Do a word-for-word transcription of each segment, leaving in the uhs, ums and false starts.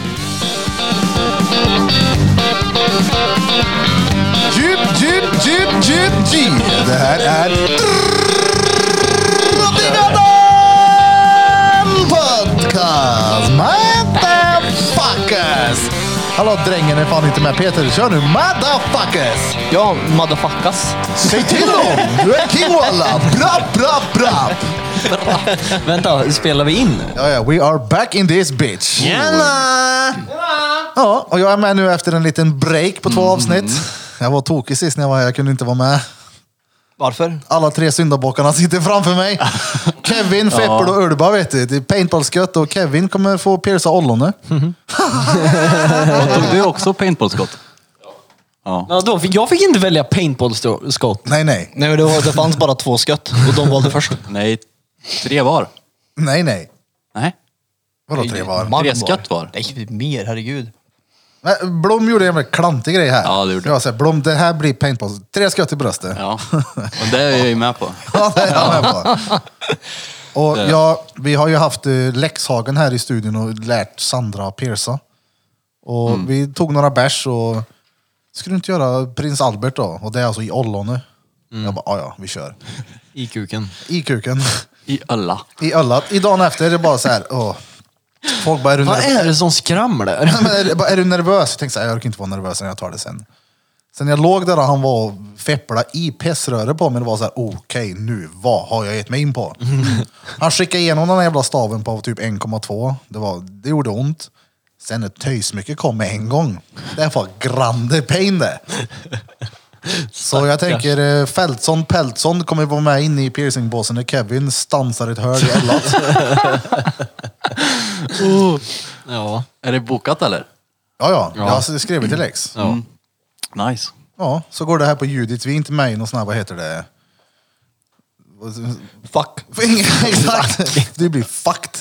Djup, djup, djup, djup, djup. Det här är podcast, motherfuckers. Hallå drängen, är fan inte med Peter. Kör nu, motherfuckers. Ja, motherfuckers. Säg till dem, du är king walla. Bra, bra, bra. Vänta, spelar vi in? Ja, ja, we are back in this bitch. Tjena! Ja, och jag är med nu efter en liten break på två mm. avsnitt. Jag var tokig sist när jag var här, jag kunde inte vara med. Varför? Alla tre syndabockarna sitter framför mig. Kevin, Feppel och Urba, vet du. Det är paintballskott och Kevin kommer få pierca ollone. Mm. Tog du också paintballskott? Ja. Ja, då fick, jag fick inte välja paintballskott. Nej, nej. Nej, men det, var, det fanns bara två skott och de valde först. Nej, tre var. Nej, nej. Nej. Vadå tre var? Tre skott var. Nej, mer, herregud. Men Blom gjorde en väldigt klantig grej här. Ja, det gjorde jag. Säger, Blom, det här blir paintball. Tre skott i bröstet. Ja, och det är jag ju med på. Ja, det är jag med på. Och ja, vi har ju haft uh, Lekshagen här i studion och lärt Sandra pierca. Och mm. vi tog några bärs och skulle du inte göra Prins Albert då? Och det är alltså i ollone. Mm. Jag bara, ja, vi kör. I kuken. I kuken. I alla. I alla. I dagen efter är det bara så här, åh. Folk bara, är du Vad nervös? är det som skramlar? Men är, är du nervös? Jag tänkte så här, jag orkar inte vara nervös när jag tar det sen. Sen jag låg där och han var och feppla i pessröret på mig, det var så här, okej, okay, nu, vad har jag gett mig in på? Han skickade igenom den här jävla staven på typ en komma två. Det, var, det gjorde ont. Sen ett töjsmycket kom med en gång. Det var grande pain det. Så jag tänker, Fältsson, Peltsson kommer vara med inne i piercingbåsen när Kevin stansar ett hörn i ellat. uh. Ja. Är det bokat eller? Ja, ja. Jag har skrivit till Lex. Ja. Mm. Nice. Ja, så går det här på Judith. Vi är inte med i någon sån här, vad heter det? Fuck. Exakt. Det blir fucked.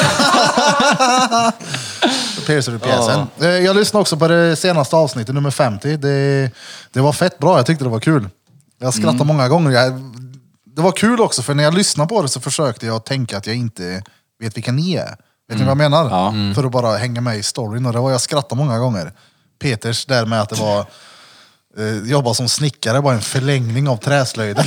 Piercer i pjäsen. Ja. Jag lyssnade också på det senaste avsnittet, nummer femtio. Det, det var fett bra, jag tyckte det var kul. Jag skrattade mm. många gånger. Jag, det var kul också, för när jag lyssnade på det så försökte jag tänka att jag inte vet vilka ni är. Vet mm. ni vad jag menar? Ja. Mm. För att bara hänga med i storyn. Och det var jag skrattade många gånger. Peters där med att det var eh, jobba som snickare, bara en förlängning av träslöjden.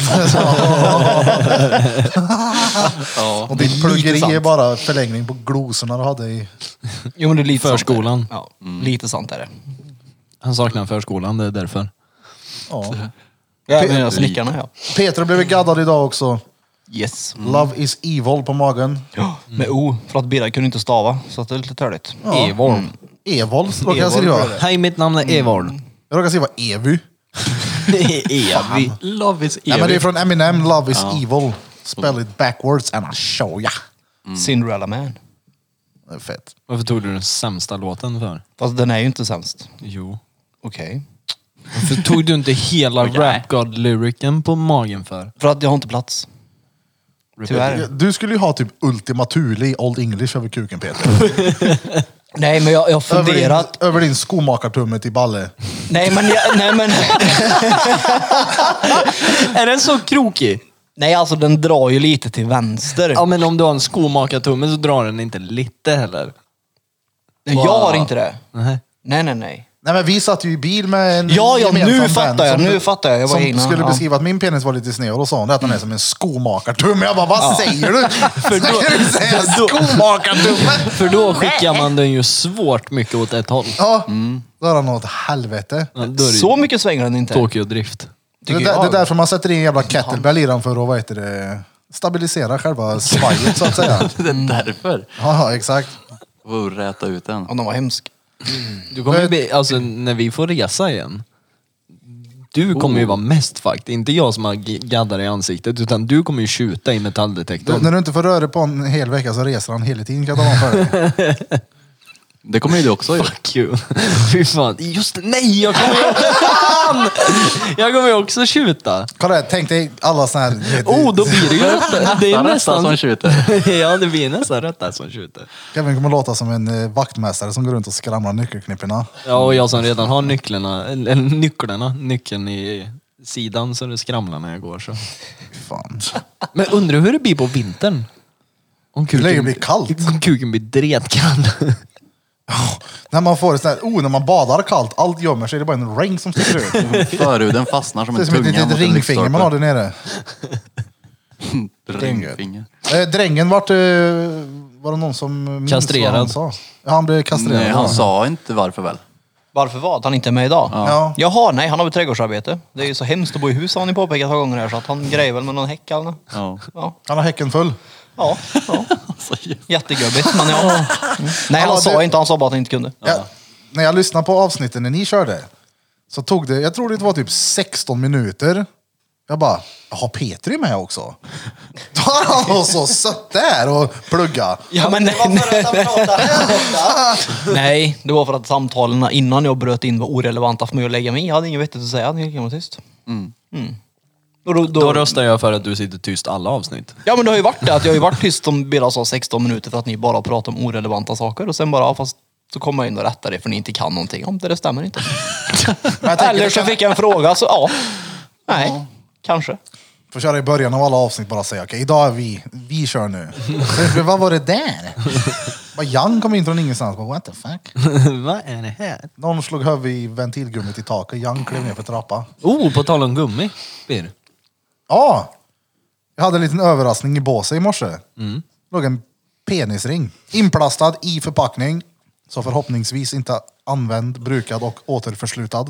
Ja. Och ditt pluggeri är bara förlängning på glosorna du hade i... Jo, men det är lite förskolan. Ja, mm. Lite sant är det. Han saknar förskolan, det är därför. Ja. Ja, men jag snickarna, ja. Peter blev gaddad idag också. Yes. Mm. Love is evil på magen. Ja, med O. För att Birra kunde inte stava, så att det är lite törligt. Ja. Evil. Mm. Evil, råkar jag skriva. Hej, mitt namn är Evil. Jag råkar skriva Evy. Evy. Love is evil. Ja, men det är från Eminem, Love is ja. evil. Spell it backwards and I'll show ya. Mm. Cinderella Man. Det är fett. Varför tog du den sämsta låten för? Fast den är ju inte sämst. Jo. Okej. Okay. Varför tog du inte hela okay. Rap God-lyriken på magen för? För att jag har inte plats. Tyvärr. Du skulle ju ha typ Ultima Thule i Old English över kuken, Peter. Nej, men jag har funderat... Över din, över din skomakartumme till balle. Nej, men... Jag, nej, men... Är den så krokig? Nej, alltså den drar ju lite till vänster. Ja, men om du har en skomakartumme så drar den inte lite heller. Nej, wow. Jag har inte det. Nej. Nej, nej, nej. Nej, men vi satt ju i bil med en... Ja, ja, nu fattar jag, nu fattar jag. jag som innan, skulle ja. beskriva att min penis var lite sned och då sa hon att den är som en skomakartumme. Jag bara, vad ja. säger du? För då, skomakartumme? För då skickar man den ju svårt mycket åt ett håll. Ja, mm. då är den åt helvete. Ja, så mycket svänger den inte. Tokyo Drift. Det, det, det är därför man sätter in en jävla kettlebell i den för att, vad heter det, stabilisera själva svajet så att säga. Det är därför. Ja, exakt. För att räta ut den. Och den var hemsk. Mm. Du kommer bli, alltså när vi får resa igen. Du kommer oh. ju vara mest fucked. Inte jag som har gaddar i ansiktet, utan du kommer ju skjuta i metalldetektorn. Du, när du inte får röra på en hel vecka så reser han hela tiden, kan jag tala om för dig. Det kommer ju du också göra. Fuck you. Fy fan. Just det. Nej, jag kommer ju fan! Jag kommer ju också skjuta. Kolla, tänk dig alla såna här... Oh, då blir det ju rätt. Det är nästan som skjuter. Ja, det blir nästan rätt där som skjuter. Kevin kommer låta som en eh, vaktmästare som går runt och skramlar nyckelknipporna. Ja, och jag som redan har nycklarna, eller nycklarna, nyckeln i sidan så det skramlar när jag går så. Fan. Men undrar hur det blir på vintern? Om kuken, det blir kallt. Om kuken blir dretkall. När man får sån här, oh, när man badar kallt, allt gömmer sig, det är bara en ring som sticker ut. Förhuden fastnar som Det är en som ett tunga litet mot en ringfinger man har där nere. Ringfinger. Eh, drängen vart, eh, var det någon som minns Kastrerad. vad han sa? Ja, han blev kastrerad. Nej, han ja. sa inte varför väl? Varför var att han inte är med idag? Ja. Jaha, nej, han har väl trädgårdsarbete. Det är ju så hemskt att bo i hus, har ni påpekat ett par gånger här, så att han grejer väl med någon häck eller något. Ja. Ja, Han har häcken full. ja. ja. Alltså, Jättegubbigt, men ja. Mm. Nej, han Ja, sa det- inte, han sa bara att han inte kunde. Ja, när jag lyssnade på avsnitten när ni körde så tog det, jag tror det var typ sexton minuter. Jag bara, jaha, Peter är med också. Då har han så sött där och plugga. Ja, men nej, nej, det var för att samtalen innan jag bröt in var orelevanta för mig att lägga mig i. Jag hade inget vettigt att säga, jag kan vara tyst. Mm. Mm. Och då, då, Då röstar jag för att du sitter tyst alla avsnitt. Ja, men det har ju varit det, att jag har ju varit tyst om Billa sa sexton minuter för att ni bara pratar om orelevanta saker och sen bara, ja, fast så kommer jag in och rättar det för ni inte kan någonting om det, det stämmer inte. Men jag tänker, Eller det så kan- fick jag en fråga, så ja. Nej, Ja. kanske. Får köra i början av alla avsnitt bara säga, okej, idag är vi, vi kör nu. Så, vad var det där? Bara Jan kom in från ingenstans, bara, what the fuck? Vad är det här? Någon slog huvudet i ventilgummit i taket, Jan klev ner för trappa. Oh, på tal om gummi. Bir. Ja, jag hade en liten överraskning i båset i morse. Låg en penisring inplastad i förpackning. Så förhoppningsvis inte använd, brukad och återförslutad.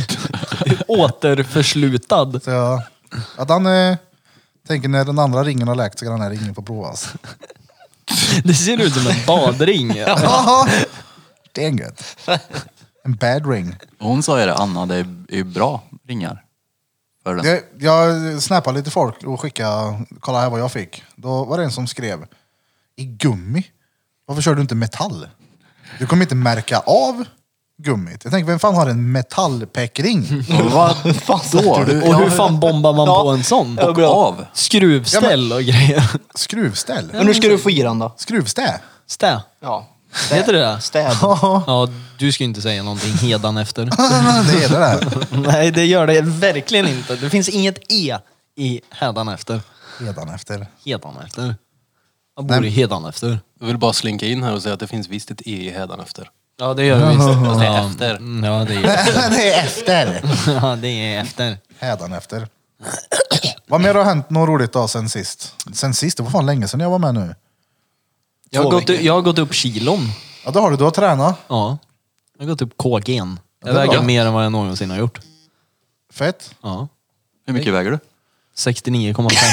Återförslutad. Så jag, att han eh, tänker när den andra ringen har läkt så kan den här ringen få provas. Det ser ut som en badring. Jaha, det är gött. En bad ring. Hon sa ju det, Anna, det är ju bra ringar. För den. Jag, jag snappade lite folk och skickade, kolla här vad jag fick. Då var det en som skrev, i gummi? Varför kör du inte metall? Du kommer inte märka av gummit. Jag tänker, vem fan har en metallpäckring? Vad då? Du, Och hur fan bombar man på en sån? Ja, bra. av? Skruvställ och grejer. Skruvställ? Men hur ska du få i den då? Skruvstä? Stä. Ja. Heter det det? Städ. Ja, du ska ju inte säga någonting hedan efter. Det är det där. Nej, det gör det verkligen inte. Det finns inget E i hedan efter. Redan efter. Hedan efter. Jag bor i hedan efter. Jag vill bara slinka in här och säga att det finns visst ett E i hädanefter. Ja, det gör det visst. Fast det är Ja, efter. mm, Ja, det är Det är efter. Ja, det är efter. Hädan efter. Vad mer har hänt något roligt då sen sist? Sen sist? Det var fan länge sedan jag var med nu. Jag har, Två gått, veckor. jag har gått upp kilon. Ja, det har du. Du har tränat. Ja. Jag har gått upp K G:n. Jag det är väger bra. mer än vad jag någonsin har gjort. Fett. Ja. Hur mycket väger du? sextionio komma fem.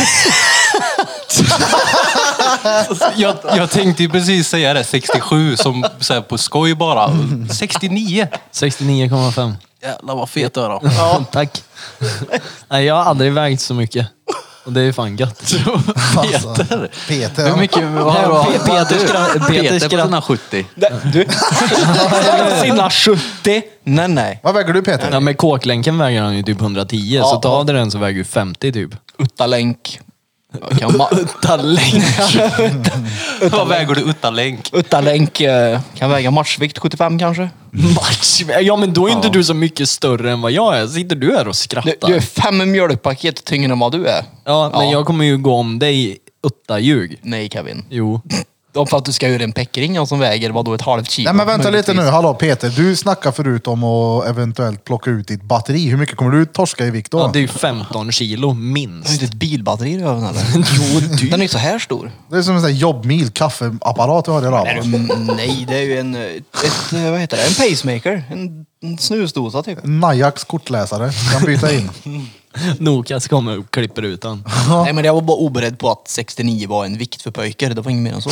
Jag, jag tänkte ju precis säga det, sextiosju som så här på skoj bara. sextionio! sextionio komma fem. Jävlar vad fet du är då. Ja, tack. Nej, jag har aldrig vägt så mycket. Och det är fan gött. Alltså, Peter. Hur mycket? Vad har Ja, du? Pe- Peter skra- Peter Peter på skra- sina sjuttio. Du, sina sjuttio? Nej, nej. Vad väger du Peter? Ja, med kåklänken väger han ju typ hundratio. så Ja. ta av dig den så väger du femtio typ. Uttalänk. Jag kan ma- Uttalänk. Vad väger du utta länk? Uttalänk eh, kan väga matchvikt sjuttiofem kanske. Match. Ja, men då är inte du så mycket större än vad jag är. Sitter du här och skrattar? Du, du är fem mjölkpaket tyngre än vad du är. Ja, men Ja. jag kommer ju gå om dig utta-ljug. Nej, Kevin. Jo. Om för att du ska göra en peckring som väger vadå, ett halvt kilo. Nej men vänta lite möjligtvis. nu, hallå Peter. Du snackar förut om att eventuellt plocka ut ditt batteri. Hur mycket kommer du torska i vikt då? Ja, det är ju femton kilo Har du minst. inte ett bilbatteri i röven eller? Jo, du. Den är ju så här stor. Det är som en sån här jobbmil kaffeapparat du har i Nej, röven. du- nej, det är ju en, ett, eh, vad heter det? En pacemaker. En, en snusdosa typ. Najax kortläsare. Kan byta in. Nokas kommer och klipper ut den. Nej, men jag var bara oberedd på att sextionio var en vikt för pojkar. Det var inget mer än så.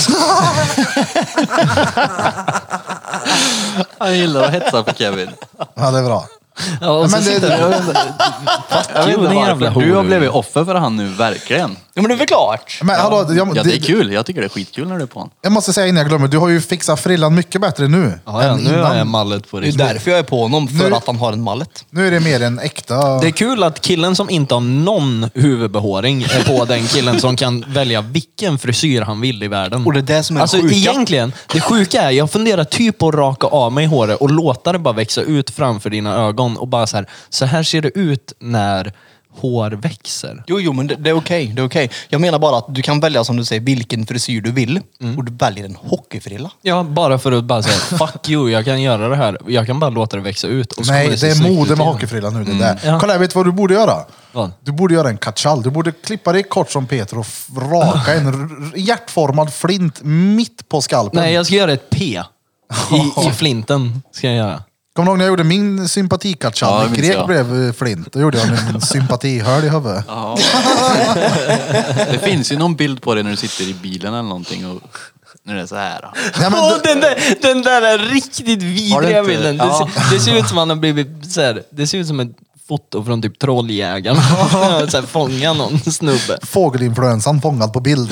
Han gillar att hetsa på Kevin. Ja det är bra. Ja, och så Men det- sitter Jag vet inte, jag vet inte din jävla varför. Du har horunge. blivit offer för han nu, verkligen. Ja, men det är väl klart. Men hallå, jag, Ja, det är kul. Jag tycker det är skitkul när du är på honom. jag måste säga innan jag glömmer. Du har ju fixat frillan mycket bättre nu. Ja, ja, än nu har innan. jag mallet på Det är det. därför jag är på honom. För Nu- att han har en mallet. Nu är det mer en äkta... Det är kul att killen som inte har någon huvudbehåring är på den killen som kan välja vilken frisyr han vill i världen. Och det är det som är Alltså det sjuka. egentligen, det sjuka är, jag funderar typ på att raka av mig håret och låta det bara växa ut framför dina ögon och bara så här, så här ser det ut när hår växer. Jo, jo, men det, det är okej. Det är okej. Jag menar bara att du kan välja, som du säger, vilken frisyr du vill. Mm. Och du väljer en hockeyfrilla. Ja, bara för att bara säga fuck you, jag kan göra det här. Jag kan bara låta det växa ut. Och så kommer Nej, se det är snyggt ut mode med igen. hockeyfrillan nu. Det där. Ja. Kolla, jag vet vad du borde göra? Vad? Du borde göra en kachal. Du borde klippa dig kort som Peter och f- raka en r- hjärtformad flint mitt på skalpen. Nej, jag ska göra ett P. I, i flinten ska jag göra. Kommer du ihåg när jag gjorde min sympatikachal? Ja, det Ja, minns grek jag. blev eh, flint. Då gjorde jag en sympatihörd i huvudet. Ja. Det finns ju någon bild på det när du sitter i bilen eller någonting och när det är så här. Då. Nej, men, Åh, du- den, där, den där är riktigt Har du vidriga inte- bilden. Det, Ja. ser, det ser ut som han har blivit så här, det ser ut som ett foto från typ Trolljägarna. Så här, fånga någon snubbe. Fågelinfluensan fångad på bild.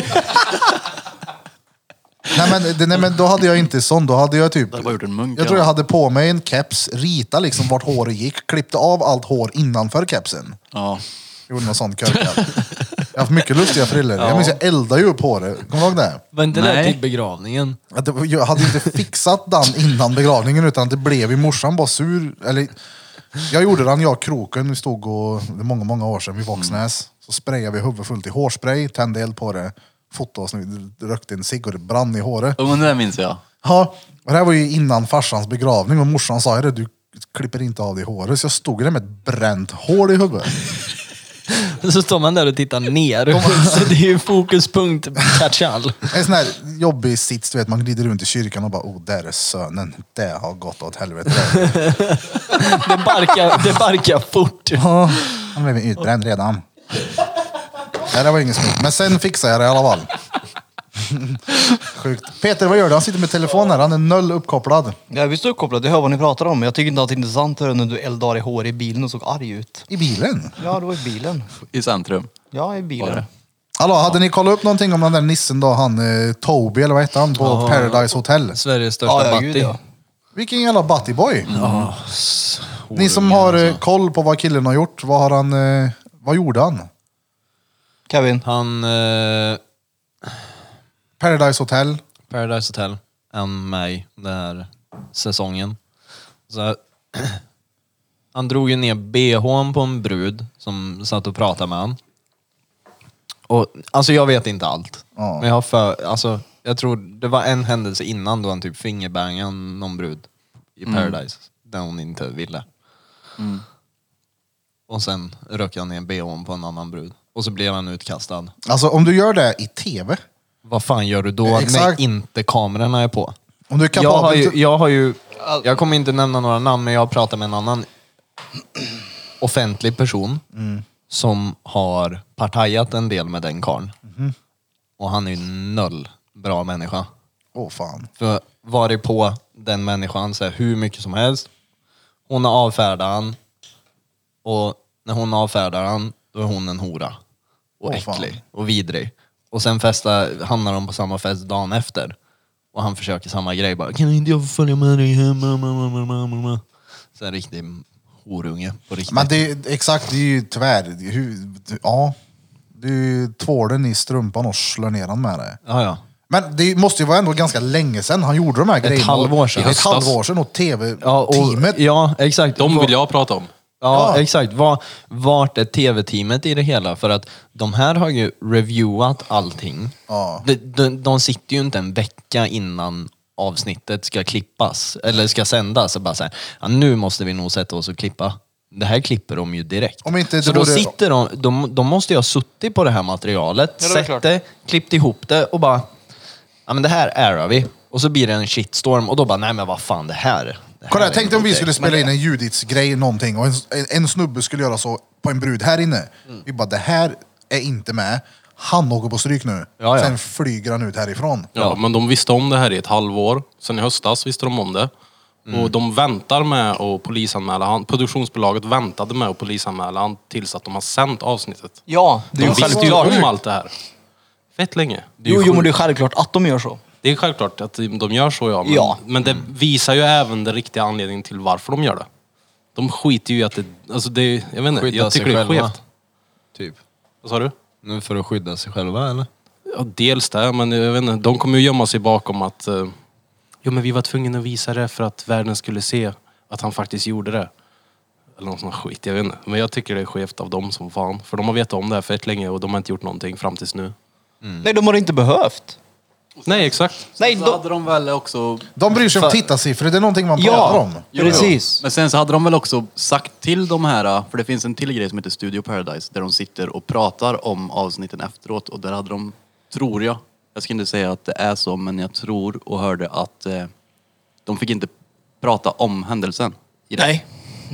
nej, men, det, nej men då hade jag inte sån. Då hade jag typ... Du har bara gjort en munk. Jag tror jag hade på mig en keps, rita liksom vart håret gick, klippte av allt hår innanför kepsen. Ja. Gjorde någon sån körka. Jag har haft mycket lustiga frillor. Jag minns jag eldade ju upp håret. Kommer du ihåg det? Var inte det Nej. till begravningen? Att det var- Jag hade inte fixat den innan begravningen utan det blev i morsan bara sur. Eller, jag gjorde den, jag och kroken, vi stod och, det är många, många år sedan, vid Våxnäs. Så sprayade vi huvudet fullt i hårspray, tände eld på det, fotade oss, rökte en cigg och det brann i håret. Ja, men det där minns jag. Ja, och det här var ju innan farsans begravning och morsan sa det, du klipper inte av dig håret. Så jag stod där med ett bränt hål i huvudet. Så står man där och tittar ner. Så det är ju fokuspunkt Kachal. En sån här jobbig sits, du vet, man glider runt i kyrkan och bara, oh, där är sönen. Det har gått åt helvete. Det barkar, det barkar fort. Ja, han blev utbränd redan. Nej, det var inget smitt. Men sen fixade jag det i alla fall. Sjukt. Peter, vad gör du? Han sitter med telefonen här. Han är noll uppkopplad. Jag visst uppkopplad, jag hör vad ni pratar om. Jag tycker inte att det är intressant när du eldar i hår i bilen och såg arg ut. I bilen. Ja, det var i bilen. I centrum. Ja, i bilen. Hallå, hade ni kollat upp någonting om den där nissen då? Han eh, Toby, eller vad heter han? På Ja. Paradise Hotel. Sveriges största Ja, ja, gud, batti. ja. Vilken jävla buttyboy. Ja. Ni som har eh, koll på vad killen har gjort. Vad har han... Eh, vad gjorde han? Kevin. Han... Eh, Paradise Hotel. Paradise Hotel. En mig den här säsongen. Så, han drog ju ner B H:n på en brud som satt och pratade med han. Och, alltså jag vet inte allt. Ja. Men jag har för, alltså, jag tror det var en händelse innan då han typ fingerbangade någon brud i Paradise. Där hon inte ville. Och sen rökade han ner B H:n på en annan brud. Och så blev han utkastad. Alltså om du gör det i tv. Vad fan gör du då Exakt. när inte kamerorna är på? Om du är Jag har, kapabel ju, till- jag har ju, jag kommer inte nämna några namn, men jag har pratat med en annan offentlig person som har partajat en del med den karln. Och han är ju noll bra människa. Åh fan. För varit på den människan så här, hur mycket som helst. Hon har avfärdat han. Och när hon avfärdar han, då är hon en hora. Och Åh, fan. äcklig och vidrig. Och sen festa, hamnar de på samma fest dagen efter. Och han försöker samma grej bara, kan inte jag få följa med dig hem? Så en riktig horunge på riktigt. Men det är exakt, det är ju tvär. det är Hur, ja. Du tvår den i strumpan och slår ner den med det. Ja, ja. Men det måste ju vara ändå ganska länge sedan han gjorde de här grejerna. halvår sedan. Ett halvår sedan och Ja, och, tv-teamet. ja, exakt. De vill jag prata om. Ja, Ja. exakt. Var, vart är tv-teamet i det hela? För att de här har ju reviewat allting. Ja. De, de, de sitter ju inte en vecka innan avsnittet ska klippas eller ska sändas och bara säga, ja, nu måste vi nog sätta oss och klippa. Det här klipper de ju direkt. Om inte det Så då vore- sitter de, de, de måste ju ha suttit på det här materialet, Ja, det är sett klart. det, klippt ihop det och bara, ja men det här ärar vi. Och så blir det en shitstorm och då bara, nej men vad fan det här. Det här Kolla, är tänk dig om vi inte skulle okej. spela in en Judits-grej någonting och en, en snubbe skulle göra så på en brud här inne. Mm. Vi bara, det här är inte med. Han åker på stryk nu. Ja, ja. Sen flyger han ut härifrån. Ja, men de visste om det här i ett halvår. Sen i höstas visste de om det. Och de väntar med att polisanmäla han. Produktionsbolaget väntade med att polisanmäla han tills att de har sänt avsnittet. Ja, det är De ju visste ju självklart. om allt det här. Fett länge. Jo, jo, men det är självklart att de gör så. Det är självklart att de gör så, ja. Men, Ja. men det visar ju även den riktiga anledningen till varför de gör det. De skiter ju i att det... Alltså det jag vet inte, Skydda jag tycker sig det är själva. skevt. Typ. Vad sa du? Nu för att skydda sig själva eller? Ja, dels det, men jag vet inte, de kommer ju gömma sig bakom att eh, jo, men vi var tvungna att visa det för att världen skulle se att han faktiskt gjorde det. Eller någon sån skit, jag vet inte. Men jag tycker det är skevt av dem som fan. För de har vetat om det här för ett länge och de har inte gjort någonting fram tills nu. Mm. Nej, de har inte behövt. Nej, exakt. Nej, Så då... hade de väl också... De bryr sig om tittarsiffror, det är någonting man Ja. pratar om. Jo, Precis. jo. Men sen så hade de väl också sagt till de här, för det finns en till grej som heter Studio Paradise, där de sitter och pratar om avsnitten efteråt. Och där hade de, tror jag, jag ska inte säga att det är så, men jag tror och hörde att eh, de fick inte prata om händelsen. I det. Nej.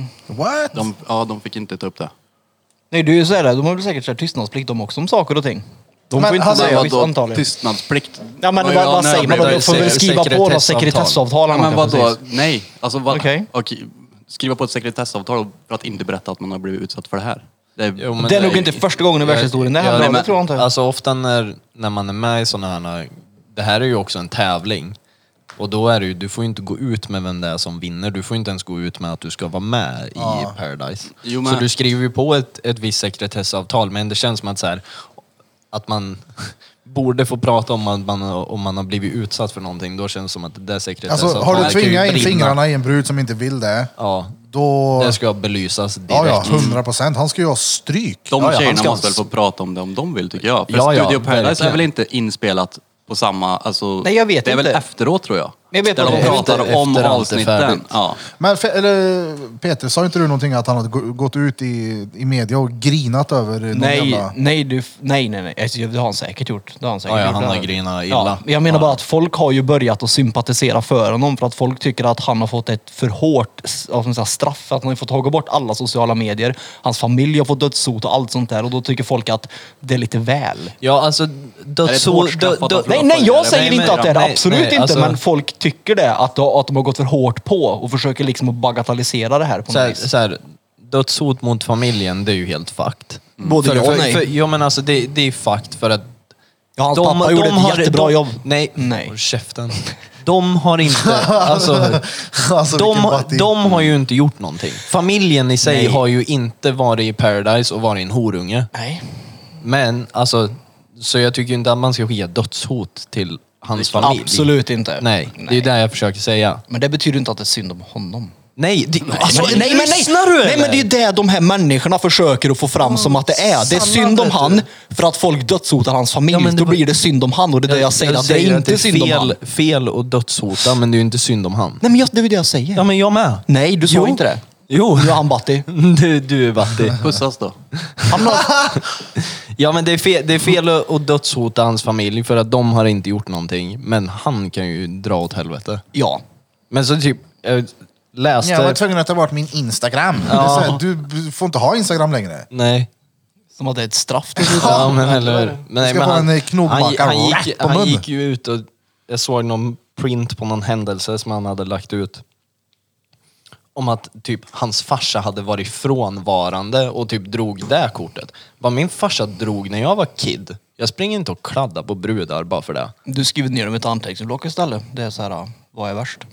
What? De, ja, de fick inte ta upp det. Nej, det är ju så här, de har väl säkert så här tystnadsplikt de också om saker och ting. De Men får inte hade- säga Vadå, visst antagligen. tystnadsplikt? Ja, men Ja, vad, vad nej, säger man? men De får väl se- skriva på något sekretessavtal. sekretessavtal. Ja, eller men något, vadå? precis. Nej. Alltså, vad, Okej. okej. Skriva på ett sekretessavtal för att inte berätta att man har blivit utsatt för det här. Det är, Jo, men Det är nog inte första gången i världshistorien. Det Ja, händer, nej, det men- tror jag inte. Alltså ofta när, när man är med i sådana här, det här är ju också en tävling. Och då är det ju, du får ju inte gå ut med vem det är som vinner. Du får inte ens gå ut med att du ska vara med i Paradise. Jo, men- Så du skriver ju på ett, ett visst sekretessavtal, men det känns som att så här, att man borde få prata om att man, om man har blivit utsatt för någonting. Då känns det som att det där sekretessavtalet Alltså, har du kan ju tvingat in brinna. fingrarna i en brud som inte vill det, Ja, då... det ska belysas direkt. Ja, ja, hundra procent. Han ska ju ha stryk. de Ja, ja, han tjejerna ska- måste väl få prata om det om de vill, tycker jag. För Ja, ja, Studio Paradise verkligen. är väl inte inspelat på samma... Alltså, Nej, jag vet det är väl inte. efteråt, tror jag. Jag vet Där inte. de pratar Efter- om efter allt är avsnitten. färdigt. Ja. Men fe- eller, Peter, sa inte du någonting att han hade gå- gått ut i, i media och grinat över någon Nej, jävla... nej, du, nej, nej, nej. Alltså, det har han säkert gjort. Det har han säkert Ja, ja, gjort. han har Det grinat illa. Ja, men jag menar bara att folk har ju börjat att sympatisera för honom för att folk tycker att han har fått ett för hårt s- av sån här straff. Att han har fått ta bort alla sociala medier. Hans familj har fått dödshot och allt sånt där. Och då tycker folk att det är lite väl. Ja, alltså Är det ett dödshot... hårt straff att ha Nej, nej, jag säger Nej, inte men- att det är det. nej, Absolut nej, inte. alltså- Men folk tycker det. Att, de- att de har gått för hårt på och försöker liksom att bagatellisera det här på så något här, vis. så här, dödshot mot familjen, det är ju helt fucked. Både för, ja och för, nej. för, ja, men alltså det, det är fucked för att Ja, hans pappa gjorde ett jättebra de, jobb. Nej, Nej. håll käften. De har inte, alltså, Alltså, de, vilken batti. de har ju inte gjort någonting. Familjen i sig Nej. har ju inte varit i Paradise och varit en horunge. Nej. Men alltså, så jag tycker inte att man ska skicka dödshot till hans familj. Absolut inte. Nej, det är ju det jag försöker säga. Men det betyder inte att det är synd om honom. Nej, det, alltså, men, nej, men, nej, lyssnar du nej, eller? men det är ju det de här människorna försöker att få fram som att det är. Det är Sanna, synd om vet han du. för att folk dödshotar hans familj. Ja, men det Då var- blir det synd om han och det är det jag säger. att det är inte att synd om han. fel, fel och dödshota, men det är ju inte synd om han. Nej men jag, det är ju det jag säger. Ja, men jag med. Nej, du sa Jo. inte det. Jo. Nu är han Batti. Du, du är Batti. Pussas då. Han har... Ja, men det är fel, det är fel att att dödshota hans familj för att de har inte gjort någonting. Men han kan ju dra åt helvete. Ja. Men så typ, jag läste... Jag var tvungen att ta bort min Instagram. Det är så här, du, du får inte ha Instagram längre. Nej. Som att det är ett straff. Ja, men eller... Men, ska men få han, en knogbacka han, han, rätt gick, på han mun. gick ju ut och jag såg någon print på någon händelse som han hade lagt ut. Om att typ hans farsa hade varit frånvarande och typ drog det kortet. Vad min farsa drog när jag var kid. Jag springer inte och kladdar på brudar bara för det. Du skriver ner dem i ett anteckningsblock istället. Det är så här, vad är värst?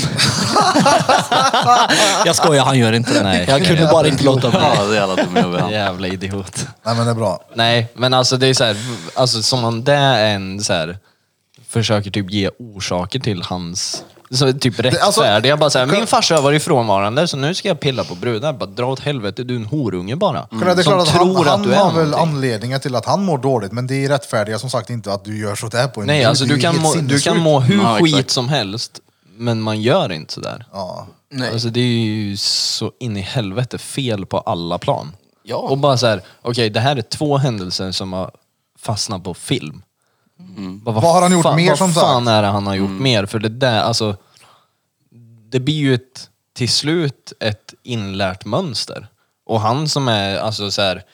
Jag skojar, han gör inte det. Nej. Jag kunde bara inte låta bli. Ja, det är jävla dum i huvudet. Jävla idiot. Nej men det är bra. Nej, men alltså det är så här, alltså som om det är en så här, försöker typ ge orsaker till hans, så typ rättfärdiga. alltså- bara så här, min farsa har varit frånvarande så nu ska jag pilla på brudar. Bara dra åt helvete, du är en horunge bara. Mm. Det är Som klart att han, tror han att du är har väl någonting. anledningar till att han mår dåligt, men det är rättfärdiga som sagt inte att du gör så där på en Nej, brud. alltså Det är du kan, helt må, du sinnessjukt. kan må hur Ja, skit exakt. som helst, men man gör inte sådär. Ja. Nej. Alltså det är ju så in i helvete fel på alla plan. Ja. Och bara så här, okej det här är två händelser som har fastnat på film. Vad, Vad har han gjort mer, vad som fan sagt? är det han har gjort mer? För det där, alltså det blir ju ett, till slut ett inlärt mönster. Och han som är alltså så här,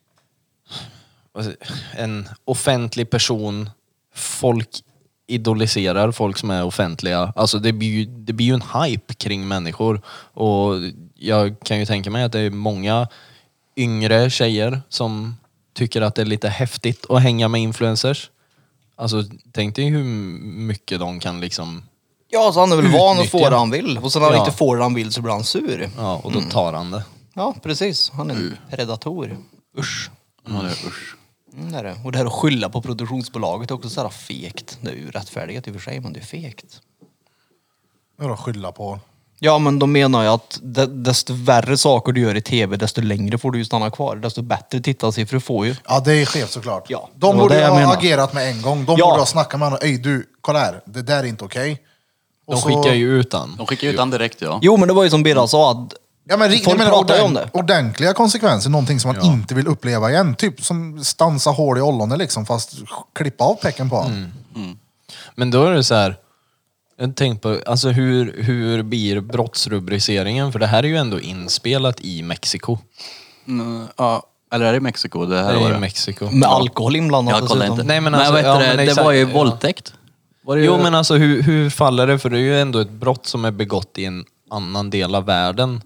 en offentlig person, folk idoliserar folk som är offentliga. Alltså det blir ju, det blir ju en hype kring människor. Och jag kan ju tänka mig att det är många yngre tjejer som tycker att det är lite häftigt att hänga med influencers. Alltså tänk dig hur mycket de kan liksom... Ja, så han är väl van att få Utnyttja. det han vill. Och sen när han Ja. inte får det han vill så blir han sur. Ja, och då tar han det. Ja, precis. Han är en predator. Usch. Ja, det är usch. Mm, det är det. Och det här att skylla på produktionsbolaget är också så här fegt. Det är ju rättfärdigt i och för sig, men det är fegt. Vad då skylla på? Ja, men de menar ju att de, desto värre saker du gör i tv, desto längre får du ju stanna kvar. Desto bättre tittarsiffror får ju. Ja, det är skevt såklart. Ja, de det var borde det jag ha menar. agerat med en gång. De Ja. borde ha snackat med honom. Ey du, kolla här. Det där är inte okej. Och De så- skickar ju ut han. De skickar ut han direkt, ja. Jo, men det var ju som Birra sa att Ja, men, ri- folk jag menar, pratar ju ordent- om det. ordentliga konsekvenser, någonting som man inte vill uppleva igen. Typ som stansa hål i ollonet liksom, fast klippa av pecken på honom. Men då är det så här. Jag tänkte på, alltså hur, hur blir brottsrubriceringen? För det här är ju ändå inspelat i Mexiko. Mm, ja. Eller är det i Mexiko? Det här Det är var i det. Mexiko. med alkohol inblandat Jag kollar inte. Nej, men men alltså, vet ja, du, men det, det exakt, var ju ja. våldtäkt. Var det ju... Jo men alltså hur, hur faller det? För det är ju ändå ett brott som är begått i en annan del av världen.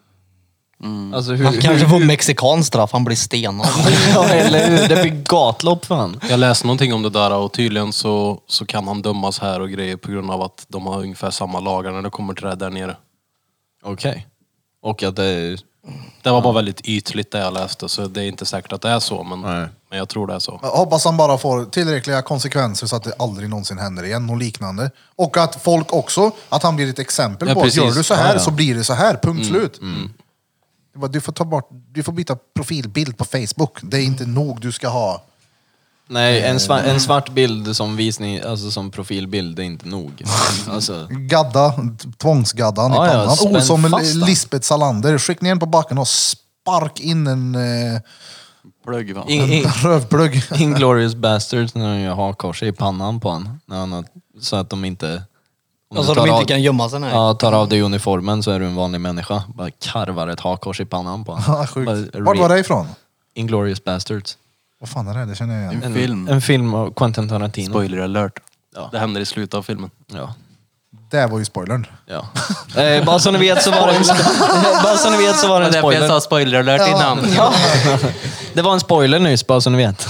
Alltså hur, Han kanske hur, får mexikansk straff, han blir stenad. ja, eller hur? Det blir gatlopp för han. Jag läste någonting om det där och tydligen så, så kan han dömas här och grejer på grund av att de har ungefär samma lagar när det kommer till det där nere. Okej. Och att det är... Det var bara väldigt ytligt det jag läste så det är inte säkert att det är så men, Nej. men jag tror det är så. Jag hoppas han bara får tillräckliga konsekvenser så att det aldrig någonsin händer igen och liknande. Och att folk också, att han blir ett exempel Ja, på att precis. gör du så här Ja, ja. så blir det så här, punkt slut. Det var, Du får ta bort, du får byta profilbild på Facebook. Det är inte nog du ska ha. Nej, en, sva, en svart bild som visning, alltså som profilbild är inte nog. Alltså, Gadda, tvångsgaddan Ja, i ja, pannan. spänn Oh, som fast den. Lisbeth Salander. Skick ner den på backen och spark in en eh, Plugg, va? in, in, rövplugg. Inglourious Basterds när de har kors i pannan på han. När han har, så att de inte... Om Alltså du tar de av- inte kan gömma sig. Nej. Ja, tar av dig uniformen så är du en vanlig människa. Bara karvar ett hakkors i pannan på Ja, honom. sjukt. Vart var det ifrån? Inglourious Basterds. Vad fan är det? Det känner jag igen. En film. En film av Quentin Tarantino. Spoiler alert. Det händer i slutet av filmen. Ja. Det var ju spoilern. Ja. Eh, bara så ni vet så var det en, bara så ni vet så var det en Det var därför jag spoiler. sa spoiler alert innan. Det var en spoiler nyss, bara så ni vet.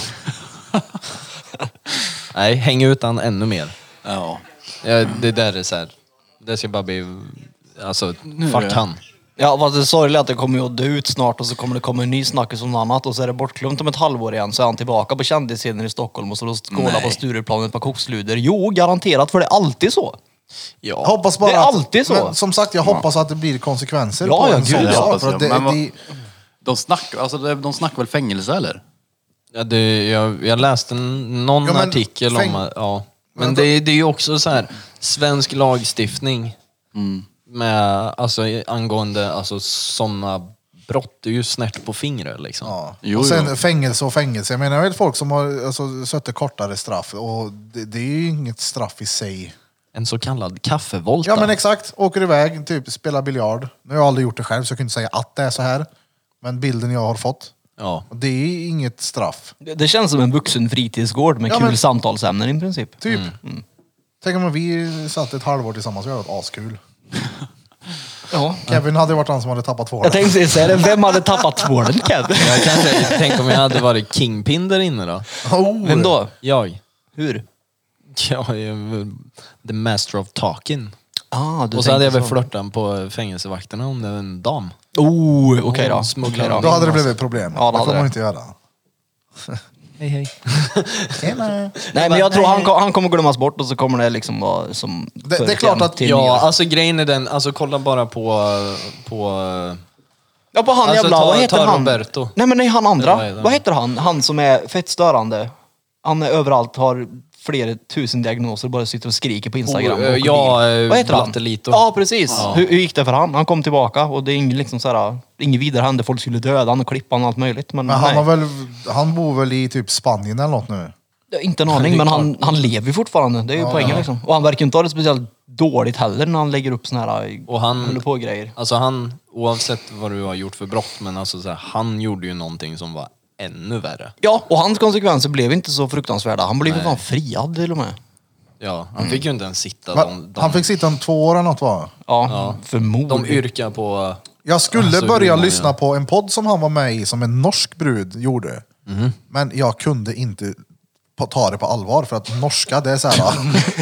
Nej, häng ut han ännu mer. Ja. Ja, det där är så här. Det ska bara bli... Alltså, är fuck det- han. Ja, fast det är sorgligt att det kommer ju att dö ut snart och så kommer det komma en ny snackis om något annat och så är det bortglömt om ett halvår igen så är han tillbaka på kändisscenen i Stockholm och så då skålar Nej. på Stureplan ett par koksluder. Jo, garanterat, för det är alltid så. Jag Ja. hoppas bara Det är att- alltid så. Men, som sagt, jag hoppas att det blir konsekvenser Ja, på ja, en gud, sån ja. sak. För att det, Men vad- det, De snackar, alltså, de de snackar väl fängelse eller? Ja, det, jag, jag läste en- någon Ja, men artikel fäng- om att... Ja. Men Men det, det är ju också så här svensk lagstiftning Mm. med, alltså, angående alltså, sådana brott. Det är ju snärt på fingret liksom. ja. Jo, och sen jo. fängelse och fängelse. Jag menar, jag vet folk som har alltså, suttit kortare straff och det, det är ju inget straff i sig. En så kallad kaffevolta. Ja men exakt, åker iväg, typ spelar biljard. Nu har jag aldrig gjort det själv så jag kan inte säga att det är så här. Men bilden jag har fått. Ja. Och det är inget straff. Det, det känns som en vuxen fritidsgård med Ja, kul men- samtalsämnen i princip. Typ. Tänk om vi satt ett halvår tillsammans, vi hade varit askul. Ja. Kevin hade varit han som hade tappat tvålen. Jag tänkte säga det, vem hade tappat tvålen, Kev? Jag kanske, tänk om jag hade varit kingpin där inne då. Oh. Vem då? Jag. Hur? Jag är väl the master of talking. Ah, du Och så hade jag tänkte väl flörtat på fängelsevakterna om det var en dam. Oh, okej då. Smugglar Okej Då hade det blivit problem. Ja, det det hade får man det. inte göra. Hej hej. Tjena. Nej, men jag tror han, ko- han kommer glömmas bort och så kommer det liksom vara som det är förut klart igen att- till Ja, nya. alltså grejen är den, alltså kolla bara på, på Ja, på han Alltså, jävla, ta- vad heter ta han? Roberto. Nej men nej, han andra. Vad är det? Vad heter han? Han som är fett störande. Han är överallt, har flera tusen diagnoser och bara sitter och skriker på Instagram. Oh, och eh, ja, bil. eh, Vad heter han? Blattelito. Ja, precis. Hur, hur gick det för han? Han kom tillbaka och det är ingen, liksom såhär, inget vidare hände. Folk skulle döda han och klippa han och allt möjligt. Men, Men nej. han, har väl, han bor väl i typ Spanien eller något nu? Jag har inte en aning, men han, han lever ju fortfarande. Det är ju poängen liksom. Och han verkar inte ha det speciellt dåligt heller när han lägger upp såna här Och han- håller på grejer. Alltså han, oavsett vad du har gjort för brott, men alltså så här, han gjorde ju någonting som var ännu värre. Ja, och hans konsekvenser blev inte så fruktansvärda. Han blev ju fan friad till och med. Ja, han fick ju inte ens sitta. Men De, de, han fick sitta om två år eller något va? Ja, för mord. de yrkar på... Jag skulle Alltså, börja hur många- lyssna på en podd som han var med i som en norsk brud gjorde. Men jag kunde inte på, ta det på allvar för att norska det är så här.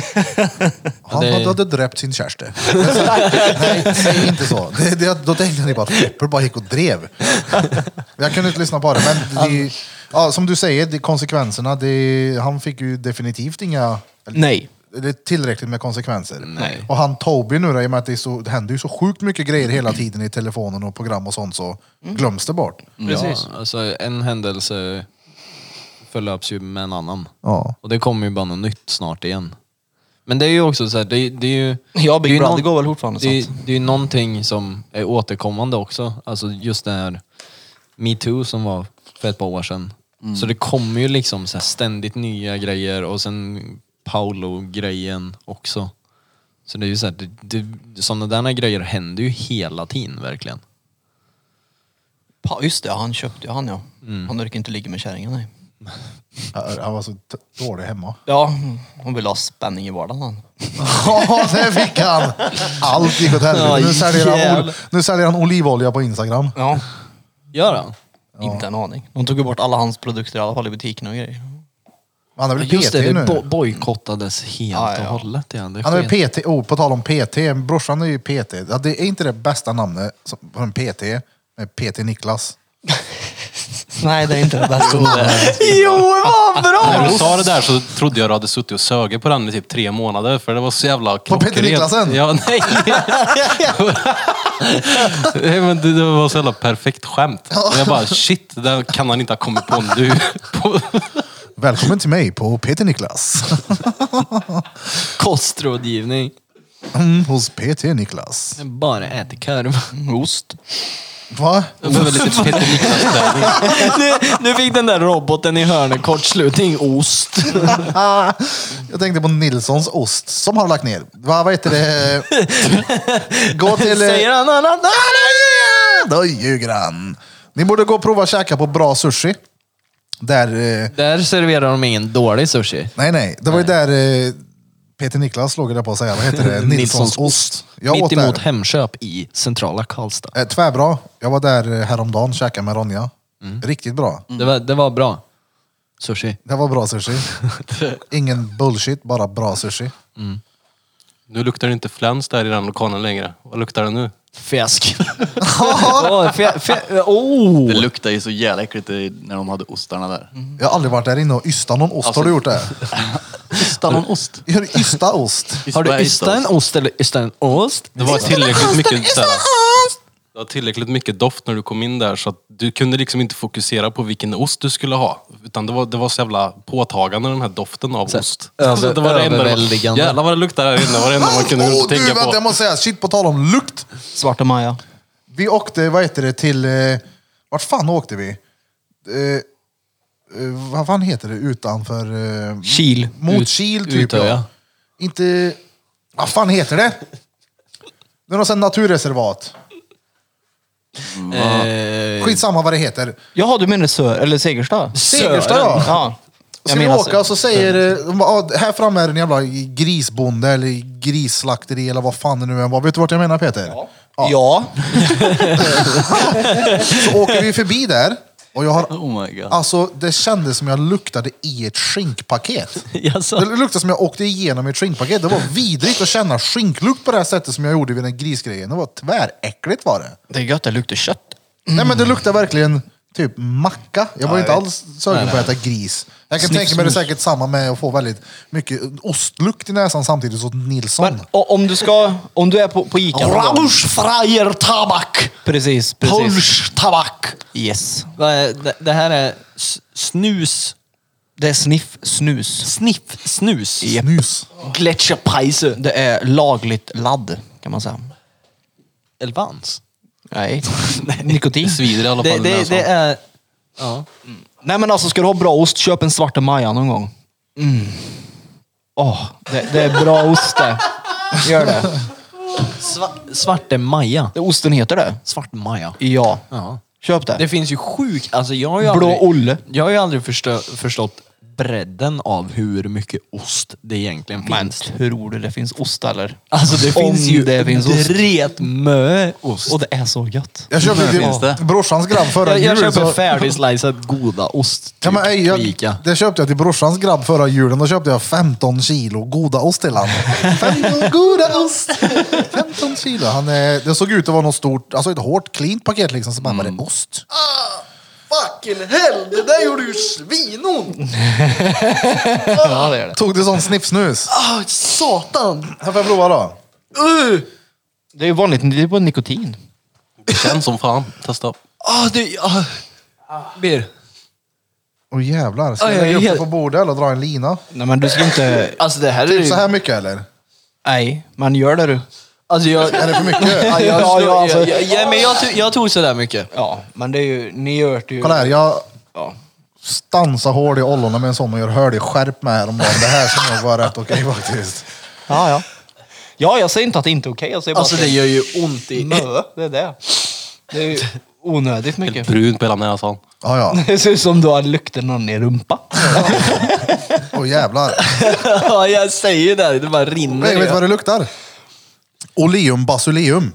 Han det- hade, hade dräpt sin kärste. Det är så här, nej, säg inte så. Det, det, då tänkte jag bara att Pepper bara gick och drev. Jag kunde inte lyssna på det. Men det, ja, som du säger, det, konsekvenserna, det, han fick ju definitivt inga... Nej. det är tillräckligt med konsekvenser. Nej. Och han Toby nu då, i och med att det, är så, det händer ju så sjukt mycket grejer hela tiden i telefonen och program och sånt, så glöms det bort. Precis. Ja, alltså en händelse förlöps ju med en annan. Ja. Och det kommer ju bara något nytt snart igen. Men det är ju också så här, det, det är ju... Ja, Big det är ju Brother någon- går väl fortfarande Det, så. det är ju någonting som är återkommande också. Alltså just det här MeToo som var för ett par år sedan. Så det kommer ju liksom så här ständigt nya grejer och sen Paolo-grejen också. Så det är ju så här, det, det, sådana där grejer händer ju hela tiden verkligen. Pa, just det, han köpte ju han ja. Han orkar inte ligga med kärringen, nej. Han var så t- dålig hemma. Ja, hon vill ha spänning i vardagen han. Ja, det fick han! Allt gick åt helvete. Nu säljer han, ol- jävlar. nu säljer han olivolja på Instagram. Ja, Gör han? inte en aning. De tog ju bort alla hans produkter i alla fall i butikerna och grejer. Han är väl Just P T det, nu? det bo- bojkottades helt Ja, ja. och hållet. Ja. Det Han är sker. P T, oh, på tal om P T, brorsan är ju P T. Ja, det är inte det bästa namnet som- för en P T, med P T Niklas. Nej, det är inte det bästa. Jo, vad bra! När du sa det där så trodde jag du hade suttit och sögit på den i typ tre månader. För det var så jävla På Peter klockrent. Niklasen? Ja, nej. Nej, men det, det var så jävla perfekt skämt. Och jag bara, shit, det där kan han inte ha kommit på nu. På. Välkommen till mig på P T Niklas. Kostrådgivning. Mm, hos P T Niklas. Jag bara äter korv. Ost. Va? Jag behöver lite Peter Niklas-träning. nu, nu fick den där roboten i hörnet kortslutning ost. Jag tänkte på Nilssons ost som har lagt ner. Va, vad heter det? Gå till... Säger han annat? Då ljuger han. Ni borde gå och prova att käka på bra sushi. Där... Eh, Där serverar de ingen dålig sushi. nej, nej. Det var ju där eh, Peter Niklas slog det på att säga. Vad heter det? Nilssons ost. Jag Mitt åt emot där. Hemköp i centrala Karlstad. Eh, tvärbra. Jag var där eh, häromdagen och käkade med Ronja. Riktigt bra. Det, var, det var bra. Sushi. Det var bra sushi. Ingen bullshit, bara bra sushi. Nu luktar det inte fläns där i den lokalen längre. Vad luktar det nu? Fisk. oh, fe, fe, oh. Det luktar ju så jävla äckligt när de hade ostarna där. Jag har aldrig varit där inne och ystat någon ost. Alltså- Har du gjort det? Ystar någon ost? Jag har ystat ost. Har du ystat en ost eller ystat en ost? Det var tillräckligt mycket såhär, det var tillräckligt mycket doft när du kom in där så att du kunde liksom inte fokusera på vilken ost du skulle ha. Utan det var, det var så jävla påtagande den här doften av Så, ost. över- Så det var det enda, överväldigande. jävlar vad det luktar här inne. Det var det enda man kunde gå Åh, och du, tänka vänta, på. jag måste säga, shit på tal om lukt. Svarta Maja. Vi åkte, vad heter det, till... Eh, vart fan åkte vi? Eh, eh, vad fan heter det utanför... Eh, Kil. mot Ut- Kil typ. Utö, ja. ja. Inte... Vad fan heter det? Det är något sånt naturreservat. Eh, Skitsamma vad det heter. Jaha, du menar Sör, eller Segersta? Segersta, ja. Ja. Ska vi åka och så säger de bara, "Ah, här framme är det en jävla grisbonde eller grisslakteri eller vad fan det nu är. Vad- Vet du vart jag menar Peter? Ja. Ja. Så åker vi förbi där och jag har, Oh my god. alltså det kändes som jag luktade i ett skinkpaket. jaså? Det luktade som jag åkte igenom ett skinkpaket. Det var vidrigt att känna skinklukt på det här sättet som jag gjorde vid den grisgrejen. Det var tväräckligt var det. Det är gött, det luktar kött. Nej men det luktar verkligen typ macka. Jag var Ja, inte jag alls sugen på att äta gris. Jag kan Sniff, tänka mig det snuff. säkert samma med att få väldigt mycket ostlukt i näsan samtidigt som Nilsson. Men o- om du ska, om du är på, på Ica någon gång. Rauschfreier Tabak. Precis, precis. Polsch Tabak. Yes. Vad är- Det, det här är s- snus. Det är sniff, snus. Sniff, snus. Snus. Gletscherpeise. Det är lagligt ladd, kan man säga. Elvans. Nej, nikotin. Det svider i alla Det, fall. det, näsan. det är... Ja. Nej men alltså, ska du ha bra ost, köp en Svarta Maja någon gång. Mm. Åh, det, det är bra ost det. Gör det. Sva, svarte Maja. det. Osten heter det. Svart Maja. Ja. Ja. Köp det. Det finns ju sjukt... Alltså jag har ju Blå aldrig, Olle. Jag har ju aldrig förstå, förstått bredden av hur mycket ost det egentligen Men finns. tror du det finns ost eller? Alltså det Om finns ju det finns ost. dretmö ost. Och det är så gött. Jag köpte Hur finns till det? brorsans grabb förra Jag, jag julen. köper så- färdigslicead goda ost. Typ Ja, men, ej, på jag, Ica. det köpte jag till brorsans grabb förra julen. Då köpte jag femton kilo goda ost till han. femton goda ost! femton kilo. Han, eh, det såg ut att vara något stort, alltså ett hårt, clean paket liksom. Så bara, var det ost? Fucking hell, det där gjorde ju svinont! Ja, det är det. Tog du sån snippsnus? Ah, satan! Här får jag prova då. Uh. Det är ju vanligt, det är bara nikotin. Det känns som fan. Testa. Ah, det... Ah. Bir. Åh oh, jävlar, ska Aj, jag lägga upp helt- det på bordet eller dra en lina? Nej, men du ska inte... Alltså det här är Typ ju... så här mycket eller? Nej, man gör det du. Alltså jag... Är det för mycket? Ja, jag, Ja, ja, alltså- jag, jag, jag, men jag, tog- jag tog sådär mycket. Ja, men det är ju... Ni gör det ju... Kolla här, jag Ja. stansar hål i ollonen med en sån och gör hördig skärp med häromdagen. Det här ska nog vara rätt okej faktiskt. Ja, ja. Ja, jag säger inte att det inte är okej. Jag säger bara Alltså att det gör ju ont i... Mö, det är det. Det är ju onödigt mycket. Brun på hela näsan. Ja, ja. Det ser ut som du har luktat någon i rumpa. Åh jävlar. Ja, jag säger det. Det bara rinner. Nej, vet du vad det luktar? Oleum basileum.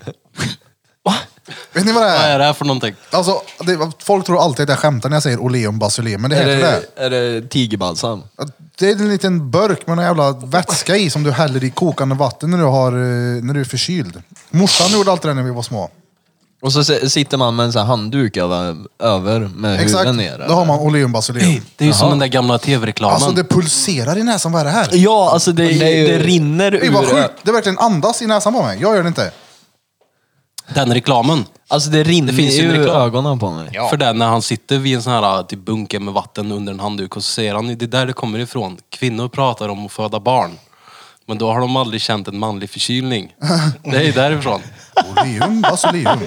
Vet ni vad det Vad är? är det här för någonting? Alltså, det, folk tror alltid att jag skämtar när jag säger oleum basileum, men det Är heter det. det, är det tigerbalsam? Det är en liten burk med en jävla vätska i som du häller i kokande vatten när du, har, eh, när du är förkyld. Morsan gjorde alltid det när vi var små. Och så s- sitter man med en sån här handduk över, över med Exakt, huvudet ner. då har man oleum basileum. Det är ju som den där gamla tv-reklamen. Alltså det pulserar i näsan, vad är det här? Ja, alltså det, Det är ju- det rinner Det är ur... bara sjukt. Det är verkligen andas i näsan på mig. Jag gör det inte. Den reklamen. Alltså det rinner Det finns ju en ur reklam. ögonen på mig. Ja. För det när han sitter vid en sån här typ bunke med vatten under en handduk och så säger han, det är där det kommer ifrån. Kvinnor pratar om att föda barn. Men då har de aldrig känt en manlig förkylning. Det är därifrån. Oleum basileum.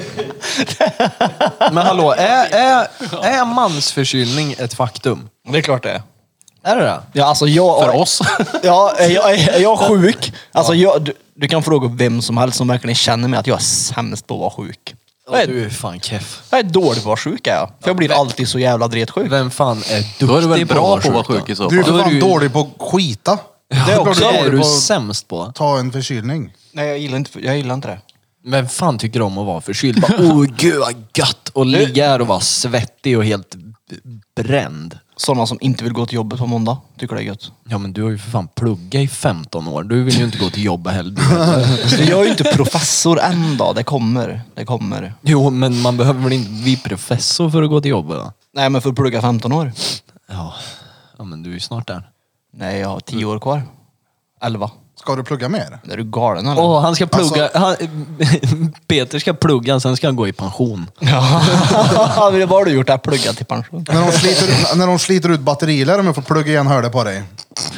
Men hallå, är, är, är mansförkylning ett faktum? Det är klart det är. Är det det? Ja, alltså jag... För oss. Ja, är jag, är, är jag sjuk? Alltså jag, du, du kan fråga vem som helst som verkligen känner mig att jag är sämst på att vara sjuk. Jag Ja, är, du är fan keff. jag är dålig på att vara sjuk är jag. För jag blir alltid så jävla dretsjuk. Vem fan är duktig Då är du väl på bra på att vara då? sjuk i så Du är fall. för Då är fan du- dålig på att skita. Det är klart också Det är dålig du på att sämst på. ta en förkylning. Nej, jag gillar inte, jag gillar inte det. Vem fan tycker om att vara förkyld? Bara, åh gud vad gött! Och ligga här och vara svettig och helt b- bränd. Sådana som inte vill gå till jobbet på måndag tycker det är gött. Ja men du har ju för fan pluggat i femton år. Du vill ju inte gå till jobbet heller. Så jag är ju inte professor än då. Det kommer. Det kommer. Jo men man behöver väl inte bli professor för att gå till jobbet va? Nej, men för att plugga femton år. Ja, ja men du är ju snart där. Nej, jag har tio år kvar. Elva. Ska du plugga mer? Är du galen eller? Åh, han ska plugga. Han, Peter ska plugga, sen ska han gå i pension. Ja. Vad har du gjort där? Plugga till pension. När de sliter, när de sliter ut batterier, om jag får plugga igen, hör det på dig.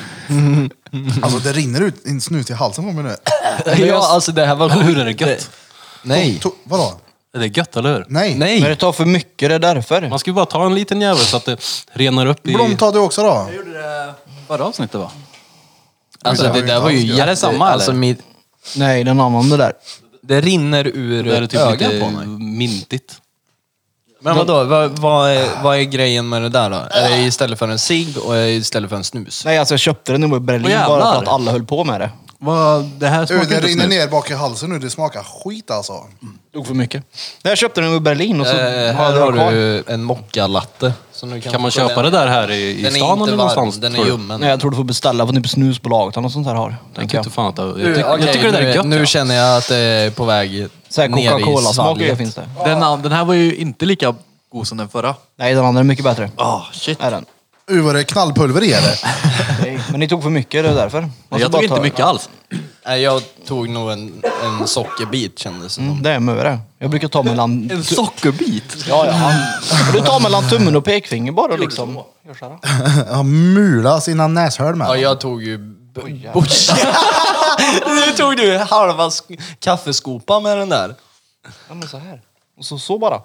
Alltså det rinner ut en snus i halsen på mig nu. Ja, alltså det här var Hur är det gött? Nej. To, vadå? Är det gött eller hur? Nej. Men Nej. det tar för mycket, det är därför. Man ska ju bara ta en liten jävel så att det renar upp i... Blom, tar du också då? Förra avsnittet va? Alltså det där var ju jätte... Är det samma, eller? Alltså, mitt, Nej, den annan det där. det rinner ur Det är typ ögat lite på mig. mintigt. Men vadå, vad, vad, är, vad är grejen med det där då? Är det istället för en cigg och är det istället för en snus? Nej, alltså jag köpte den i Berlin Åh, jävlar. bara för att alla höll på med det. Vad, det här Du, smakar det inte rinner snus. ner bak i halsen nu. Det smakar skit alltså. Dog för mycket. Nej, jag köpte den i Berlin och så Eh, har jag här den har kvar. du en mockalatte. Som du Kan man få köpa det där här i, i Den är stan inte eller varm, någonstans? den är tror du? ljummen. Nej, jag tror du får beställa på typ snusbolaget eller något sånt här har. Jag Tänker jag. tyckte fan att det, jag, Nu, tyck, okej, jag tycker det där nu, är gött. Nu ja. känner jag att det är på väg Så här ner i Coca-Cola-smak svalget. finns det. Den, an- den här var ju inte lika god som den förra. Nej, den andra är mycket bättre. Ah, shit. Är den. Uh, var det knallpulver i eller? Nej, men ni tog för mycket, det är därför. Man ska Jag bara tog inte ta- mycket alls. Nej, jag tog nog en, en sockerbit kändes det som. Mm, det är med det. Jag brukar ta mellan... En sockerbit? Ja, ja. Han... Du tar mellan tummen och pekfinger bara liksom. Gör så här. Ja, mula sina näshål med. Ja, jag tog ju... b- butch. Nu tog du halva sk- kaffeskopa med den där. Ja, men så här. Och så, så bara.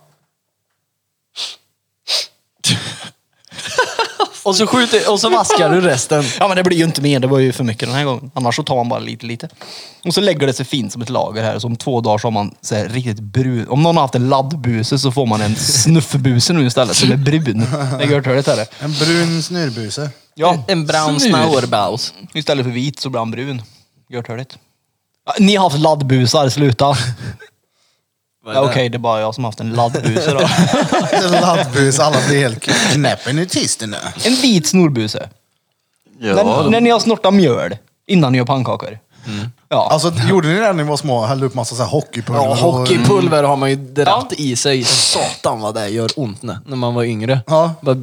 Och så skjuter, och så vaskar du resten. Ja, men det blir ju inte mer. Det var ju för mycket den här gången. Annars så tar man bara lite, lite. Och så lägger det sig fint som ett lager här. Så om två dagar så har man så här, riktigt brun. Om någon har haft en laddbuse så får man en snuffbuse nu istället som är brun. Det är gört hörligt, är det. En brun snörbuse. Ja, En brown snauerbaus. istället för vit så blir han brun. Gört hörligt. Ja, ni har haft laddbusar, sluta. Ja, Okej, det är bara jag som har haft en laddbuse då. En laddbus, alla blir helt knäppen i tisten. En vit snorbuse. Ja, När, när ni har snortat mjöl innan ni gör pannkakor. Ja. Alltså gjorde ni det när ni var små? Hällde upp massa så här hockeypulver? Ja, och- hockeypulver har man ju dratt i sig. Satan vad det gör ont när när man var yngre. Ja. Bara...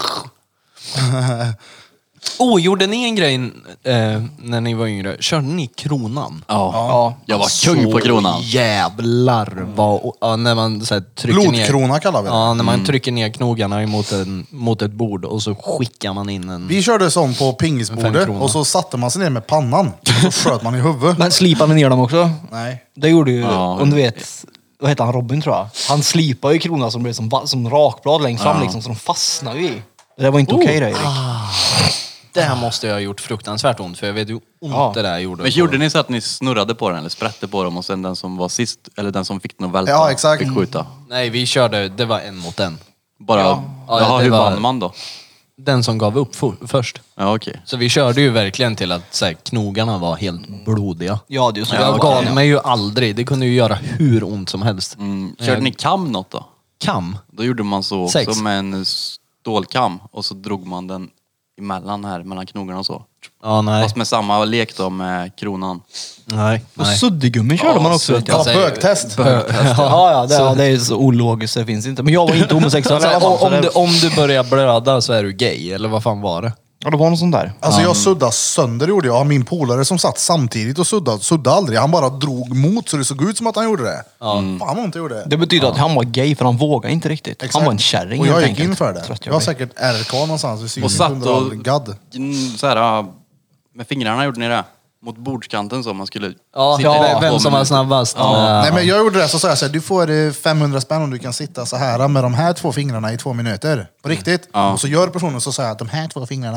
Oh, gjorde ni en grej eh, när ni var yngre? Körde ni kronan? Ja. Ja. Jag var kung på kronan. Jävlar vad... Ja, när man så här, trycker ner... Blodkrona kallar vi det. Ja, när man trycker ner knogarna emot en, mot ett bord och så skickar man in en... Vi körde sån på Fem pingisbordet kronor. och så satte man sig ner med pannan. Och så sköt man i huvudet. Men slipar ni ner dem också? Nej. Det gjorde ju, Ja. om du vet, vad heter han, Robin tror jag. Han slipade ju kronan som blev som, va- som rakblad längst fram liksom, så de fastnade ju i. Det där var inte okej det, Erik. Det här måste jag ha gjort fruktansvärt ont för jag vet ju hur ont Ja. det där gjorde. Men gjorde ni så att ni snurrade på den eller sprätte på dem och sen den som var sist, eller den som fick den att välta, Ja, exakt. fick skjuta? Nej, vi körde, det var en mot en. Bara, Ja. jaha, Ja, det hur var- vann man då? Den som gav upp for, först. Ja, okej. Så vi körde ju verkligen till att så här, knogarna var helt blodiga. Ja, det är så. Ja, Jag okej, gav ja. mig ju aldrig. Det kunde ju göra hur ont som helst. Mm. Körde ni kam något då? Kam. Då gjorde man så Sex. också med en stålkam och så drog man den emellan här, mellan knogarna och så. Ja, nej. Fast med samma lek då med kronan. Nej. Och nej. suddgummi körde Ja, man också. vet jag. Ja, säger- bögtest. Ja, ja, det, ja, det är så ologiskt det finns inte. Men jag var inte homosexuell i alla fall. Om, så om, det- du, om du börjar blöda så är du gay, eller vad fan var det? Ja, det var något sånt där. Alltså jag suddade sönder gjorde jag. Min polare som satt samtidigt och suddade, suddade aldrig. Han bara drog mot så det såg ut som att han gjorde det. Fan vad ont det gjorde. Det betyder att han var gay för han vågade inte riktigt. Exakt. Han var en kärring Och jag helt gick enkelt. in för det. Trött Jag har blir. säkert R K någonstans vid Och synen. satt Undrar och aldrig, gadd. mm, så här, med fingrarna gjorde ni det. Mot bordskanten så man skulle Ja, sitta ja i två vem som var minuter. snabbast. Ja. med- Nej men jag gjorde det så sa jag så här, du får eh, femhundra spänn om du kan sitta så här med de här två fingrarna i två minuter. På riktigt. Ja. Och så gör personen så säger jag att de här två fingrarna...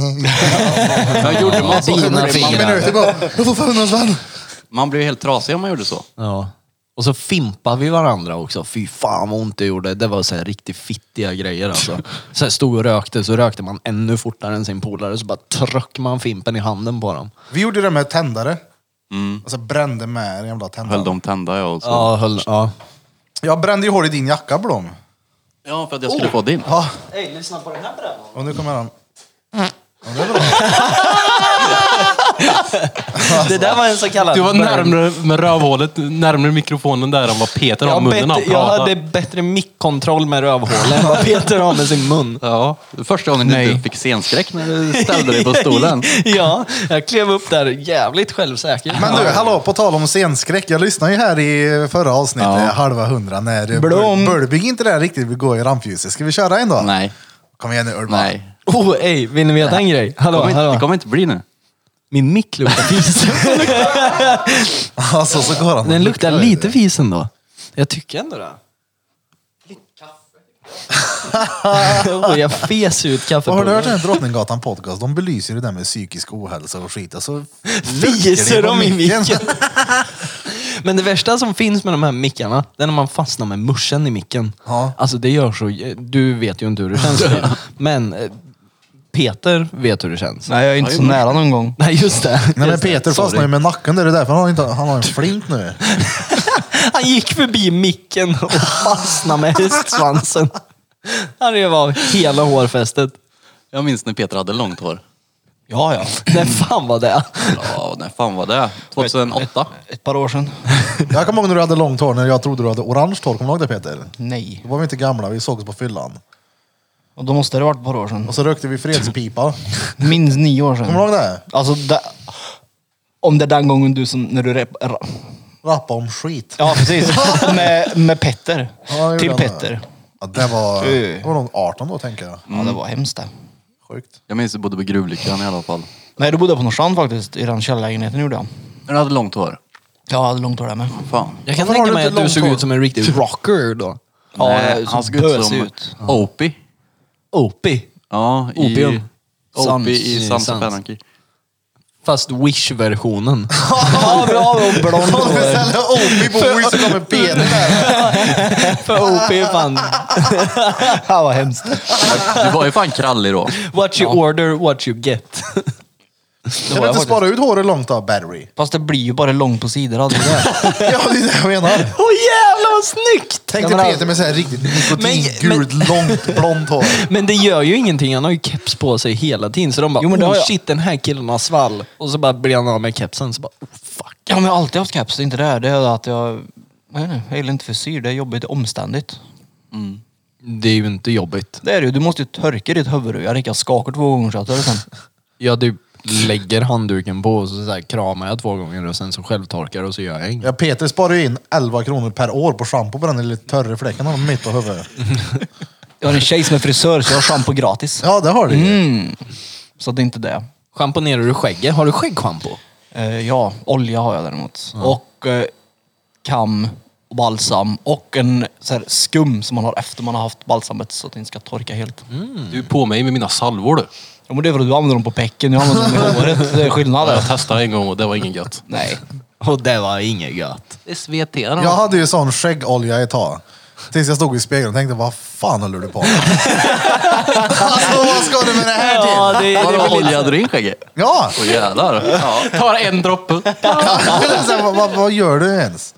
Men gjorde man så? Dina Man, fingrar. minuter bara, jag får femhundra spänn. man blev ju helt trasig om man gjorde så. Ja. Och så fimpade vi varandra också. Fy fan vad ont det gjorde. Det var så här riktigt fittiga grejer alltså. Så här stod och rökte, så rökte man ännu fortare än sin polare. Så bara tryckte man fimpen i handen på dem. Vi gjorde det med tändare. Mm. Alltså brände med en jävla tändare. Höll dem tända jag och så. Ja, höll, ja. Jag brände ju hål i din jacka Blom. Ja, för att jag skulle få din. Ja, Hej, lyssna på den här brännan. och nu kommer han. Det där var en så kallad... Du var bränn- närmare med rövhålet, närmare mikrofonen där än vad Peter har jag, munnen av bättre, jag pratar. hade bättre mickkontroll med rövhålet än vad Peter har med sin mun. Ja, det var första gången du Nej. inte fick scenskräck när du ställde dig på stolen. Ja, jag klev upp där jävligt självsäker. Men du, hallå, på tal om scenskräck. Jag lyssnade ju här i förra avsnittet, Ja. halva hundra, när Blom. Bulbing inte där riktigt vill gå i rampljuset. Ska vi köra en då? Nej, Kom igen nu Urban. nej. Oh, ej, vill ni veta en grej? Hallå, Kommer inte, det hallå. kommer inte bli nu. Min mick luktar fis. Alltså så går han. Den luktar lite fis ändå. Jag tycker ändå det. Lite kaffe. oh, jag fes ut kaffe. Och har du hört den här Drottninggatan podcast? De belyser det där med psykisk ohälsa och skit. Alltså, Fiser de i micken. micken? Men det värsta som finns med de här mickarna, det är när man fastnar med muschen i micken. Ja. Alltså det gör så... Du vet ju inte hur det känns. Men eh, Peter vet hur det känns. Nej, jag är inte så nära någon gång. Nej, just det. Nej men Just det. Peter Sorry. fastnar ju med nacken, det är därför han har, inte, han har en flint nu. Han gick förbi micken och fastnade med hästsvansen. Det var hela hårfästet. Jag minns när Peter hade långt hår. Ja, ja. När fan var det? Ja, när fan var det? tjugohundraåtta? Ett par år sedan. Jag kommer ihåg när du hade långt hår, när jag trodde du hade orange hår. Kommer du ihåg det Peter? Nej. Då var vi inte gamla, vi sågs på fyllan. Och då måste det ha varit ett par år sedan. Och så rökte vi fredspipa. Minst nio år Kommer du sedan. ihåg det? Alltså, det, om det är den gången du som, när du rep, ra, Rappa om skit. ja precis, med, med Petter. Ja, jag gjorde Till det. Petter. Ja, det var, Fy. det var nog arton då tänker jag. Ja, det var hemskt det. Sjukt. Jag minns det bodde på Gruvlyckan i alla fall. Nej, du bodde på Norrstrand faktiskt. I den källarlägenheten gjorde jag. Men du hade långt hår. Jag hade långt hår där med. Fan. Jag kan Varför har tänka du mig inte att du långt såg hår? ut som en riktig rocker då. Ja, Nej, så han såg ut som bös ut. Opie. Opie. Ja, i... Opium. Opie i Sans- Sons of Sans. Anarchy. Fast Wish-versionen. Ja, bra. Och blond Om vi hår. ställer Opie på Wish så kommer Peter där. För Opie är fan... Ja, vad hemskt. Du var ju fan krallig då. What you order, what you get. Kan du inte spara ut håret långt av battery? Fast det blir ju bara långt på sidorna. Det där. Ja, det är det jag menar. Åh jävlar vad snyggt! Tänk Ja, dig men Peter med så här riktigt Men- nikotingult, långt, blont hår. Men det gör ju ingenting, han har ju keps på sig hela tiden. Så de bara, Jo, men det oh har jag. shit den här killen har svall. Och så bara blir han av med kepsen, så bara, oh fuck. Ja, men jag har alltid haft caps. Det är inte det. Det är att jag... Jag vet inte, jag gillar inte frisyr. Det är jobbigt och omständigt. Det är ju inte jobbigt. Det är det ju. Du måste ju törka ditt huvud. Jag räcker skakar två gånger så att det är sen. Jag typ lägger handduken på och så, så här, kramar jag två gånger och sen så självtorkar och så gör jag inget. Ja, Peter sparar ju in elva kronor per år på shampoo på den lite törre fläcken han har mitt på huvudet. Jag har en tjej som är frisör så jag har shampoo gratis. Ja, det har du ju. Mm. Så det är inte det. Schamponerar du skägget? Har du skäggschampo? Eh, ja, olja har jag däremot. Och eh, kam och balsam och en så här, skum som man har efter man har haft balsamet så att det inte ska torka helt. Du är på mig med mina salvor du. Ja, men det är för att du använder dem på pecken. Jag använder dem i håret. Det är skillnad. Jag testade en gång och det var ingen gött. Nej. Och det var inget gött. Det är S V T. Jag hade ju sån skäggolja ett tag. Tills jag stod i spegeln och tänkte, vad fan håller du på med? Alltså, vad ska du med det här till? Ja, det, Vadå, det är väl oljade du in skägget? Ja! Åh jävlar. Ja. Tar en droppe. Så här, vad, vad, vad gör du ens?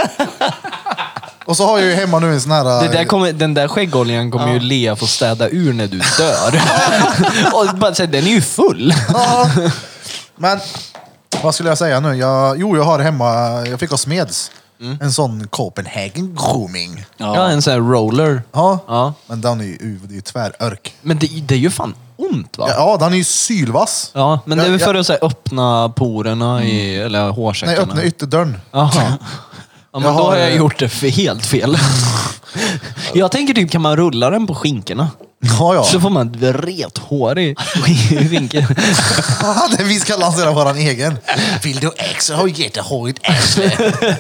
Och så har jag ju hemma nu en sån här... Det där kommer, den där skäggoljan kommer ju Lea få städa ur när du dör. Och bara säga, den är ju full. Ja. Men vad skulle jag säga nu? Jag, jo, jag har hemma, jag fick av Smeds en sån Copenhagen grooming. Ja, en sån här roller. Ja, Ja. men den är ju, det är ju tvärörk. Men det, det är ju fan ont va? Ja, ja, den är ju sylvass. Ja, men det är väl Ja, för ja. att så här, öppna porerna i, eller Nej, hårsäckarna. öppna ytterdörren. Jaha. Ja, men Jag då har- har jag gjort det för helt fel. Jag tänker typ, kan man rulla den på skinkorna? Ja, ja. Så får man ett ret hår i skinkan. Det vi ska lansera våran egen. Vill du också ha jättehårigt arsle?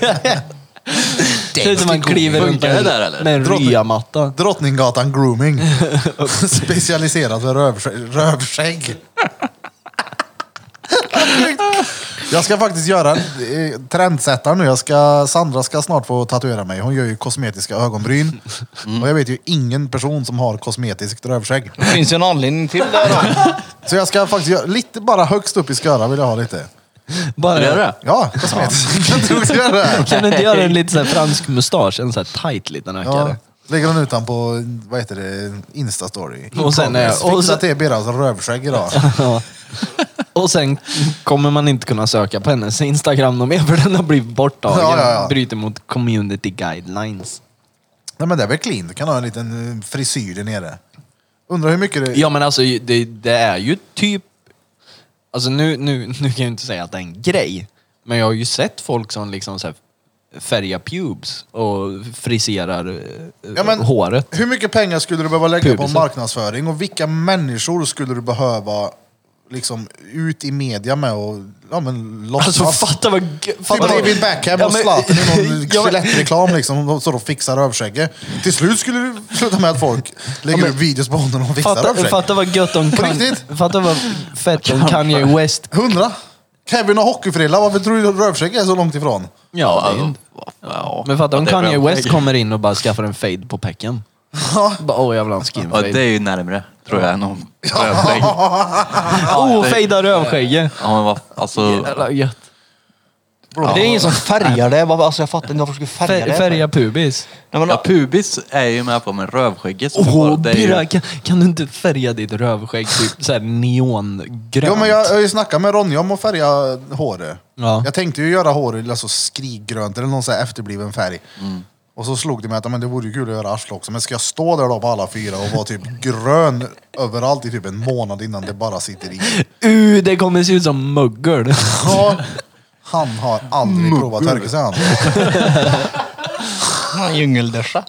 Det är som man kliver runt Funkar det där, eller? med en Drottning- ryamatta. Drottninggatan grooming. Specialiserat för rövskägg. rövskägg. Jag ska faktiskt göra en eh, trendsättare nu. Jag ska, Sandra ska snart få tatuera mig. Hon gör ju kosmetiska ögonbryn. Och jag vet ju ingen person som har kosmetiskt rövskägg. Det finns ju en anledning till det då. Så jag ska faktiskt göra lite, bara högst upp i sköra vill jag ha lite. Bara, Vill du göra det? Ja, kosmetiskt. Kan du också göra det? Kan du inte göra en lite så här fransk mustasch? En så här tight liten Ja, ökare. lägger den utan på, vad heter det, Insta-story. Och sen är- och Fixa sen- till Birras rövskägg idag. Ja. Och sen kommer man inte kunna söka på hennes Instagram någon mer för den har blivit borttagen. Ja, ja, ja. Bryter mot community guidelines. Nej men det är väl clean. Du kan ha en liten eh, frisyr där nere. Undrar hur mycket det... Ja men alltså det, det är ju typ... Alltså nu, nu, nu kan jag inte säga att det är en grej. Men jag har ju sett folk som liksom så här färgar pubes och friserar eh, Ja, men håret. Hur mycket pengar skulle du behöva lägga på Pubisen. marknadsföring och vilka människor skulle du behöva liksom ut i media med och ja, men, låtsas? Alltså fatta vad... gö- Typ fatta vad- David Beckham Ja, och men- Zlatan i någon Ja, men- Gillette-reklam liksom, och så då fixar rövskägget. Till slut skulle du sluta med att folk lägger upp videos på honom och fixar Fatta, rövskägg. fatta vad gött om På kan, riktigt? Fatta vad fett om Kanye West... Hundra? Kevin har hockeyfrilla, varför tror du rövskägg är så långt ifrån? Ja, det är inte... Ja. Men fatta om Ja, det är Kanye bra. West kommer in och bara skaffar en fade på pecken. Bara, åh jag vill ha en skin Ja, fade. det är ju närmare, tror jag, än om rövskägg. Åh, fejda rövskägget. Ja, men vad, alltså... Jävla gött. Det är ingen som färgar det. Vad- Alltså jag fattar inte varför du skulle färga Fär, det. färga pubis. Nej, men, Ja, pubis är ju med på, men rövskägget som Åh, var, det är Birra, ju... kan, kan du inte färga ditt rövskägg typ såhär neongrönt? Jo, men jag jag har ju snackat med Ronja om att färga håret. Ja. Jag tänkte ju göra håret alltså skrikgrönt eller någon sån här efterbliven färg. Och så slog det mig att men det vore ju kul att göra arsle också. Men ska jag stå där då på alla fyra och vara typ grön överallt i typ en månad innan det bara sitter i? Uh, det kommer se ut som muggel. Ja, han har aldrig provat törka sig han. Ja, djungelduscha.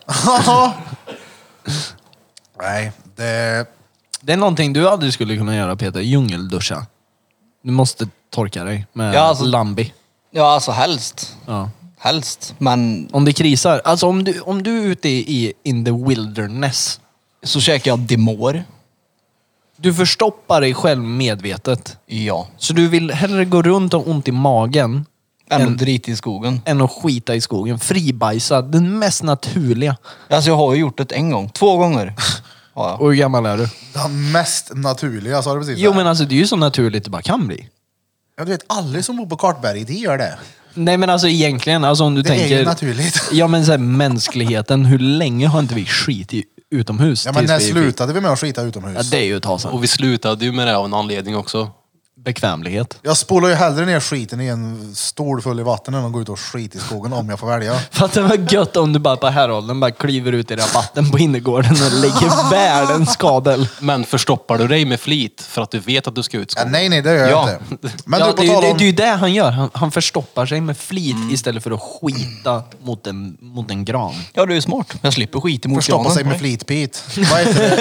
Nej, det... Det är någonting du aldrig skulle kunna göra Peter, djungelduscha. Du måste torka dig med Ja, alltså- Lambi. Ja, alltså helst. Ja. Helst. Men Om det krisar, alltså om du, om du är ute i in the wilderness, så käkar jag Dimor. du förstoppar dig själv medvetet. Ja. Så du vill hellre gå runt och ha ont i magen Än En- att drita i skogen. än att skita i skogen. Fribajsa, den mest naturliga. Alltså jag har ju gjort det en gång. Två gånger. Ja, Och hur gammal är du? Den mest naturliga, sa du precis. Jo där. men alltså det är ju så naturligt det bara kan bli. Ja, du vet, alla som bor på Kartberg, de gör det. Nej men alltså egentligen, alltså om du Det tänker... är ju naturligt. Ja men så här, mänskligheten, hur länge har inte vi skit i utomhus? Ja, men tills när vi fick- slutade vi med att skita utomhus? Ja, det är ju ett tag sedan. Och vi slutade ju med det av en anledning också. Bekvämlighet. Jag spolar ju hellre ner skiten i en stol full i vatten än att gå ut och skita i skogen om jag får välja. För att det var gött om du bara på Häråldern bara kliver ut i rabatten på innergården och lägger världens kabel. Men förstoppar du dig med flit för att du vet att du ska ut i Ja, skogen? nej, nej, det gör jag Ja. inte. Men Ja, du, på det, tal det, om... det är ju det han gör. Han, han förstoppar sig med flit istället för att skita mot en, mot en gran. Ja, du är smart. Jag slipper skit emot Förstoppa granen. sig med flit, Pete. Vad heter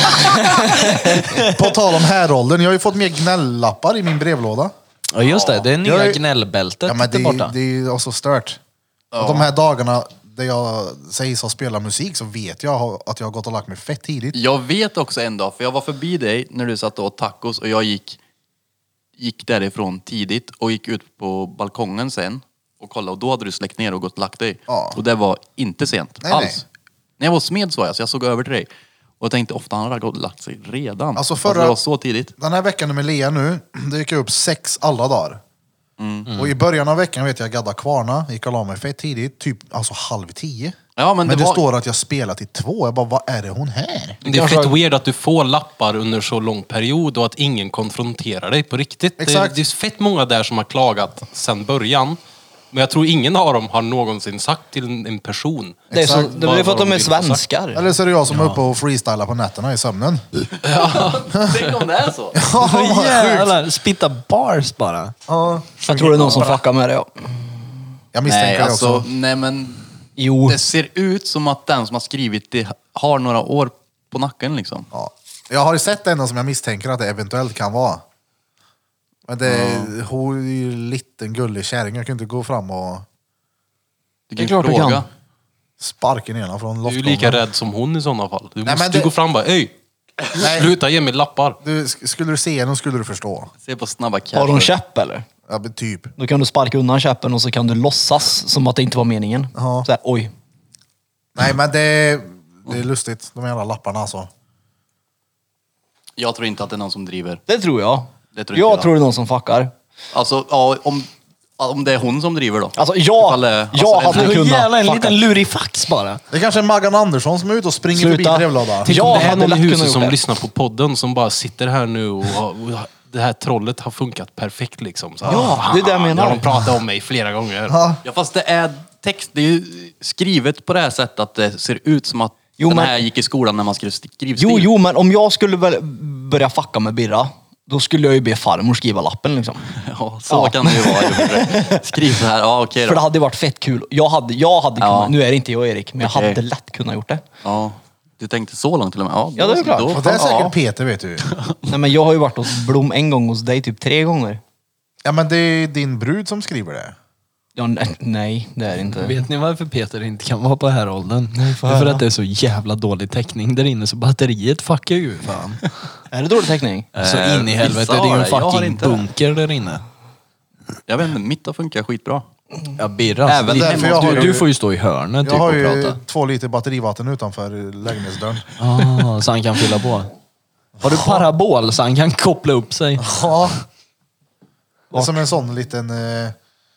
det? På tal om häråldern, jag har ju fått mer gnällappar i min brevlåda. Ja just det, det är nya Jag är- gnällbältet Ja, men där det, borta. det är också stört. Och de här dagarna där jag sägs ha spelat musik så vet jag att jag har gått och lagt mig fett tidigt. Jag vet också en dag, för jag var förbi dig när du satt och åt tacos och jag gick, gick därifrån tidigt och gick ut på balkongen sen och kollade och då hade du släckt ner och gått och lagt dig. Ja. Och det var inte sent Nej, alls. nej. När jag var smed så jag, så jag såg över till dig. Och jag tänkte ofta han hade gått och lagt sig redan. Alltså Fast förra- det var så tidigt. Den här veckan med Lea nu, det gick jag upp sex alla dagar. Och i början av veckan vet jag gadda kvarna, gick och la mig fett tidigt, typ alltså halv tio. Ja, men Men det det var- står att jag spelar till två. Jag bara, vad är det hon här? Det är fett weird att du får lappar under så lång period och att ingen konfronterar dig på riktigt. Det, Exakt. det är fett många där som har klagat sedan början. Men jag tror ingen av dem har någonsin sagt till en, en person. Det är, så, Exakt. det är Vad- för att vad de är de vill få sagt. svenskar. Eller så är det jag som är uppe och freestylar på nätterna i sömnen. Tänk om det är så. Åh jävlar, spitta bars bara. Ja. Jag tror det är någon som fuckar med det, ja. Jag misstänker Nej, det alltså, också. nej men Jo. det ser ut som att den som har skrivit det har några år på nacken liksom. Ja. Jag har ju sett en som jag misstänker att det eventuellt kan vara. Men det är, hon är ju en liten gullig kärring. Jag kan inte gå fram och Du Det är kan ju klart du fråga. kan. sparka ner henne från Du är ju loftgången. lika rädd som hon i sådana fall. Du Nej, måste men det- du gå fram och bara, öj! Nej. Sluta ge mig lappar. Du, sk- skulle du se henne skulle du förstå. Se på snabba cash. Har hon käpp eller? Ja, men typ. Då kan du sparka undan käppen och så kan du låtsas som att det inte var meningen. Ja. Så här, oj. Nej, men det, det är lustigt. De jävla lapparna alltså. Jag tror inte att det är någon som driver. Det tror jag. Det tror inte jag jag. tror det är någon som fuckar. Alltså, ja, om, om det är hon som driver då. Alltså jag, Ifall det- jag alltså, hade det- kunnat Jävlar, en fucka. liten lurifax bara. Det är kanske är Maggan Andersson som är ute och springer Sluta. förbi brevlådan. Till- Jag Jag det är hade någon lätt i kunnat huset gjort som det. lyssnar på podden som bara sitter här nu och, och det här trollet har funkat perfekt liksom. Så, Ja, det är det jag menar. Har de pratat om mig flera gånger. Ja. Ja, fast det är text. Det är ju skrivet på det här sättet att det ser ut som att Jo, den men- här gick i skolan när man skrev skrivstil. Jo, jo, men om jag skulle väl börja fucka med Birra, då skulle jag ju be farmor skriva lappen liksom. Ja, så Ja. kan det ju vara. Skriv så här, ja okej För det då. hade ju varit fett kul. Jag hade, jag hade Ja. kunnat, nu är det inte jag och Erik, men jag Okej. hade lätt kunnat gjort det. Ja, du tänkte så långt till och med. Ja, Ja, det är då- klart. då- Och det är säkert Ja. Peter, vet du. Nej, men jag har ju varit hos Blom en gång, hos dig typ tre gånger. Ja, men det är din brud som skriver det. Ja, nej, nej, det är det inte. Vet ni varför Peter inte kan vara på Häråldern? Det är för att det är så jävla dålig täckning där inne så batteriet fuckar ju fan. Är det dålig täckning? Så Eh, in i helvete, vissa det är ju har en det. Jag har fucking inte det. bunker där inne. Jag vet inte, mitt har funkat skitbra. Ja, Birra. Även Alltså, därför du, jag har du, ju- du får ju stå i hörnet Jag typ har och ju prata. två liter batterivatten utanför lägenhetsdörren. Ah, så han kan fylla på. Har du parabol så han kan koppla upp sig? Ja. Det är som en sån liten eh,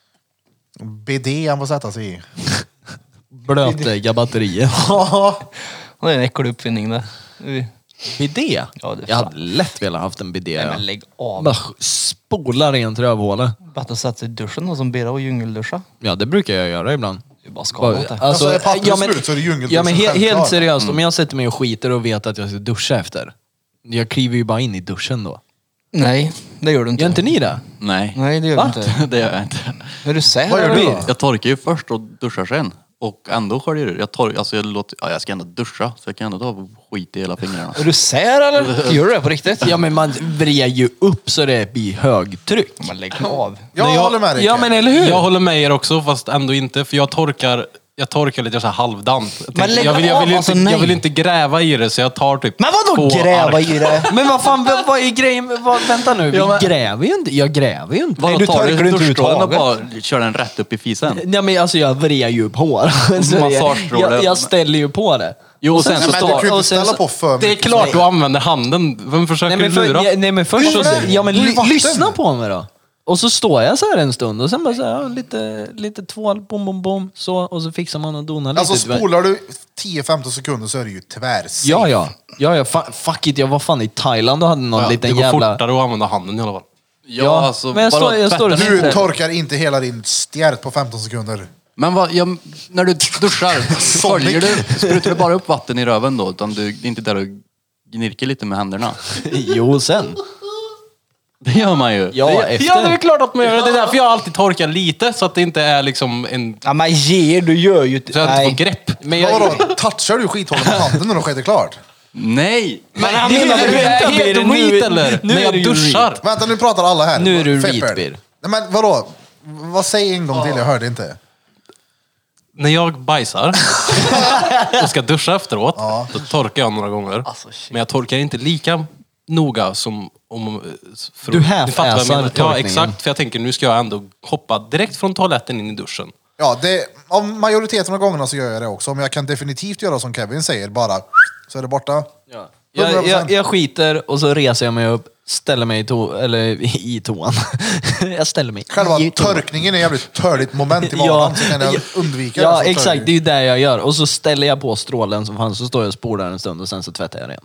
B D han får sätta sig i. Blötlägga batterier. Det är en äcklig uppfinning det. Bidé? Ja, det är Jag fan. hade lätt velat haft en bidé. Nej, Ja. men lägg av. Bara spola rent rövhålet. Bättre att sätta sig i duschen och som Birra och djungelduscha. Ja, det brukar jag göra ibland. Det är bara skadat det. Alltså, är pappret slut så är det djungelduschen ja, men he, självklart. helt seriöst, om jag sätter mig och skiter och vet att jag ska duscha efter. Jag kliver ju bara in i duschen då. Nej, det gör du inte. Gör inte ni det? Nej, Nej, det gör Va? du inte. det gör jag inte. Är du säker? Vad gör du då? Jag torkar ju först och duschar sen. Och ändå sköljer ur. Jag, tork, alltså jag, låter, ja, jag ska ändå duscha, så jag kan ändå ta skit i hela fingrarna. Är du sär eller? Gör du det på riktigt? Ja, men man vrider ju upp så det blir högtryck. Men lägg av. Jag, Nej, jag- håller med dig. Ja, men eller hur? Jag håller med er också, fast ändå inte. För jag torkar, jag torkar lite så här halvdant. Jag, Men tänkte, lägg jag, vill, jag, vill av, inte, alltså, nej. jag vill inte gräva i det, så jag tar typ Men vadå två gräva ark. i det? Men vad fan, vad, vad är grejen? Vad, vänta nu, vi Ja, men- gräver ju inte. Jag gräver ju inte. Vadå, du tar torkar du inte duschstrålen och bara överhuvudtaget? kör den rätt upp i fisen? Ja, men alltså jag vrider ju upp hår. Så jag, Massagestråle. jag, jag ställer ju på det. Jo, och sen Nej, så men du står... kan ju och inte sen ställa så- på för Det är mycket. klart du använder handen. Vem försöker Nej men, lura? för, ja, nej men först så... Varför det? Ja men Det är ly, vatten. lyssna på mig då. Och så står jag så här en stund och sen bara så här, ja, lite, lite tvål, bom, bom, bom, så, och så fixar man och donar lite. Alltså spolar du tio till femton sekunder så är det ju tvärsafe. Ja, ja. Ja, ja. Fa- fuck it, jag var fan i Thailand och hade någon Ja, liten det går jävla... fortare att använda handen i alla fall. Ja, Ja, alltså, men jag vadå, står- jag står och- tvättar Du torkar inte hela din stjärt på femton sekunder. Men vad, jag, när du duschar, följer du, sprutar du bara upp vatten i röven då? Utan du det är inte där du gnirker lite med händerna? Jo, sen. Det gör man ju. Ja, Ja, efter. det är väl klart att man gör det. Det är därför jag alltid torkar lite, så att det inte är liksom en... Ja, men ger, du gör ju... Så jag inte får grepp. Men Ja, jag... vadå? Touchar du skithålet med handen när du skiter klart? Nej! Men han det- menar det- väl det- helt det- nu- reet eller? nu När är jag det ju duschar. Vänta, nu pratar alla här. Nu är du Fepper. reetbeer. Nej men vadå? Vad säger en gång till? Jag hörde inte. När jag bajsar och ska duscha efteråt, då torkar jag några gånger. Men jag torkar inte lika noga som om... För, Du ni fattar vad jag half-assar menar. Ja, torkningen. exakt. För jag tänker, nu ska jag ändå hoppa direkt från toaletten in i duschen. Ja, det, av majoriteten av gångerna så gör jag det också. Men jag kan definitivt göra som Kevin säger, bara så är det borta. Jag, jag, jag skiter och så reser jag mig upp, ställer mig i, to- eller i toan. jag ställer mig Själva i toan. törkningen är ett jävligt törligt moment i vardagen, så kan jag undvika Ja, det. så exakt. törligt. Det är ju det jag gör. Och så ställer jag på strålen som fan, så står jag och spolar en stund och sen så tvättar jag rent.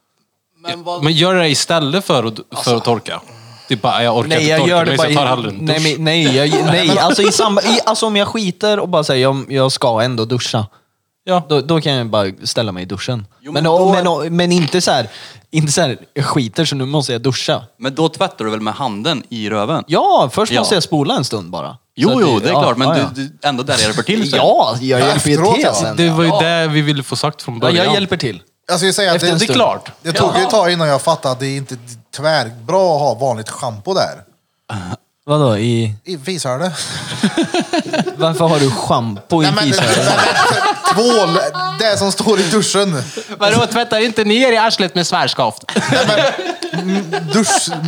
Men vad... Men gör det istället för att, för att torka. Det är bara, jag orkar Nej, inte jag torka gör mig det så bara jag tar i, hellre en nej, dusch. men, nej, jag, nej alltså, i samba, i, alltså om jag skiter och bara säger jag, jag ska ändå duscha. Ja. Då, då kan jag bara ställa mig i duschen. Jo, men, men och, då- men, och, men inte så här, inte så här, jag skiter så nu måste jag duscha. Men då tvättar du väl med handen i röven? Ja, först Ja. måste jag spola en stund bara. Jo, Så att jo, det är ja, klart. Men ja, ja. Du, du ändå där hjälper till sen. Ja, jag hjälper ju Efteråt, till ja. sen. Det var ju ja. det vi ville få sagt från Ja, början. jag hjälper till. Jag skulle säga att Efter det, en Det är stund. klart. det tog ju ett tag innan jag fattade att det är inte tvärbra att ha vanligt schampo där. Vadå, i... I fishörde. Varför har du schampo i Nej men, nej, fishörnet? men tvål, det som står i duschen. Vadå, tvättar inte ner i arslet med svärskaft? Dusch...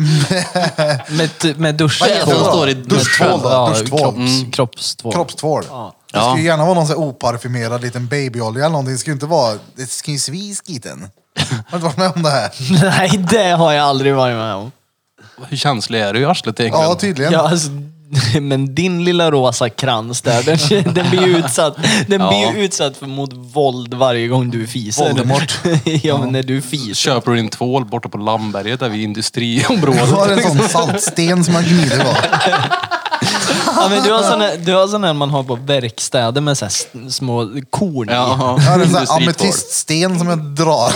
Med, med dusch... Vad är det som Tvål. står i Duschtvål då, Ja, duschtvål. kropps, kroppstvål. Kroppstvål. Det Ja. ska ju gärna vara någon sån här oparfymerad liten babyolja eller någonting. Det ska ju inte vara... Det ska ju svi skiten. Har du varit med om det här? Nej, det har jag aldrig varit med om. Hur känslig är du i arslet egentligen? Ja, tydligen. Ja, alltså, men din lilla rosa krans där, den, den blir ju utsatt, den Ja. blir ju utsatt för mot våld varje gång du fiser. Voldemort. ja, men när du fiser. Köper du din tvål borta på Lamberget där vid industriområdet? Du har en sån saltsten som man gnider på. Ja, men du har sån här, du har sån här man har på verkstäder med så här s- små korn i. Ja, Jag har en sån här industritvål. ametiststen som jag drar.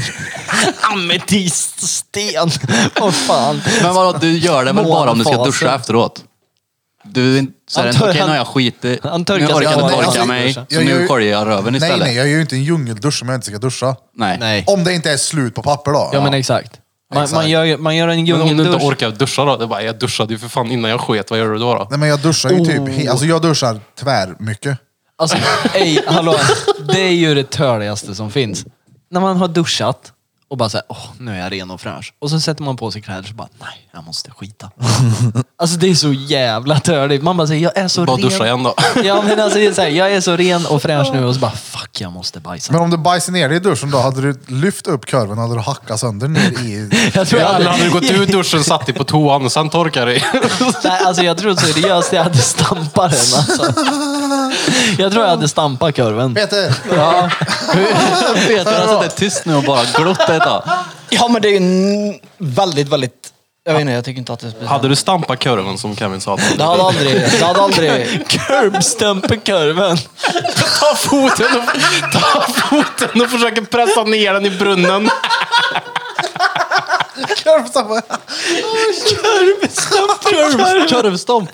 Ametiststen. Åh fan. Men vadå, du gör det väl bara om du ska Månfasen. duscha efteråt? Du är inte så här, Han okej tör- nu han- har jag skitit, han nu törkar orkar sig jag bara inte när torka han mig, duschar. så Jag gör nu ju- sköljer jag röven Nej, istället. nej, jag gör ju inte en djungeldusch om jag inte ska duscha. Nej. Nej. Om det inte är slut på papper då. Ja, men exakt. Man, Exakt. man, gör, man gör en Men om du inte djungeldusch. orkar duscha då? Det är bara, jag duschade ju för fan innan jag sket. Vad gör du då? då? Nej men jag duschar ju typ, Oh. he- alltså jag duschar tvär mycket. Alltså, ej, hallå. Det är ju det törligaste som finns. När man har duschat och bara säger, åh, nu är jag ren och fräsch. Och så sätter man på sig kläder och bara, nej, jag måste skita. Alltså det är så jävla törligt. Man bara säger, jag är så Bara ren. duscha igen då. Ja, men alltså det är så här, jag är så ren och fräsch nu och så bara, fuck, jag måste bajsa. Men om du bajsar ner dig i duschen då, hade du lyft upp kurven, hade du hackat sönder ner i... Jag tror jag Eller hade du hade, gått ut duschen, satt dig på toan och sen torkar dig? nej, alltså jag tror seriöst jag hade stampat den. Alltså. Jag tror jag hade stampat kurven. Peter! Ja. Peter har suttit tyst nu och bara glott ett tag. Ja, men det är ju en väldigt, väldigt... Jag vet inte, jag tycker inte att det är speciellt. Hade du stampat kurven som Kevin sa? Det hade aldrig... Det hade aldrig... Curbstumper kurven. Ta foten och, ta foten och försöker pressa ner den i brunnen. Kurv samma. Kurv, kurvstomp.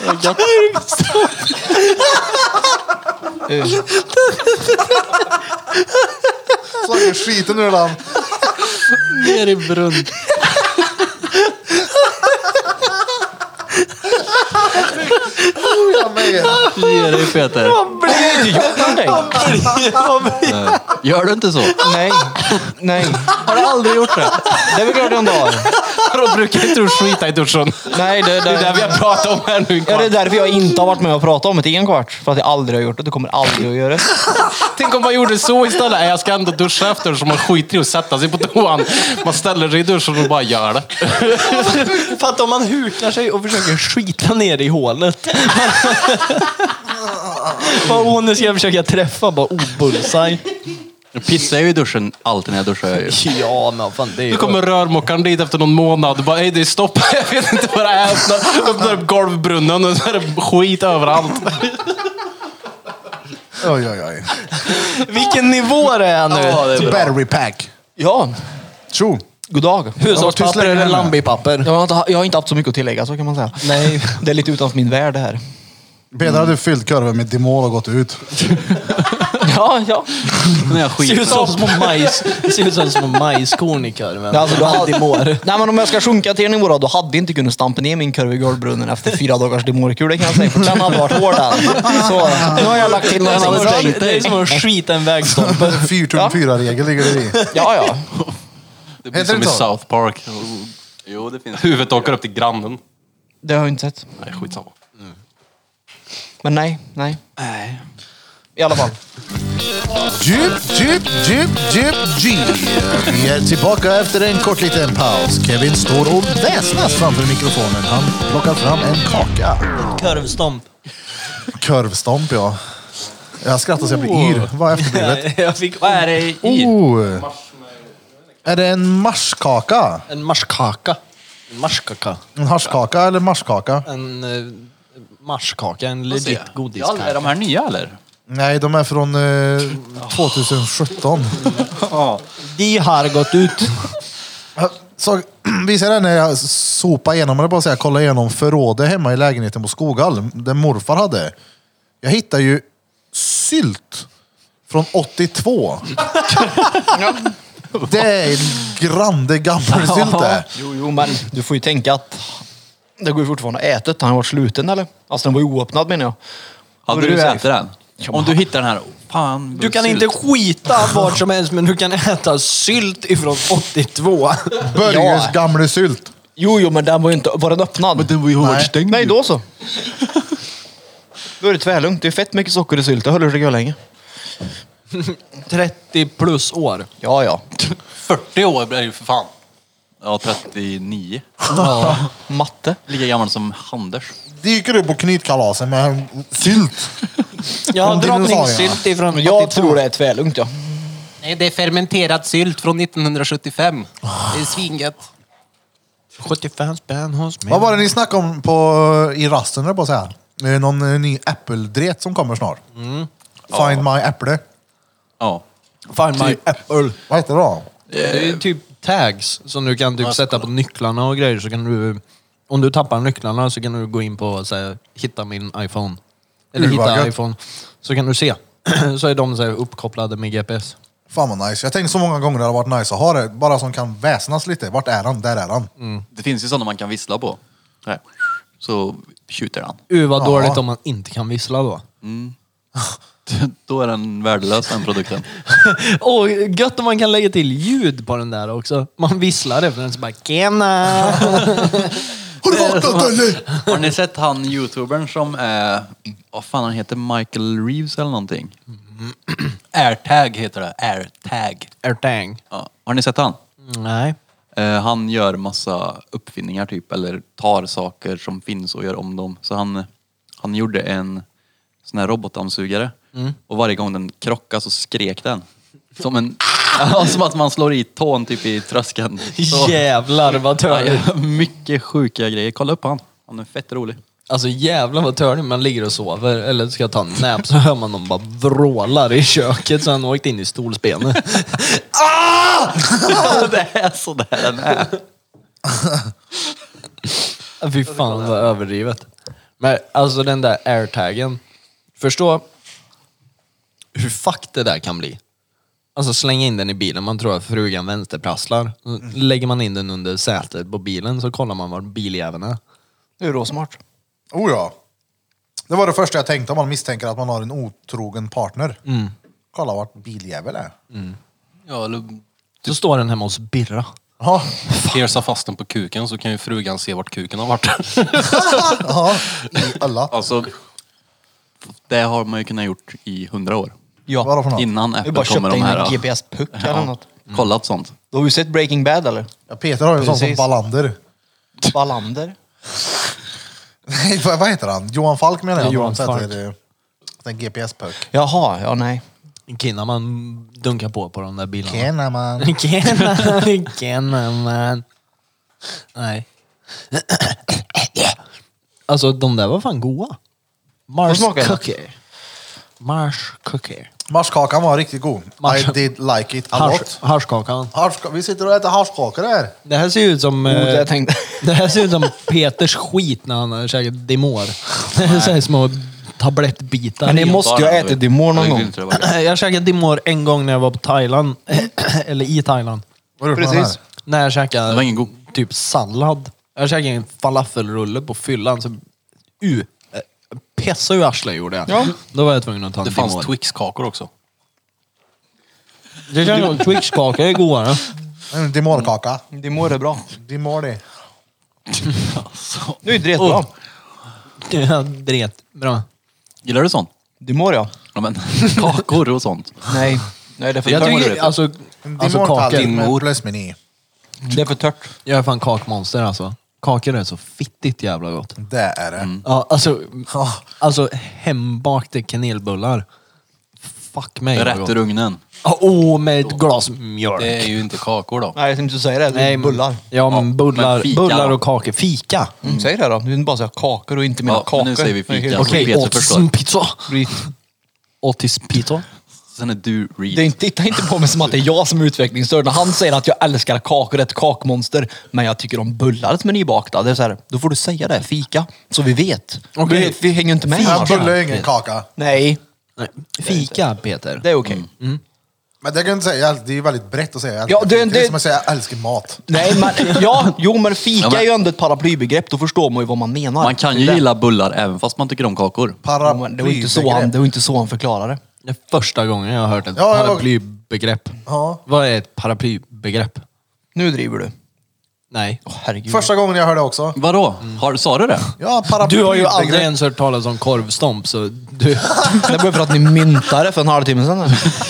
Slagit skiten ur den. Ner i brunn. Ja, men, Ge dig Peter. Gör du inte så? Nej. Nej. Har du aldrig gjort det? Det är väl klart jag inte har. Då brukar inte du skita i duschen. Nej, det, det, Det är det vi har pratat om här nu. Ja, det är därför jag inte har varit med och pratat om det i en kvart. För att jag aldrig har gjort det. Du kommer aldrig att göra det. Tänk om man gjorde så istället. Nej, jag ska ändå duscha efter, så man skiter i att sätta sig på toan. Man ställer sig i duschen och bara gör det. Fatta om man hukar sig och försöker skita ner i hålet. Vad hon ska jag försöka träffa, bara obullseye. Jag pissar ju i duschen alltid när jag duschar. Jag ju. Ja, men fan det är ju... Nu kommer rörmokaren dit efter någon månad och bara, hej det är stopp. Jag vet inte vad det är. Öppnar, öppnar upp golvbrunnen och så är det skit överallt. Oj, oj, oj. Vilken nivå det är nu. Ja, det är bra. Battery pack. Ja, True. god dag. Hushållspapper eller lambipapper? Jag har, inte, jag har inte haft så mycket att tillägga, så kan man säga. Nej. Det är lite utanför min värld det här. Peder hade fyllt kurven med Dimol och gått ut. Ja, ja. När jag Det ser ut skiter. som små majs. Det ser ut som små majskorn i kurven. Ja, alltså, du hade- Aldimor. Nej, men om jag ska sjunka till en nivå då, då hade jag inte kunnat stampa ner min kurv i golvbrunnen efter fyra dagars demorkur, det kan jag säga. För den hade varit hård där. Så, nu har jag lagt till Det är någonting. som att- det är som att skita en vägstolpe. fyra tum fyra-regel ligger det i. Ja, ja. Det blir Heter som det i så? South Park. Jo, det finns. Huvudet åker upp till grannen. Det har jag inte sett. Nej, skitsamma. Men nej, nej. Nej. I alla fall. Djup, djup, djup, djup, G. Vi är tillbaka efter en kort liten paus. Kevin står och väsnas framför mikrofonen. Han plockar fram en kaka. Korvstomp. Kurvstomp, ja. Jag skrattar så jag blir yr. Vad är efterblivet? Jag fick Vad är det i? Oh. Är det en marskaka? en marskaka. En marskaka. En haschkaka eller marskaka? En uh, marskaka. En Vad ser legit jag? Ja, godiskaka. är de här nya eller? Nej, de är från eh, tjugohundrasjutton. De har gått ut. Så visade jag när jag sopade igenom, eller bara säga, kollade igenom förrådet hemma i lägenheten på Skoghall, där morfar hade. Jag hittade ju sylt från åttiotvå. Det är grande gammal sylt det. Jo, jo, men du får ju tänka att det går ju fortfarande att äta. Han har varit sluten, eller? Alltså den var ju oöppnad, menar jag. Hade Då är du det ätit safe. den? Om du hittar den här, fan. Du kan sylt. inte skita vart som helst, men du kan äta sylt ifrån åttiotvå. Börjes Ja. gamla sylt. Jo, jo, men den var ju inte... Var den öppnad? Men den var ju hårdstängd. Nej, då så. Då är det tvärlugnt. Det är fett mycket socker i sylt. Det håller sig länge. trettio plus år. Ja, ja. fyrtio år blir det ju för fan. Ja, trettionio. Ja. Matte. Lika gammal som Anders. Dyker upp på knytkalasen med sylt. Jag har Från drottningssylt ifrån Men jag åttiotvå. tror det är tvärlugnt, ja. Nej, det är fermenterad sylt från nittonhundrasjuttiofem. Det är svinget. sjuttiofem spänn hos mig. Vad var det ni snackade om på, i rasten, eller på att säga? Det är någon eh, ny Apple-dret som kommer snart. Find my Apple. Ja. Find my apple. Vad heter det då? Det är typ tags som du kan typ sätta på nycklarna och grejer. Så kan du, om du tappar nycklarna så kan du gå in på så här, hitta min iPhone. Eller Mm, vad hitta gött. iPhone. Så kan du se. Så är de så här, uppkopplade med G P S. Fan vad nice. Jag tänkte så många gånger det hade varit nice att ha det. Bara som kan väsnas lite. Vart är han? Där är han. Det finns ju sådana man kan vissla på. Nej. Så skjuter han. Uh, vad Ja. dåligt om man inte kan vissla då. Då är den värdelös, den produkten. Åh, gött om man kan lägga till ljud på den där också. Man visslar efter den så bara tjena. Har du vaknat eller? Har ni sett han youtubern som är, vad fan han heter, Michael Reeves eller någonting? Airtag heter det. Airtag. Airtang. Ja. Har ni sett han? Nej. Eh, han gör massa uppfinningar typ, eller tar saker som finns och gör om dem. Så han, han gjorde en sån här robotdammsugare. Och varje gång den krockade så skrek den. Som en, ja, som att man slår i tån typ i tröskeln. Så, Jävlar vad törligt. ja, mycket sjuka grejer. Kolla upp han. Han är fett rolig. Alltså jävlar vad törligt. Man ligger och sover eller ska ta en nap så hör man dem bara vrålar i köket så han åkt in i stolsbenet. Det är så där den är. Fy fan vad överdrivet. Men alltså den där airtagen. Förstå hur fuck det där kan bli. Alltså slänga in den i bilen. Man tror att frugan vänsterprasslar. Lägger man in den under sätet på bilen så kollar man var biljäveln är. Det är råsmart. Oh ja. Det var det första jag tänkte om man misstänker att man har en otrogen partner. Kolla vart biljävel är. Ja, eller... Så står den hemma hos Birra. Ja, Pierca fast den på kuken så kan ju frugan se vart kuken har varit. ja, i alla. Alltså, det har man ju kunnat gjort i hundra år. Ja. Vadå för något? Innan Vi Apple bara kommer köpte de in här... en G P S-puck eller något. Kollat sånt. Du har ju sett Breaking Bad eller? Ja, Peter har ju en sån som Precis. Ballander. Ballander. Nej, vad vad heter han? Johan Falk menar jag. Johan Johan Falk. sätter en G P S-puck. Jaha, ja nej. Kinna man dunkar på på de där bilarna. Tjena man. Kinna, kinna man. Nej. Alltså de där var fan goda. Mars smakar det? cookie. Mars cookie. Marskakan var riktigt god. Mars- I did like it a Hars, lot. harskakan. Harska- Vi sitter och äter harskakor här. Det här ser ut som... Oh, eh, det jag tänkte. Det här ser ut som Peters skit när han har käkat Dimor. Det är så här små tablettbitar. Men ni måste ju ha ätit Dimor någon gång. Jag käkade Dimor en gång när jag var på Thailand. Eller i Thailand. Vad är det för Precis. den När jag käkade Det var ingen god. typ sallad. Jag käkade en falafelrulle på fyllan. Så, uh, pessa ur arslet gjorde jag. Ja. Då var jag tvungen att ta en Det fanns Dimor. Twix-kakor också. Det känns som Twix-kakor är godare. här? En Dimorkaka. Dimor är bra. Dimor det. Det är ju dretbra. Oh. Ja, dret. Bra. Gillar du sånt? Dimor ja. Ja, men, kakor och sånt. Nej. Nej, det är för Jag tört. tycker, alltså, En alltså Dimor-tallrik kakor. med plusmeny. Det är för tört. Jag är fan kakmonster alltså. Kakor är så fittigt jävla gott. Det är det. Ja, alltså, Ja. alltså hembakade kanelbullar. Fuck mig vad Rätt gott. ur ugnen. Ja, Åh, med ett glas mjölk. Det är ju inte kakor då. Nej, jag tänkte säga det. Det är Nej, bullar. Ja, men bullar, men fika bullar då? och kakor. Fika. Mm. Säg det då. Du inte bara säga kakor och inte mina Ja, men kakor. nu säger vi Det är fika. helt- Okej. Okej, Peter Otis förstår. pizza. Skit. Otis pizza. Sen är du Reed. Det är inte, titta inte på mig som att det är jag som är utvecklingsstörd. När han säger att jag älskar kakor, ett kakmonster, men jag tycker om bullar som är nybakta. Det är så här, då får du säga det, fika. Så vi vet. Okej. Vi, vi hänger inte med. En annars. bulle är ingen kaka. Nej, Nej. Fika, Peter. det är okej. Men det kan jag inte säga. Det är ju väldigt brett att säga. Jag älskar Ja, det- fika. Det är det- som att säga jag älskar mat. Nej, men ja, jo men fika Ja, men- är ju ändå ett paraplybegrepp. Då förstår man ju vad man menar. Man kan ju Det är det. gilla bullar även fast man tycker om kakor. Ja, men det var inte så han, det var inte så han förklarade det. Det är första gången jag har hört ett Ja, jag- paraplybegrepp. Ja. Vad är ett paraplybegrepp? Nu driver du. Nej. Åh, herregud. Första gången jag hörde det också. Vadå? Har, sa du det? Ja, paraply. Du har ju aldrig ens hört talas om korvstomp, så du... Det var för att ni myntade för en halvtimme sedan.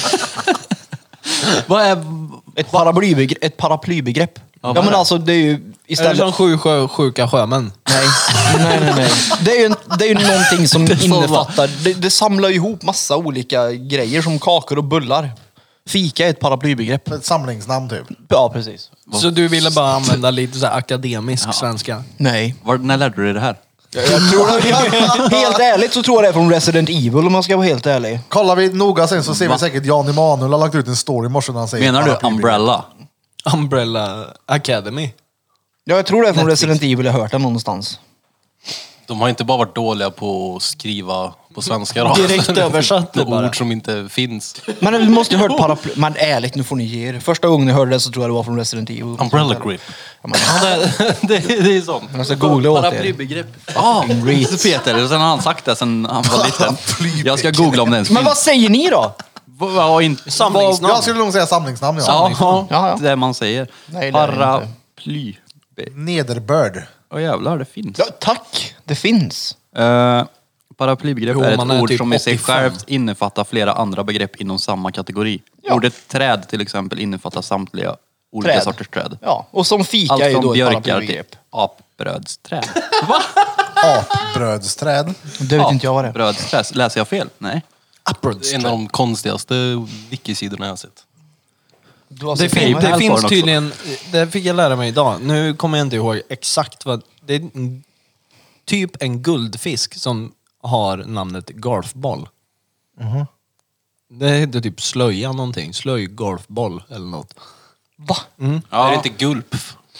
Vad är... Ett paraplybegrepp. Ett paraplybegrepp. Ja, vad är men det? alltså det är ju Är det istället... som sju sjö, sjuka sjömän? Nej, nej, nej. nej. Det är ju, en, det är ju någonting som Det är så, innefattar... Det, det samlar ju ihop massa olika grejer som kakor och bullar. Fika är ett paraplybegrepp. Ett samlingsnamn typ. Ja, precis. Så du ville bara använda lite så här akademisk svenska? Nej. Var, när lärde du dig det här? Jag, jag tror det, helt ärligt så tror jag det är från Resident Evil om man ska vara helt ärlig. Kollar vi noga sen så ser vi säkert Jan Emanuel har lagt ut en story i morse när han säger Menar du paraplybegrepp. umbrella? Umbrella Academy. Ja, jag tror det är från Resident Evil, jag har hört det någonstans. De har inte bara varit dåliga på att skriva på svenska. då. Direkt översatt det bara. Ord som inte finns. Men vi måste ju ha hört paraply... Men ärligt, nu får ni ge er. Första gången jag hörde det så tror jag det var från Resident Evil. Umbrella grip. Ja, men, det, det är sånt. jag ska googla åt er. Paraplybegrepp. Ja, Reed. Peter. Sen har han sagt det sen han var liten. Jag ska googla om det ens Men finns. vad säger ni då? Vad inte... Samlingsnamn. Jag skulle nog säga samlingsnamn ja. Ja, Ja, ja. det man säger. Nej, det är det inte. Paraply. Nederbörd. Åh jävlar, det finns. Ja, tack, det finns. Uh, paraplybegrepp Jo, är ett man är ord typ som i sig åttiofem. självt innefattar flera andra begrepp inom samma kategori. Ja. Ordet träd till exempel innefattar samtliga olika Träd. sorters träd. Ja, och som fika Allt är ju från då ett björkar till paraplybegrepp. apbrödsträd. Apbrödsträd. Det vet inte jag vad det är. Brödsträd. Läser jag fel? Nej. Det är en av de konstigaste wiki-sidorna jag har sett. Du har Det, sett fin, filmen? det Här får finns den också. tydligen, det fick jag lära mig idag. Nu kommer jag inte ihåg exakt vad, det är en- typ en guldfisk som har namnet golfboll. Det heter typ slöja någonting, slöj golfboll eller något. Va? Är det inte gulp?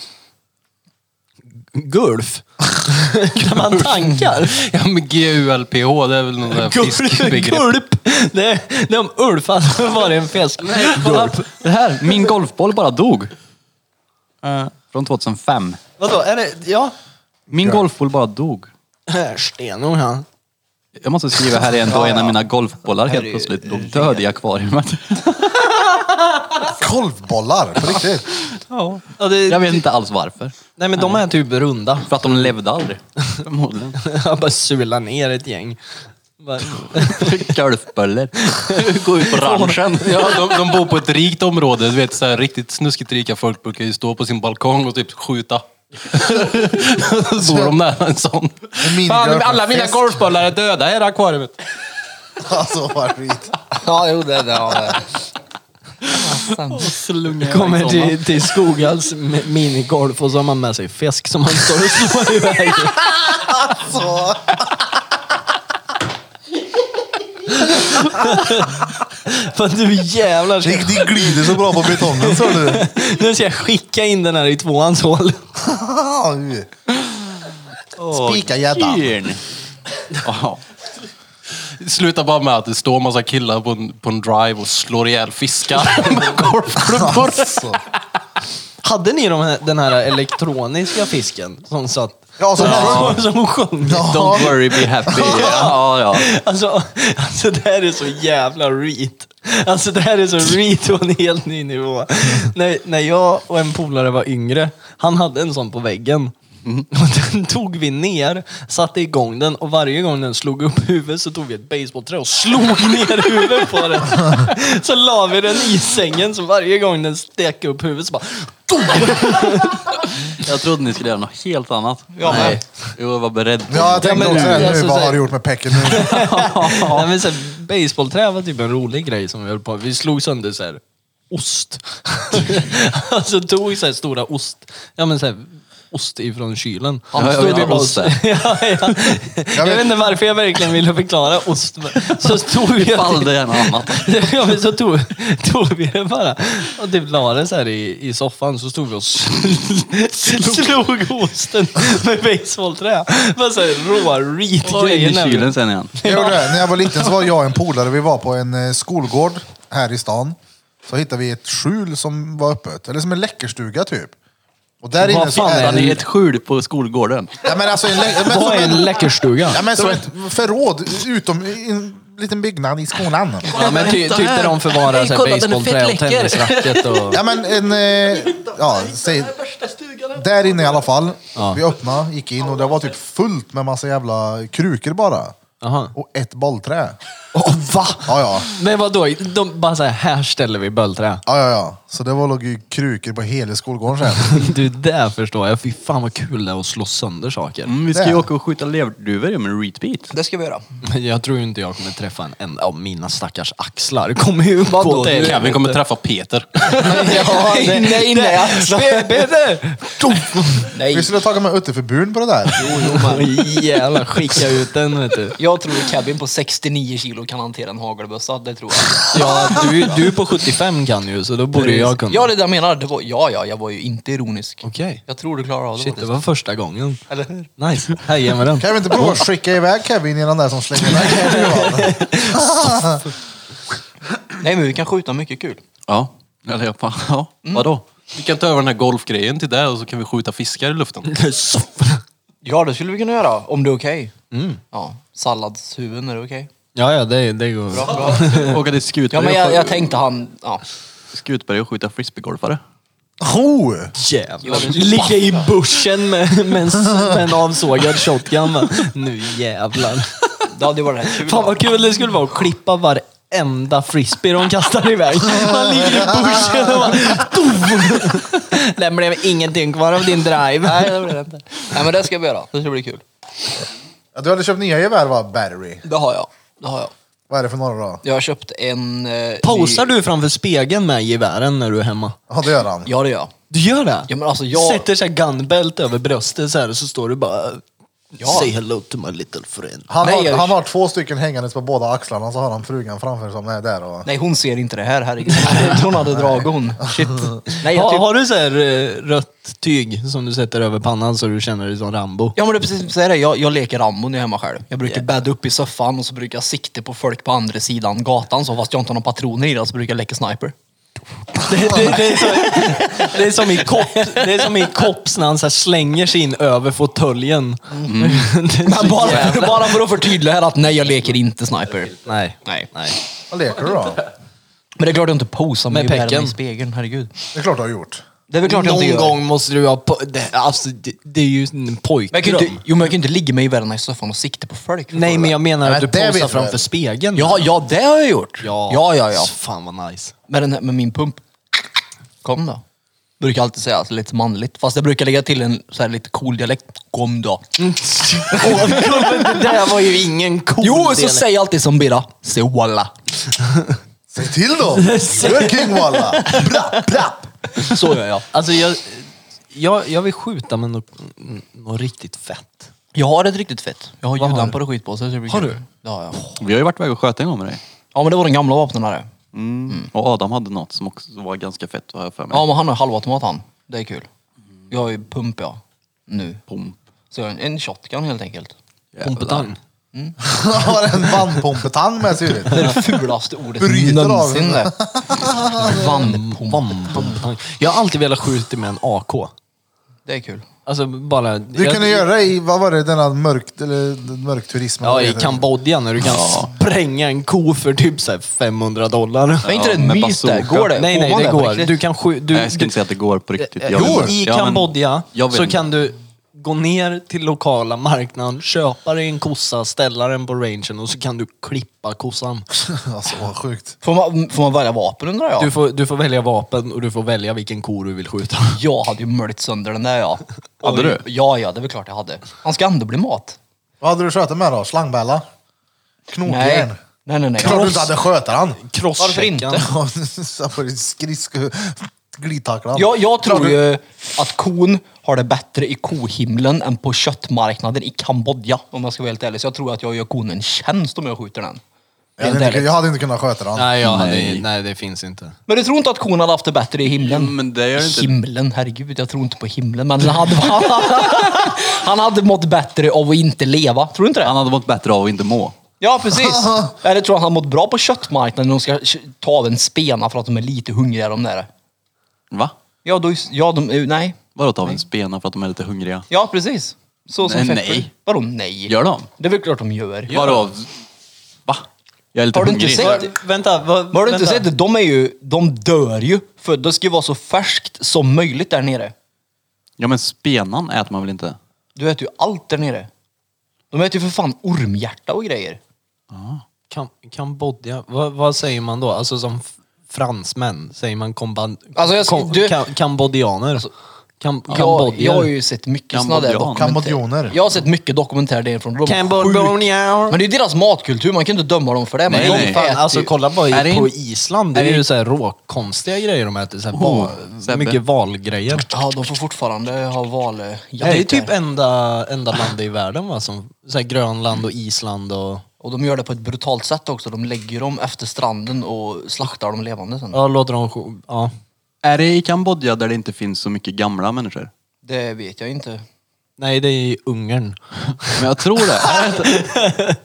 Gulf? Kan man tankar? Ja men G U L P H, det är väl någon där fiskbegrepp. Gulp! Det är, det är om Ulf hade varit en fisk. Gulp. Det här, min golfboll bara dog. Eh, från tjugohundrafem. Vadå, är det, ja? Min golfboll bara dog. Stenor han. Jag måste skriva här igen då en av mina golfbollar helt plötsligt dog död i akvariet. Golfbollar, på riktigt. Ja. Ja, det, Jag vet inte alls varför. Nej men de är typ runda. För att de levde aldrig. Förmodligen. Jag bara sular ner ett gäng. Bara- Golfböller. Gå ut på ranchen. Ja, de, de bor på ett rikt område. Du vet, så här, riktigt snuskigt rika folk brukar ju stå på sin balkong och typ skjuta. Så bor de nära en sån. En minigolf Fan, alla med mina fest. golfbollar är döda i det här akvariet. Alltså vad skit. Ja, jo det är det. Kommer till, till Skogals mi- minigolf och så har man med sig fisk som man står och slår iväg. Så. För du jävlar ska, Det, det glider så bra på betongen så du. nu ska jag skicka in den här i tvåans hål. Spika gäddan. Ja. Slutar bara med att det står massa killar på en, på en drive och slår ihjäl fiskar med golfklubbor. Alltså. Hade ni de här, den här elektroniska fisken som satt Ja, som som, som sjöng? Don't worry, be happy. Ja, ja. Alltså, alltså det här är så jävla reet. Alltså det här är så reet på en helt ny nivå. När, när jag och en polare var yngre, han hade en sån på väggen. Och den tog vi ner, satte igång den och varje gång den slog upp huvudet så tog vi ett basebollträ och slog ner huvudet på den. Så la vi den i sängen så varje gång den stek upp huvudet så bara... Jag trodde ni skulle göra något helt annat. Ja, men- Nej. Jo, jag var beredd på Ja, jag tänkte Ja, men- också det. Nu, alltså, vad så- har du gjort med pecken nu? Nej, men så här, basebollträ var typ en rolig grej som vi höll på. Vi slog sönder så här, ost. Alltså tog så här stora ost. Ja men så här, ost ifrån kylen. Ja, jag Stod vet vi vad bara- ost är. ja, ja. Jag vet inte varför jag verkligen ville förklara ost. Så stod vi... Fall det gärna annat. Ja, men så tog, tog vi det bara och typ la det så här i, i soffan så stod vi och sl- slog osten med basebollträ. Bara så här rå reet Och in grejer. i nämligen. kylen sen igen. Jag gjorde det. När jag var liten så var jag och en polare, vi var på en eh, skolgård här i stan. Så hittade vi ett skjul som var öppet, eller som en läckerstuga typ. Och där inne så fan är är Han det... är ett skjul på skolgården. Ja men alltså en, lä- men Vad som är en en, läckerstuga? ja, men som ett förråd utom i en liten byggnad i skolan. Ja, men ty, tyckte de förvara så här basebollträ och tennisracket och... Ja men en, eh, ja, säg, där inne i alla fall. Vi öppnade, gick in och det var typ fullt med massa jävla krukor bara. Aha. Och ett bollträ. Åh, va? Ja, ja. Men vadå? De bara såhär, här ställer vi bollträ. Ja, ja, ja. Så det var låg ju krukor på hela skolgården sen. Du, där förstår jag. Fy fan vad kul det är att slå sönder saker. Mm, vi ska ju Det. åka och skjuta leverduvor med en repeat. Det ska vi göra. Jag tror ju inte jag kommer träffa en enda av mina stackars axlar. Kommer ju Vadå? gå till... Kevin kommer träffa Peter. Ja, det, Nej, nej, alltså. Peter! Nej, Vi skulle ha tagit med utteförbund på det där. jo, jo, men. Jävlar, skicka ut den vet du. Jag tror Kevin på sextionio kilo kan hantera en hagelbössa, det tror jag. Ja, du, du är på sjuttiofem kan ju, så då borde jag kunna. Ja, det är det jag menar. Det var, ja, ja, jag var ju inte ironisk. Okej. Jag tror du klarar av det. Shit, det faktiskt. var första gången. Eller hur? Nice. Här, ge mig den. Kan vi inte prova att skicka iväg Kevin i den där som slänger iväg? Nej, men vi kan skjuta mycket kul. Ja. Eller jag bara, ja. Vadå? Vi kan ta över den här golfgrejen till det och så kan vi skjuta fiskar i luften. Ja, det skulle vi kunna göra, om det är okej. Ja, salladshuvuden, är det okej? Ja, ja, det, det går. Bra. Åka till Ja, Skutberg, men jag, och, jag tänkte han... Ja. Skutberg och skjuta frisbeegolfare. Oh! Jävlar. Ligga i buschen med, med, en, med en avsågad shotgun. va? Nu jävlar. Det hade ju varit rätt kul. Fan vad kul det skulle vara att klippa varenda frisbee de kastar iväg. Man ligger i buschen och bara... Det blev ingenting kvar av din drive. Nej, det blir det inte. Nej, men det ska vi göra. Det ska bli kul. Ja, du hade köpt nya gevär va? Battery. Det har jag. Det har jag. Vad är det för några då? Jag har köpt en... Eh, Posar ny- du framför spegeln med gevären när du är hemma? Ja, det gör han. Ja, det gör jag. Du gör det? Ja, men alltså jag... Sätter sig gunbelt över bröstet så här och så står du bara... Ja. Say hello to my little friend. Han, Nej, har, jag- han har två stycken hängandes på båda axlarna, så har han frugan framför som är där och... Nej, hon ser inte det här, herregud. Hon hade dragit hon. Shit. Nej, jag Ha, typ... har du så här eh, rött tyg som du sätter över pannan så du känner dig som Rambo? Ja, men det är precis så är det. Jag, jag leker Rambo när jag är hemma själv. Jag brukar bädda upp i soffan och så brukar jag sikta på folk på andra sidan gatan. Så fast jag inte har några patroner i det så brukar jag leka sniper. Det, det, det, är, så, det är som i Kopp, det är som i Kopps när han så här slänger sig in över fåtöljen. Mm. Men bara, bara för att förtydliga här att nej, jag leker inte sniper. Nej. Nej. Nej. Vad leker du då? Men det är klart jag inte posar Med med, med pecken. i spegeln, herregud. Det är klart du har gjort. Det är väl klart jag inte Någon gör. gång måste du ha... Po- det, alltså, det, det är ju en Men jag kan pojkdröm. inte, jo, men jag kan inte ligga mig i världen i soffan och sikta på folk. Nej, men jag menar Nej, att du det vet posar jag. framför spegeln. Ja, ja, det har jag gjort. Ja, ja, ja. ja. Fan vad nice. Med, den här, med min pump. Kom då. Brukar alltid säga alltså, lite manligt. Fast jag brukar lägga till en så här lite cool dialekt. Kom då. Åh, det där var ju ingen cool Jo, så del. säger jag alltid som Birra. Se walla. Säg till då! Du är king walla! Brapp, brapp! Så gör jag. Alltså jag, jag, jag vill skjuta med något, något riktigt fett. Jag har ett riktigt fett. Jag har Vad har ljuddämpare och skit på sig. Så det blir Har kul. du? Ja, ja. Vi har ju varit iväg och sköt en gång med dig. Ja, men det var den gamla vapnen där. Mm. Och Adam hade något som också var ganska fett, har jag för mig. Ja, men han har halvautomat han. Det är kul. Jag har ju pump ja. Nu. Pump. Så jag har en, en shotgun helt enkelt. Pumpetang. Han har en bandpumpetang med sig. Det är det fulaste ordet Bryter av någonsin den. det. Vandpump. Pumpetang. Jag har alltid velat skjuta med en A K. Det är kul. Alltså bara... Du jag- kunde göra det i, vad var det, denna mörkt, eller mörk turism? Ja, i Kambodja när du kan spränga en ko för typ så här femhundra dollar. Men är inte det en med myt där? bazooka. Går det? Nej, Får nej, man det på går. riktigt? Du kan skjuta... Du, Nej, jag ska inte säga att det går på riktigt. Jag Jo, vet- i Ja, men- Kambodja jag vet så inte. kan du gå ner till lokala marknaden, köpa dig en kossa, ställa den på rangen och så kan du klippa kossan. Alltså vad sjukt. Får man, får man välja vapen undrar jag? Du får, du får välja vapen och du får välja vilken ko du vill skjuta. Jag hade ju möljt sönder den där ja. Hade du? Ja, ja, det är väl klart jag hade. Han ska ändå bli mat. Vad hade du skjutit med då? Slangbälla? Knotjärn? Nej, nej, nej. nej. Klart du inte hade skjutit han. Varför inte? Så på din skridsko... Glidtacklan. Jag, jag Klart tror du- ju att kon har det bättre i kohimlen än på köttmarknaden i Kambodja. Om jag ska vara helt ärlig. Så jag tror att jag gör kon en tjänst om jag skjuter den. Jag Helt hade, inte, ärligt. jag hade inte kunnat sköta den. Nej, jag hade, Nej. nej, det finns inte. Men du tror inte att kon hade haft det bättre i himlen? Jo, men det gör det inte. Himlen, herregud. Jag tror inte på himlen. Men han hade, han hade mått bättre av att inte leva. Tror du inte det? Han hade mått bättre av att inte må. Ja, precis. Eller tror han han mått bra på köttmarknaden när de ska ta av en spena för att de är lite hungriga de där? Va? Ja, då, ja de, eh, nej. Vadå ta av en spena för att de är lite hungriga? Ja, precis. Så som Nej, Pepper. nej. Vadå nej? Gör de? Det är väl klart de gör. Vadå? Va? Jag är lite Har du inte hungrig. sett? Vänta, vad, Men har du inte vänta. sett det? De är ju, de dör ju. För det ska ju vara så färskt som möjligt där nere. Ja men spenan äter man väl inte? Du äter ju allt där nere. De äter ju för fan ormhjärta och grejer. Kam, Kambodja, vad, vad säger man då? Alltså som f- fransmän, säger man komban, Alltså, jag ska- kom, du- kam, kambodjaner? Kam, Jag, Kambodja. jag har ju sett mycket såna där Kambodjan. dokumentärer. Kambodjoner. Jag har sett mycket dokumentärer därifrån. De är Kambodja. sjukt- Men det är deras matkultur, man kan inte döma dem för det. Men Nej, de nej. äter Fan, alltså ju- kolla bara Är det i, på in- Island, det är, är det ju in- så här råkonstiga grejer de äter. Så här, Oh, val, Sebbe. mycket valgrejer. Ja, de får fortfarande ha val. Det är ju typ enda, enda landet i världen va? Som, så här, Grönland och Island och... Och de gör det på ett brutalt sätt också. De lägger dem efter stranden och slaktar dem levande sen. Ja, låter dem... sk- Ja. Är det i Kambodja där det inte finns så mycket gamla människor? Det vet jag inte. Nej, det är i Ungern. Men jag tror det. Är det inte?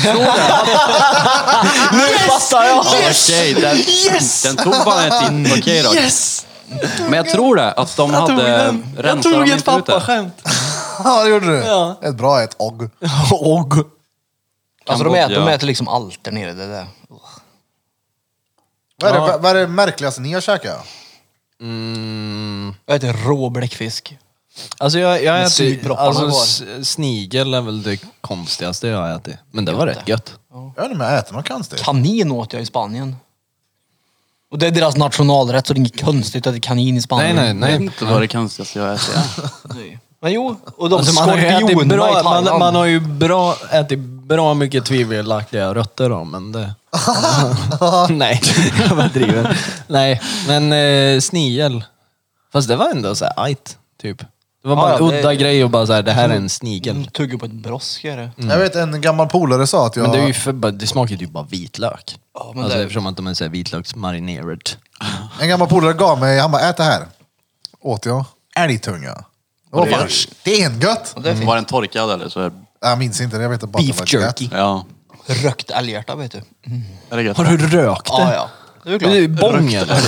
Nu fattar jag! Okej, den, den tog bara ett in. Okej då. Men jag tror det, att de hade rensat dem inte ut det. Ja, det gjorde du. Ja. Ett bra ett ogg. Och... Alltså de äter, de Kambodja. äter liksom allt där nere. Det där. Vad är, det, Ja. vad är det märkligaste ni har käkat? Mm, Jag äter rå bläckfisk. alltså jag, jag Med äter... sugpropparna Alltså, kvar. s- snigel är väl det konstigaste jag har ätit. Men det var rätt gött. Jag vet inte om jag äter något konstigt. Kanin åt jag i Spanien. Och det är deras nationalrätt så det är inget konstigt att det är kanin i Nej, Spanien. nej, Jag vet nej. inte vad det konstigaste jag äter. nej. Men jo, och de Alltså, man, har ju ätit skorpionerna i bra, Thailand. man, man har ju bra, ätit bra mycket tvivelaktiga rötter då, men det... Nej, jag var driven. Nej, men eh, snigel. Fast det var ändå så här ajt, typ. Det var bara Ja, en ja, det- udda grej och bara så här, det här är en snigel. De tuggar på ett brosk är det. Jag vet en gammal polare sa att jag... Men det, är ju för, bara- det smakar ju typ bara vitlök. Ja, men Alltså det- eftersom att de är så här vitlöksmarinerad. En gammal polare gav mig, han bara ät det här. Åt jag. Älgtunga. Det var det- fan stengött. Och det är fint. Var den torkad eller så är Jag minns inte, jag vet bara att Beef det var gött. jerky. ja. Rökt älghjärta vet du. Är det gött? Har du rökt det? Ja, ja. Det är Det är ju klart. bång eller?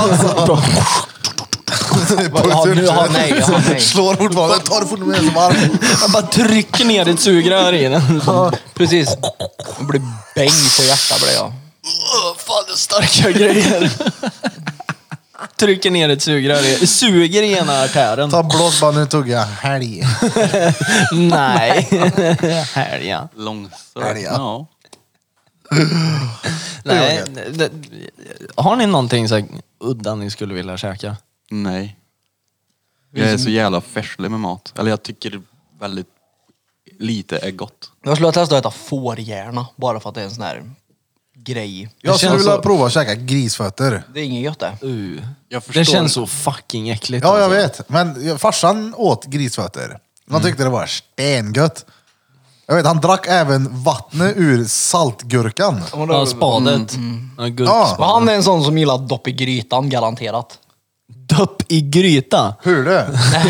Ja, nu har nej, ja, nej. Slår fortfarande, tar det fortfarande med som arm. Man bara trycker ner ett sugrör i den. Precis. Det blir bäng på hjärtat blir jag. Åh, fan det är starka grejer. Trycker ner ett sugrör. Suger i ena artären. Ta blåsband nu tugga. Helg. Nej. Härliga. Långsökt. Älga. Ja. Nej. Det, har ni någonting så här udda ni skulle vilja käka? Nej. Jag är så jävla färslig med mat. Eller jag tycker väldigt lite är gott. Jag skulle testa att äta fårhjärna. Bara för att det är en sån här grej. Jag skulle känns vilja så- prova att käka grisfötter. Det är inget gött det. Uh. Jag förstår. Det känns så fucking äckligt. Ja, jag alltså. vet. Men jag- farsan åt grisfötter. Han tyckte det var stengött. Jag vet, han drack även vattnet ur saltgurkan. Ja, spadet. Ja, gurkspad. Och han är en sån som gillar dopp i grytan, garanterat. Dopp i gryta. Hur det?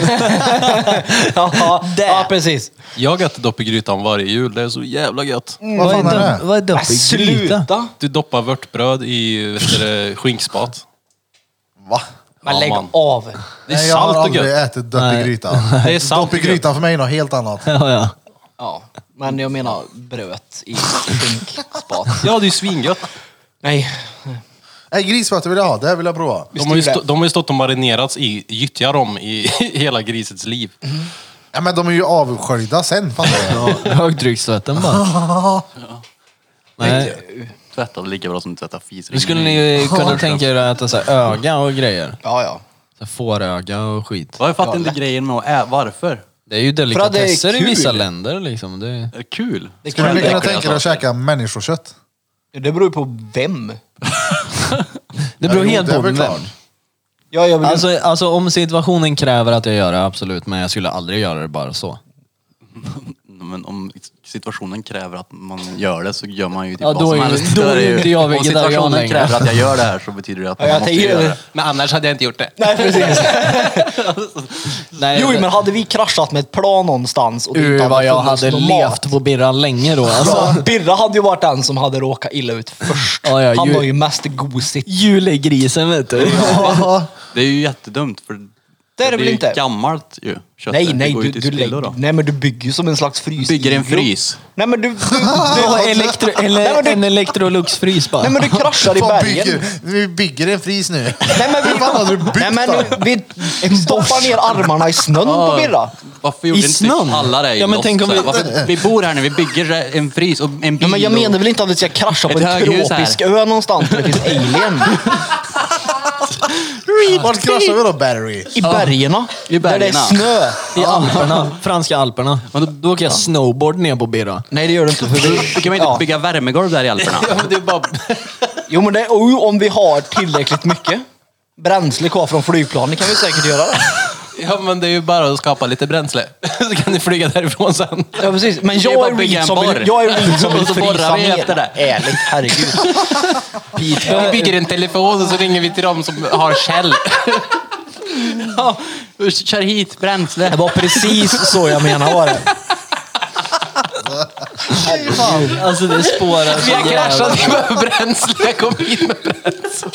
ja, ja, precis. Jag äter dopp i grytan varje jul. Det är så jävla gött. Vad fan är dopp- det? vad är dopp i gryta? Sluta! Du doppar vörtbröd i vet du, det, skinkspat. Va? Men Ja, lägg man. av. Det är Nej, jag har salt och aldrig gött. ätit dopp Nej. i gryta. Det är salt Dopp i och gött. grytan för mig är något helt annat. Ja, ja. Ja, men jag menar bröt i skinkspat. Ja, det är ju svingött. Nej. Nej, grisfötter vill jag ha. Det här vill jag prova. De har ju, stå, de har ju stått och marinerats i gyttjarom i hela grisets liv. Ja, men de är ju avsköljda sen, fattar jag. Ja, högtryckstvätten bara. Nej. Tvättade lika bra som tvätta fisring. Nu skulle ni kunna tänka er att äta så här öga och grejer. Ja, ja. Så här fåröga och skit. Vad jag fattar inte grejen med att ä- varför? Det är ju att det är delikatesser i kul. vissa länder liksom. Det är... Är det kul? Det, Skulle kan ni kunna äckliga tänka er att saker. käka människokött? det beror ju på vem. Det beror Ja, helt det är på väl vem. klart. Ja, jag vill Alltså, alltså om situationen kräver att jag gör det, absolut. Men jag skulle aldrig göra det bara så. Men om situationen kräver att man gör det så gör man ju typ Ja, vad då som är ju- helst. då är det ju- inte jag Om vegetarian situationen längre. kräver att jag gör det här så betyder det att Ja, man jag måste tänker- göra det. Men annars hade jag inte gjort det. Nej, precis. Nej, Jo, det- men hade vi kraschat med ett plan någonstans och det Uh, inte vad jag funnits hade någon levt mat. på Birra länge då. Alltså. Ja, Birra hade ju varit den som hade råkat illa ut först. Ja, ja, Han ju- var ju mest gosigt. Julegrisen vet du. Det är ju jättedumt för Det är det väl ju inte? gammalt ju. Köttet. Nej, Det nej, går du, ju till du, spillo lägger, då. nej, men du bygger ju som en slags frys. Bygger en iglo. frys. Nej, men du, du, du, Ja, elektro, eller Nej, men du- en Electrolux-frys bara. nej, men du kraschar i Fan, bergen. bygger, vi bygger en fris nu. Nej, men vi, Hur fan har du byggt nej, men då? vi, vi stoppar ner armarna i snön på Birra. Varför gjorde I inte snön? alla det i Ja, men tänk om Lost? vi- Varför, vi bor här nu, vi bygger en frys och en bil. Ja, men jag och- menar väl inte att vi ska krascha på Ett en höghus här. tropisk ö någonstans där det finns alien. Vart kraschar vi då, Battery? I bergerna. I Där det är bergerna. snö. I Alperna, franska Alperna. Då, då åker jag snowboard ner på Birra. Nej, det gör det inte. För vi, Då kan man inte ja. bygga värmegolv där i Alperna. Ja, men det är bara... Jo, men det, och om vi har tillräckligt mycket bränsle kvar från flygplanen kan vi säkert göra det. Ja, men det är ju bara att skapa lite bränsle. Så kan ni flyga därifrån sen. Ja, precis. Men Det är jag bara är att bygga Reed en som vill, borr. jag är Reed som vill Och så borrar frysa vi ner. efter det. Ärligt, herregud. Vi bygger en telefon och så ringer vi till dem som har Kjell. Ja, kör hit bränsle. Det var precis så jag menar var det. Alltså det spårar så Vi har kraschat, jävla... vi behöver bränsle. Kom hit med bränsle.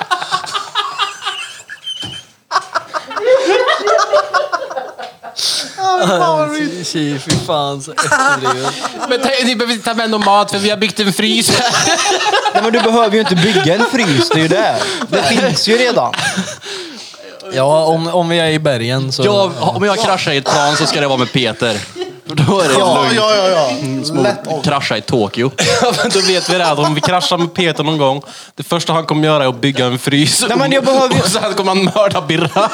Fy fy fan så efterblivet. Men ta, ni behöver inte ta med någon mat för vi har byggt en frys här. Nej, men du behöver ju inte bygga en frys, det är ju det. Det finns ju redan. Ja, om, om vi är i bergen så... Jag, om jag kraschar i ett plan så ska det vara med Peter. Då är det Ja, lugnt. ja, ja. ja. Som att krascha i Tokyo. Ja, men då vet vi det att om vi kraschar med Peter någon gång, det första han kommer göra är att bygga en frys. Nej, men jag behöver ju- Och sen kommer han mörda Birra.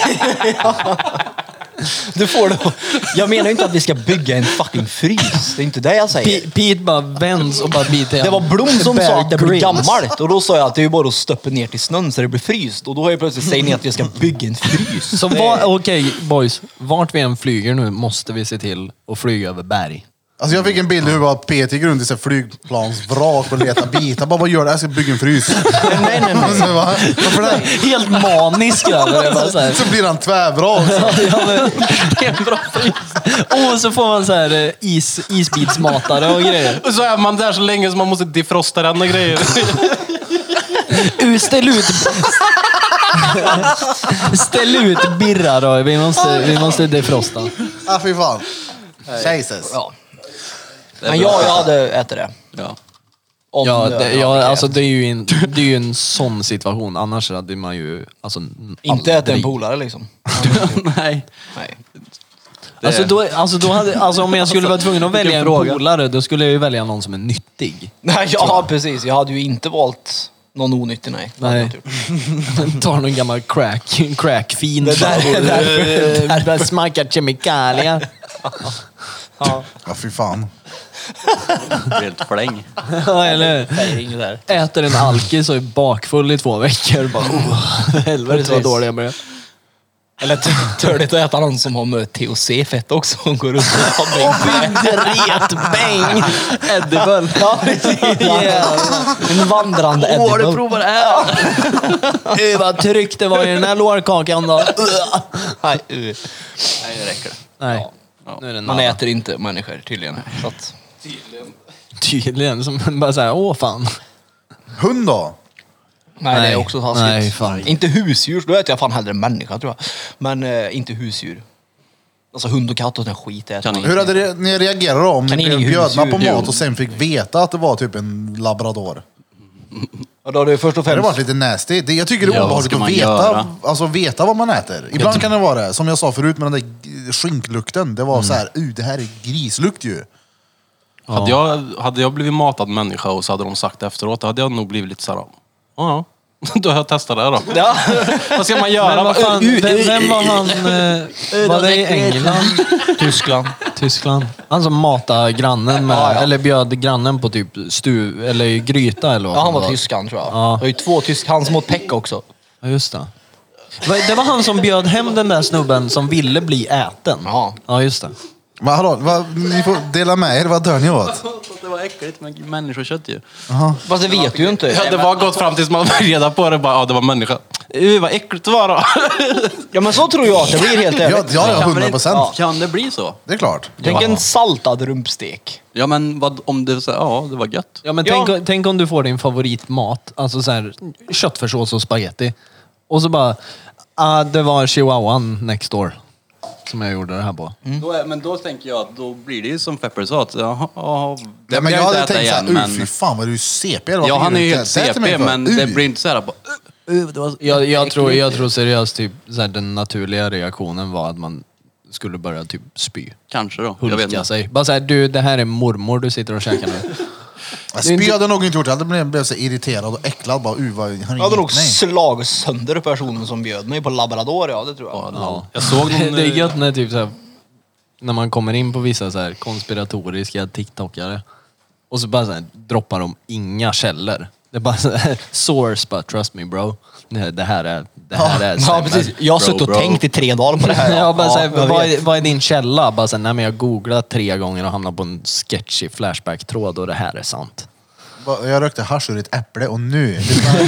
Du får det. Jag menar ju inte att vi ska bygga en fucking frys. Det är inte det jag säger. P- Pete bara vänds och bara biter Det var Blom som Bear sa att det blir Grylls. gammalt. Och då sa jag att det är ju bara att stöppa ner till snön så det blir fryst. Och då har jag plötsligt sagt ni att jag ska bygga en frys. Så vad- okej boys, vart vi än flyger nu måste vi se till att flyga över berg. Alltså jag fick en bild hur att Peter gick runt i ett flygplansvrak och letade bitar. Bara, vad gör du? Jag ska bygga en frys. Nej, nej, nej. Så, va? Varför det? Helt manisk över det. Bara så här. Så blir han tvärbra också. Ja, men, det är en bra pris. Och så får man så här eh, is, isbitsmatare och grejer. Och så är man där så länge som man måste defrosta den och grejer. Uh, ställ ut... ställ ut Birra då. Vi måste, vi måste defrosta. Ah, fy fan. Jesus. Ja. Men jag, jag hade ätit det. Ja. Om Ja, det- det, ja, ja det alltså krävs. det är ju en, det är ju en sån situation. Annars hade man ju alltså, Inte äta en aldrig- polare liksom. Nej. Nej. Alltså, då, alltså, då hade, alltså om jag skulle vara tvungen att välja en fråga. polare, då skulle jag ju välja någon som är nyttig. Nej, ja precis. Jag hade ju inte valt någon onyttig, nej. Det hade jag Nej. inte gjort. Tar någon gammal crack, crackfin. Det där- det där- Börjar smaka kemikalier. Ja. Ja, fy fan. Helt fläng. Ja, eller Säger inget där. äter en alkis och är bakfull i två veckor. Bara, oh, helvete vad dålig jag blev. Eller t- törligt att äta någon som har med T H C-fett också. Som går runt och har Retbäng! Edible. Ja, precis. En vandrande Åh, du edible. provar det här! Gud vad tryckt det var i den här lårkakan då. Nej, uh. Nej, det räcker. Nej, nu är det Man nada. äter inte människor tydligen. Så att, Tydligen, som bara såhär, åh fan. Hund då? nej, det Nej. är också taskigt. Nej, fan. Inte husdjur, då äter jag fan hellre människa tror jag. Men eh, inte husdjur. Alltså hund och katt och sån skit äter Kan man ni- Hur inte. hade det, ni reagerat då om ni Men blev ingen bjödna på husdjur. mat och sen fick veta att det var typ en labrador? Ja, då har det först och Det hade främst... varit lite nasty. Det, jag tycker det är Ja, vad obehagligt ska att man veta, göra? alltså, veta vad man äter. Ibland kan det vara det, som jag sa förut med den där skinklukten. Det var så här, uh, det här är grislukt ju. Hade, jag, hade jag blivit matad människa och så hade de sagt efteråt, då hade jag nog blivit lite såhär, ja, då har jag testat det här då. Ja. Vad ska man göra? Men vad fan, vem, vem var han? Eh, var det i England? Tyskland. Tyskland? Han som matade grannen med, Ja, ja. eller bjöd grannen på typ stu, eller gryta eller vad Ja, han det var tyskan tror jag. Ja. Det var ju två tysk. Han som åt Pekka också. Ja, just det. Va- Det var han som bjöd hem den där snubben som ville bli äten. Ja. Ja, just det. Men hallå, vad, ni får dela med er, vad dör ni åt? Det var äckligt med människokött ju. Fast det vet du ju inte. Ja, det var gått fram tills man var reda på det, bara, ja det var människa. Uh, vad äckligt det var då. Ja, men så tror jag att det blir helt Ja, ärligt. ja, ja Kan väl hundra inte- procent. Kan det bli så? Det är klart. Tänk en saltad rumpstek. Ja, men vad, om det så, ja, det var gött. Ja, men Ja. Tänk, tänk om du får din favoritmat, alltså så här, köttfärssås och spaghetti. Och så bara, ah, det var chihuahuan next door. Som jag gjorde det här på. Då är, men då tänker jag att då blir det ju som Pepper sa. Att, jaha, jaha, det Ja, men vill jag hade inte äta tänkt såhär, igen, uh, fy fan vad du är C P. eller vad Ja, fick han du är ju det helt där till mig C P, för? men Uh. det blir inte såhär bara... Uh, uh, det var Jag, jag, tror, jag tror seriöst typ, så här, den naturliga reaktionen var att man skulle börja typ spy. Kanske då. Jag vet Hulka inte. sig. Bara såhär, du det här är mormor du sitter och käkar nu. Jag spy hade jag nog inte gjort, jag hade blivit, blivit så irriterad och äcklad. Bara, uh, vad, har Jag hade nog nej. slagit sönder personen som bjöd mig på labrador, ja det tror jag. Ja. Jag såg någon, Det är gött när, typ, så här, när man kommer in på vissa så här, konspiratoriska TikTokare och så bara så här, droppar de inga källor. Det är bara så här, source, bara trust me bro. Det, det här är, det här är Ja, stämmer. precis. Jag har suttit och bro. tänkt i tre dagar på det här. Ja, bara så här, jag vad, vet. är, vad är din källa? Bara så här, nej, men jag har googlat tre gånger och hamnat på en sketchy flashback-tråd och det här är sant. Bara, jag rökte hasch ur ett äpple och nu...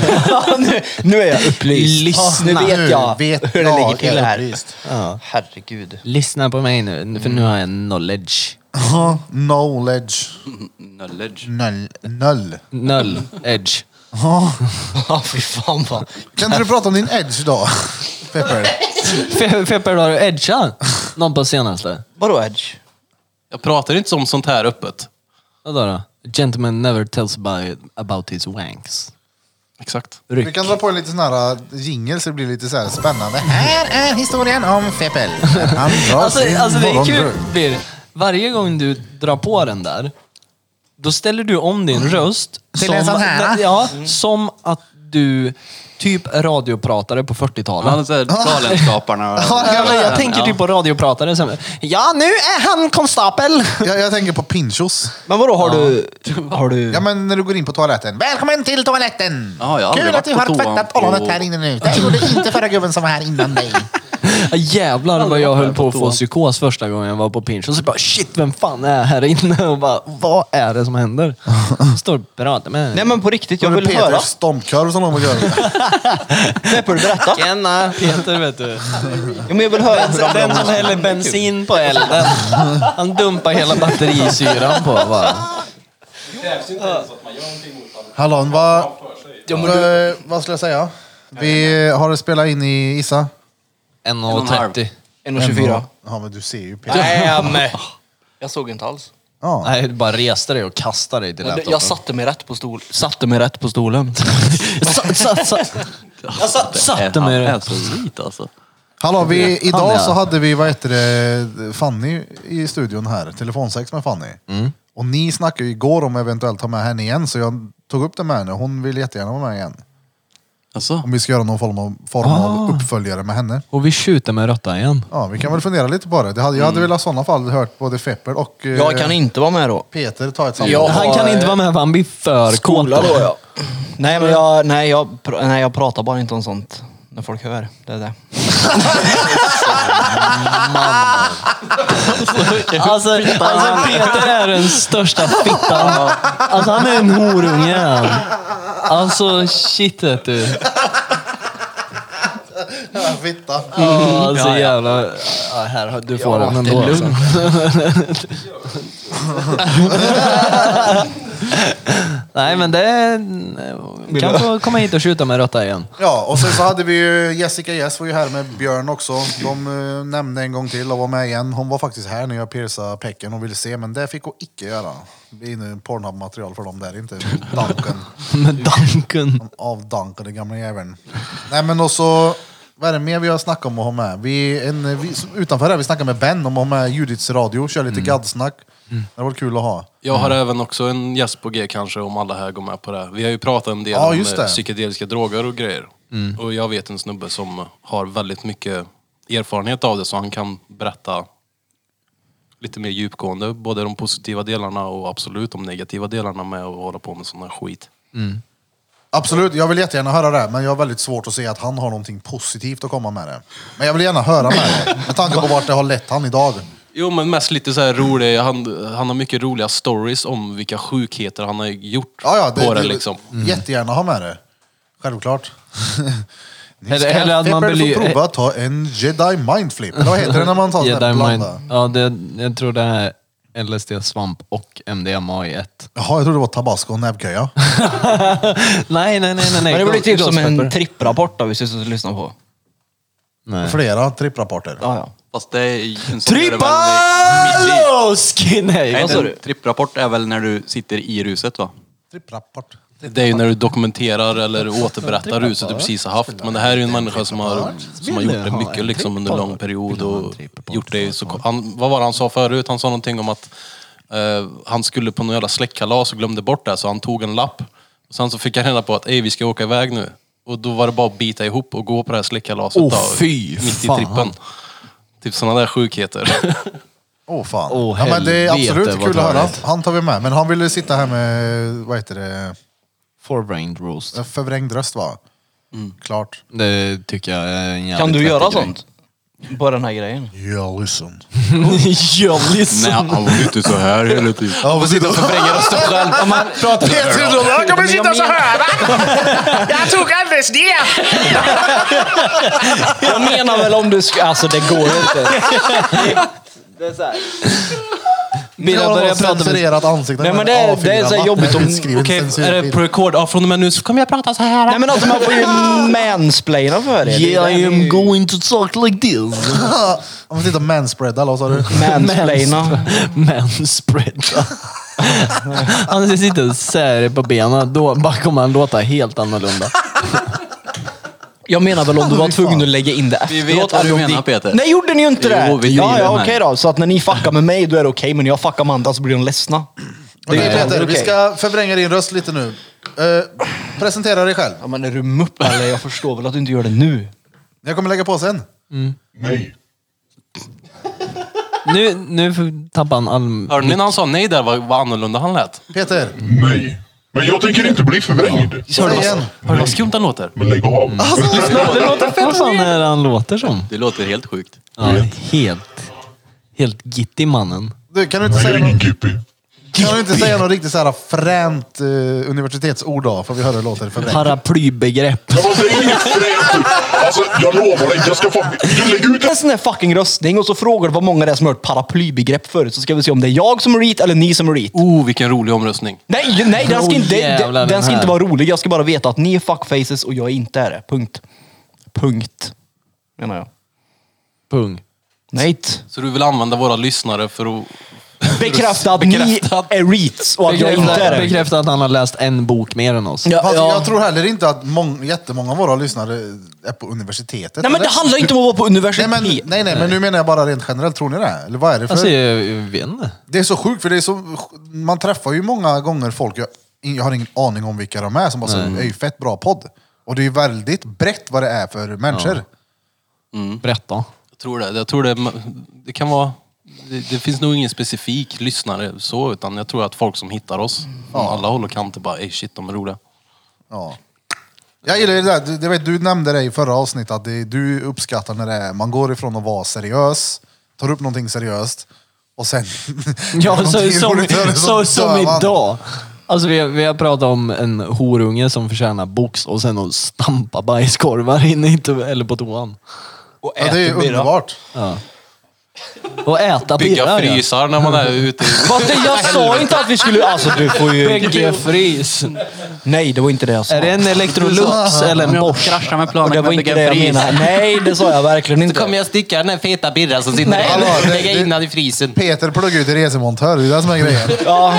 nu, nu är jag upplyst. Lyssna. Nu vet Nu jag vet hur det jag ligger till är här. upplyst. Herregud. Lyssna på mig nu, för nu har jag knowledge. Ja, knowledge. Knowledge. Noll. Noll. Null edge. Ja. Ja, fy fan vad... Kan inte du prata om din edge då? Pepper. Fe- Pepper, har du edgat någon på senaste? Vadå edge? jag pratar inte om sånt här öppet. Vadå då? A gentleman never tells by, about his wanks. Exakt. Vi Ryck. kan dra på en lite sån här jingle så det blir lite så här spännande. Här är historien om Feppel. Han drar Alltså, sin alltså det är kul, morgonbröd. blir varje gång du drar på den där, då ställer du om din röst Till en sån här? ja, som att du typ radiopratare på fyrtiotalet. Han säger Galenskaparna. Ja, men jag tänker Ja. typ på radiopratare som, ja nu är han konstapel. Jag, jag tänker på pinchos. Men vadå, har du... Har du... Ja men när du går in på toaletten. Välkommen till toaletten! Ja, jag har aldrig Kul att du varit har på toan tvättat på- ollonet här inne nu. Det gjorde inte förra gubben som var här innan dig. Ja, jävlar vad jag höll på att få toan. psykos första gången jag var på pinch. Och så bara shit, vem fan är här inne? Och bara, vad är det som händer? Står och pratar med Nej men på riktigt, jag Jag vill vill höra. Peters stompkorv som de har gjort. Pepper, berätta. Tjena, Peter vet du. Ja, men jag vill höra. hur de- Den som häller bensin på elden. Han dumpar hela batterisyran på bara. Hallå, vad, vad, vad skulle jag säga? Vi har spelat in i Issa. en och och en halv. trettio. en och tjugofyra. Ja men du ser ju Peter. Nej, men... Jag såg inte alls. Ja. Nej, du bara reste dig och kastade dig till Jag, laptopen. jag satte mig rätt på stol. Satte mig rätt på stolen. satt, satt, satt. Jag satt, satte Han mig är rätt. så vit alltså. Hallå, vi, Han idag är- så hade vi, vad heter det, Fanny i studion här. Telefonsex med Fanny. Och ni snackade ju igår om eventuellt ha med henne igen, så jag tog upp det med henne. Hon vill jättegärna vara med igen. Alltså, Om vi ska göra någon form av, form av uppföljare med henne. Och vi skjuter med råtta igen. Ja, vi kan väl fundera lite på det. det hade, jag hade väl i sådana fall hört både Fepper och eh, Jag kan inte vara med då. Peter ta ett samtal. Jag Han har, kan inte vara med för han blir för Skola kåt. då, ja. Nej, men jag, nej, jag, pr- nej, jag pratar bara inte om sånt när folk hör. Det är det. Alltså, alltså Peter är den största fittan. Alltså han är en horunge han. Alltså shit vet du. Fitta. Ja, alltså jävla... Ja, här, har- du får den ändå. Alltså. Nej men det... Kan få komma hit och skjuta med råtta igen. Ja, och sen så hade vi ju Jessica Jess var ju här med Björn också. De uh, nämnde en gång till och var med igen. Hon var faktiskt här när jag piercade pecken och ville se, men det fick hon icke göra. Det blir nu Pornhub-material för dem där, inte Dunken. Med Duncan. Avdankade gamla jäveln. Nej men och så, vad är det mer vi har snackat om att ha med? Vi, en, vi, utanför här vi snackar med Ben om att ha med Judiths radio, kör lite gaddsnack. Det var kul att ha. Jag har även också en gäst på G kanske, om alla här går med på det. Vi har ju pratat en del Ja, om just det. eh, psykedeliska droger och grejer. Och jag vet en snubbe som har väldigt mycket erfarenhet av det, så han kan berätta lite mer djupgående, både de positiva delarna och absolut de negativa delarna med att hålla på med sån här skit. Absolut, jag vill jättegärna höra det, men jag har väldigt svårt att se att han har någonting positivt att komma med det. Men jag vill gärna höra med det, med tanke på vart det har lett han idag. Jo, men mest lite så här rolig. Han, han har mycket roliga stories om vilka sjukheter han har gjort Ja, ja, det, på det det liksom. jättegärna ha med det. Självklart. Ni Eller- ska eller att man Fepper bely- få prova att ta en Jedi mindflip. Eller vad heter det när man tar sån Jedi här mind. blanda? Ja, det, jag tror det är L S D, svamp och M D M A i ett. Jaha, jag trodde det var tabasco och näbbköja. nej, nej, nej, nej. nej. Men det blir typ som en Ghost tripprapport då, vi ska sitta och lyssna på. Nej. Flera tripprapporter. Ja, ja. fast det är en sån är det väl mitt i- Tripaloski! Nej, Nej, Vad sa en du? tripprapport är väl när du sitter i ruset va? Tripprapport. Det är ju när du dokumenterar eller återberättar ruset du precis har haft. Men det här är ju en människa som har, som har gjort det mycket liksom under en lång period och gjort det så... Han, vad var det han sa förut? Han sa någonting om att eh, han skulle på någon jävla släktkalas och glömde bort det, så han tog en lapp. Och sen så fick han reda på att ej, vi ska åka iväg nu. Och då var det bara att bita ihop och gå på det här släktkalaset Åh, då, fy mitt fan. i trippen. Typ sådana där sjukheter. Åh fan. Åh, ja, men det är helvete, absolut vad kul att höra. törligt. Han tar vi med. Men han ville sitta här med, vad heter det, Four-brained roast. förvrängd röst va? Klart. Det tycker jag är en jävligt Kan du vettig göra grej. sånt? På den här grejen? Yeah, listen. ja, liksom. Nej, han var inte så här hela tiden. Ja, vi sitter och förvränger rösten själv. Peter, då jag kommer sitta så här va? Jag tog L S D! Jag menar väl om du ska... Alltså det går ju inte. Det är så här. Vi jag har börjar något prata med- censurerat ansikte. Nej, med men en det- det är A fyra så mapp jobbigt med om- utskriven Okej, är det censurbild. på record? Ja, från och med nu så kommer jag prata så här. Nej men alltså man får ju mansplaina för er. Det är Yeah, det I am ni- going to talk like this. Om vi tittar manspreada, vad sa du? Mansplaina. Manspread. Han sitter så här på benen, då bara kommer han låta helt annorlunda. Jag menar väl om du var Fy tvungen fan. att lägga in det efteråt. Vi vet vad du eller om menar, det- Peter. Nej, gjorde ni ju inte det? Jo, vi ja, driver ja, med. okej då. Så att när ni fuckar med mig, då är det okej. Men när jag fuckar med andra så blir de ledsna. Det Okej är ju Peter, aldrig vi okej. ska förvränga din röst lite nu. Eh, presentera dig själv. Ja, men är du mupp eller? Jag förstår väl att du inte gör det nu. Jag kommer lägga på sen. Nej. Nu, nu tappar han all... Hörde ni när han sa nej där, vad, vad annorlunda han lät? Peter, Nej. Men jag tänker inte bli förvrängd. säg igen. Hörde du vad skumt han låter? Men lägg av. Det låter fett. Vad fan är det han låter som? Det låter helt sjukt. Ja, helt... Helt gitti mannen. Du, kan du inte Nej, jag säga är ingen något, Gippy. kan du inte säga något riktigt så här fränt uh, universitetsord då? För vi hör hur det låter förvrängt. Paraplybegrepp. Ja, men det är inget fränt. Alltså, jag lovar dig. Jag ska få... Du lägger ut En sån här fucking röstning och så frågar du vad många det är som har hört paraplybegrepp förut. Så ska vi se om det är jag som är reet eller ni som är reet. Oh, vilken rolig omröstning. Nej, nej den ska, Oh, inte, jävlar, den, den den ska här. inte vara rolig. Jag ska bara veta att ni är fuckfaces och jag inte är det. Punkt. Punkt. Menar jag. Pung. Nej. Så du vill använda våra lyssnare för att Bekräfta att ni är reats och att jag inte är Bekräfta, det. bekräfta att han har läst en bok mer än oss. Ja, Fast ja. jag tror heller inte att mång, jättemånga av våra lyssnare är på universitetet. Nej men det eller? handlar inte om att vara på Nej, universitet. men, nej, nej, men nu menar jag bara rent generellt. Tror ni det? Eller vad är det för? Alltså, jag, jag vet inte. Det är så sjukt, för det är så, man träffar ju många gånger folk, jag, jag har ingen aning om vilka de är, som bara säger, det är ju fett bra podd. Och det är ju väldigt brett vad det är för människor. Berätta. Jag tror det. Jag tror det, det kan vara... Det, det finns nog ingen specifik lyssnare så, utan jag tror att folk som hittar oss från alla håll och kanter bara, ey shit, de är roliga. Ja. Jag gillar det där, du, vet, du nämnde det i förra avsnittet, att det, du uppskattar när det är, man går ifrån att vara seriös, tar upp någonting seriöst, och sen... Ja, så, någonting som, roligt, så, så som dör man. idag. Alltså vi, har- vi har pratat om en horunge som förtjänar box och sen att stampa bajskorvar inne i to- eller på toan. Och Ja, det är äter birra. underbart. Och äta Bygga birra. Ja. frysar när man är ute i... Fast det, jag sa inte att vi skulle... Alltså du får ju... Bäggefrys. Nej, det var inte det jag sa. Är det en Electrolux eller en Bosch? Krascha med Och planen det var med inte bygga det jag en frys. menade. Nej, det sa jag verkligen inte. jag sticka den här feta birran som sitter Nej. Hallå, det- lägga det- in den i frysen. Peter pluggar ut i resemontör, det är det som är grejen. Ja,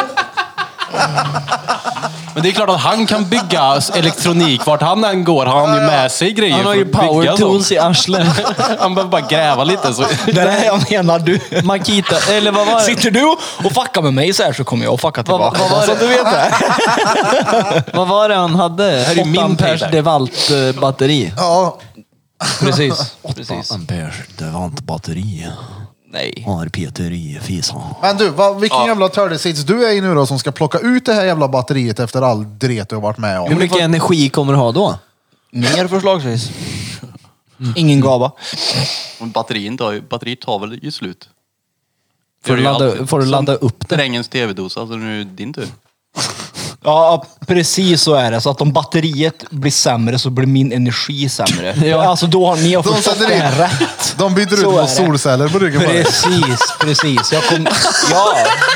Men det är klart att han kan bygga elektronik. Vart han än går har han ju med sig grejer Han har för ju att bygga power dem. tools i arslet. Han behöver bara gräva lite. Så. det är det jag menar du. Makita, eller vad var det? Sitter du och fuckar med mig så här så kommer jag att fucka Vad, tillbaka. vad, var Så att du det? vet det. Vad var det han hade? är min åtta amperes payback. DeWalt eh, batteri. Ja, Precis. Precis. Amperes DeWalt batteri. Nej. Har Peter i fisan. men du, vad, vilken jävla tördesits du är i nu då, som ska plocka ut det här jävla batteriet efter all dret du har varit med Hur om? mycket energi kommer du ha då? Mer förslagsvis. Ingen gava. Men batterin tar, ju- batteriet tar väl ju slut. Får du Det är ju ladda, alltid. får du ladda upp det? Drängens tv-dosa, så nu är det din tur. Ja, precis så är det. Så att om batteriet blir sämre så blir min energi sämre. Ja. Alltså då har ni har De förstått sätter det in- här rätt. De byter ut Så på är det. solceller på ryggen på dig. Precis, precis. Jag kom... Ja.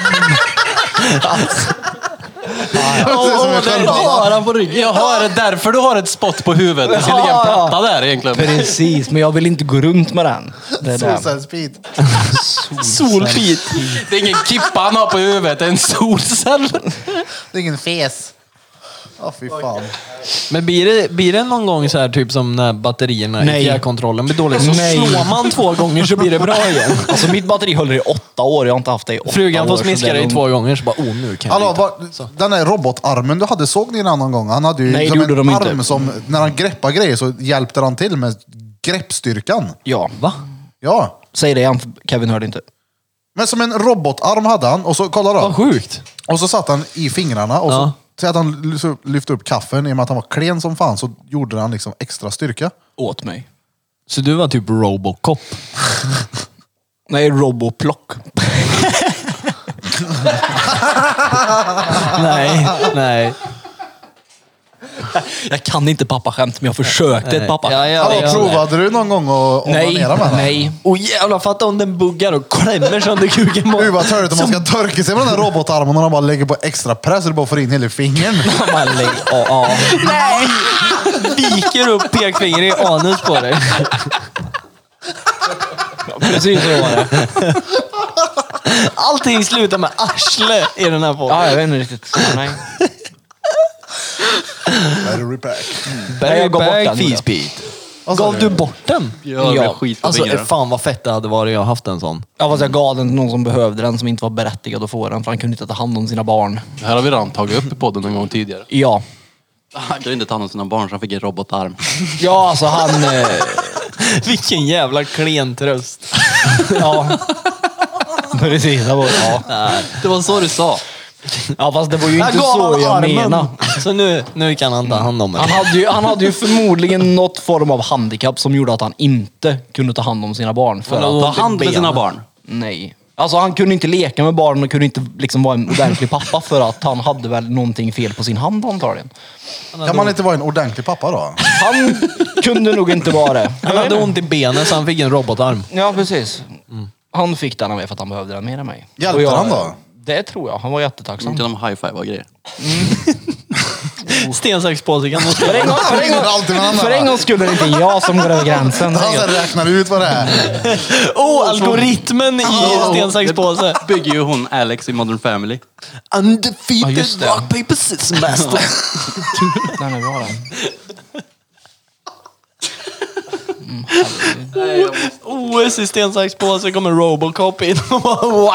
har han på ryggen. Jaha, är det därför du har ett spott på huvudet? Det ska ligga en Ja, ja. platta där egentligen. Precis, men jag vill inte gå runt med den. Det är den. Solcellsbit. Solfit. Det är ingen kippa han har på huvudet, det är en solcell. Det är ingen fes. Ja, fy fan. Men blir det, blir det någon gång så här typ som när batterierna Nej. i fjärrkontrollen blir dåliga, så Nej. slår man två gånger så blir det bra igen. Alltså mitt batteri håller i åtta år. Jag har inte haft det i åtta Frugan år. får så smiska det är dig nog- två gånger så bara, oh nu kan jag Hallå, inte. vad, den där robotarmen du hade, såg ni den någon gång? Han hade ju Nej, som det gjorde en de arm inte. som, när han greppade grejer så hjälpte han till med greppstyrkan. Ja. Va? Ja. Säg det igen, för Kevin hörde inte. Men som en robotarm hade han, och så, kolla Vad då. sjukt. Och så satt han i fingrarna och så, Ja. så att han lyf- lyfte upp kaffen, i och med att han var klen som fan, så gjorde han liksom extra styrka. Åt mig. Så du var typ Robocop? Nej, Roboplock. Nej, nej. Jag kan inte pappaskämt, men jag försökte ett pappa. Ja, ja, Hallå, ja. provade du någon gång att Nej, onanera med den? nej. Och jävlar, fatta om den buggar och klämmer sönder kuken. Gud vad törligt om man ska törka sig med den här robotarmen och han bara lägger på extra press och du bara får in hela fingern. Man lägger, ja, ja. Nej! Viker upp pekfinger i anus på dig. Precis så var det. Allting slutar med arsle i den här podden. Ja, jag vet inte riktigt. Nej. Battery pack. Nej, jag gav bort den, gjorde jag. Fispit. Vad sa Gav du? du bort den? Ja, det blev Ja. skit på Alltså fingrarna. fan vad fett det hade varit att ha haft en sån. Ja, fast jag gav den till någon som behövde den, som inte var berättigad att få den, för han kunde inte ta hand om sina barn. Det här har vi redan tagit upp i podden en gång tidigare. Ja. Han kunde inte ta hand om sina barn så han fick en robotarm. Ja, alltså han... Eh, Vilken jävla klen tröst. ja. Precis, det var... Ja. Det var så du sa. Ja, fast det var ju Jag inte gav så han jag armen. menade. Så nu, nu kan han ta hand om Han det. hade, ju, han hade ju förmodligen något form av handikapp som gjorde att han inte kunde ta hand om sina barn. För Ta att hand med sina barn. Nej. Alltså han kunde inte leka med barnen och kunde inte liksom vara en ordentlig pappa för att han hade väl någonting fel på sin hand antagligen. Kan man inte vara en ordentlig pappa då? Han kunde nog inte vara det. Han hade ont i benen så han fick en robotarm. Ja, precis. Han fick den av mig för att han behövde den mer än mig. Hjälpte Och jag, han då? Det tror jag. Han var jättetacksam. Inte de high-five och grejer. Sten, sax, påse kan man För en gång, för en gång, Alltid med andra. för en gång skulle det inte jag som går över gränsen. Han så här räknar ut vad det är. Oh, algoritmen i sten, sax, påse. Bygger ju hon Alex i Modern Family. Undefeated just det. rock, paper, scissors, master. Den är bra den. O S i sten, sax, påse kommer Robocop in. Wow!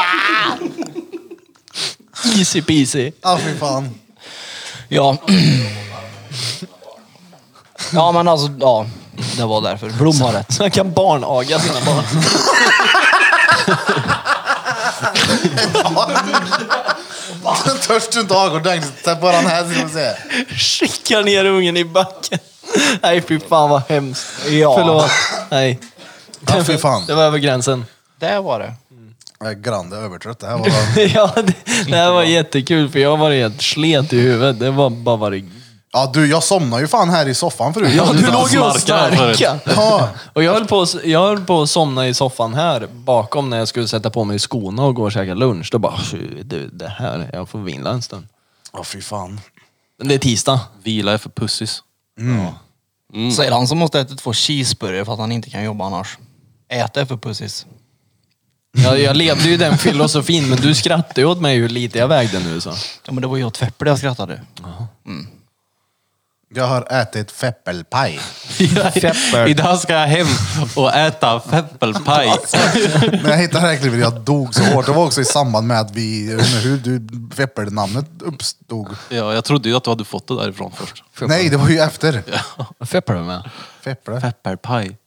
Easy peasy. Ja, fy fan. Ja. Ja, men alltså, ja. Det var därför. Blom har rätt. Så han kan barnaga sina barn. Törs du inte ha ordentligt? Sätt bara den här så du se. Skickar ner ungen i backen. Nej, fy fan vad hemskt. Ja. Förlåt. Nej. Ja, fy fan. Det var över gränsen. Det var det. Jag är grande övertrött. Det här var... Ja, det, det här var jättekul för jag var helt slet i huvudet. Det var bara varit... Ja, du, jag somnade ju fan här i soffan förut. Ja, du låg ju och smarkade här förut. snarkade. Ja. Och jag höll, på, att- jag höll på att somna i soffan här bakom när jag skulle sätta på mig skorna och gå och käka lunch. Då bara, du, det här, jag får vila en stund. Ja, fy fan. Men det är tisdag. Vila är för pussis. Säger han som måste äta två cheeseburgare för att han inte kan jobba annars. Äta är för pussis. Jag, jag levde ju den filosofin, men du skrattade ju åt mig hur lite jag vägde nu så. Ja, men det var ju åt Feppel jag skrattade. Jag har ätit feppelpaj. Pepper. Idag ska jag hem och äta feppelpaj. När jag hittade räkningen jag dog så hårt. Det var också i samband med att vi, jag vet inte hur du, feppelnamnet uppstod. Ja, jag trodde ju att du hade fått det därifrån först. Nej, det var ju efter. Pepper med. Fepple. Pepperpaj.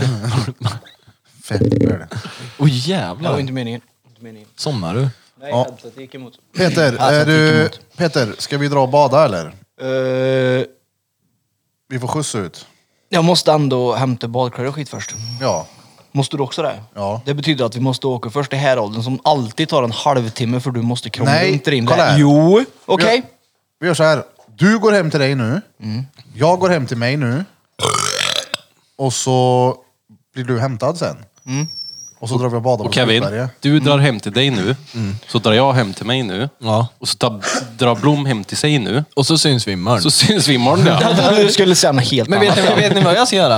Feppel. Åh Det jävlar. var inte meningen. Inte meningen. Somnar du? Nej, Ja. headset gick emot. Peter, Alltså, är jag du... gick emot. Peter, ska vi dra och bada eller? Eh, Vi får skjuts ut. jag måste ändå hämta badkläder och skit först. Ja. Måste du också det? Ja. Det betyder att vi måste åka först till Härolden som alltid tar en halvtimme för du måste krångla Nej, inte in kolla där. här. Jo, okej. Vi gör så här. Du går hem till dig nu. Jag går hem till mig nu. Och så blir du hämtad sen. Och så drar vi och badar på Och Kevin, Skogsberget. du drar hem till dig nu. Så drar jag hem till mig nu. Ja. Och så tar, drar Blom hem till sig nu. Och så syns vi imorgon. Så syns vi imorgon ja. Jag trodde du skulle säga något helt Men vet annat. ni, vet ni vad jag ska göra?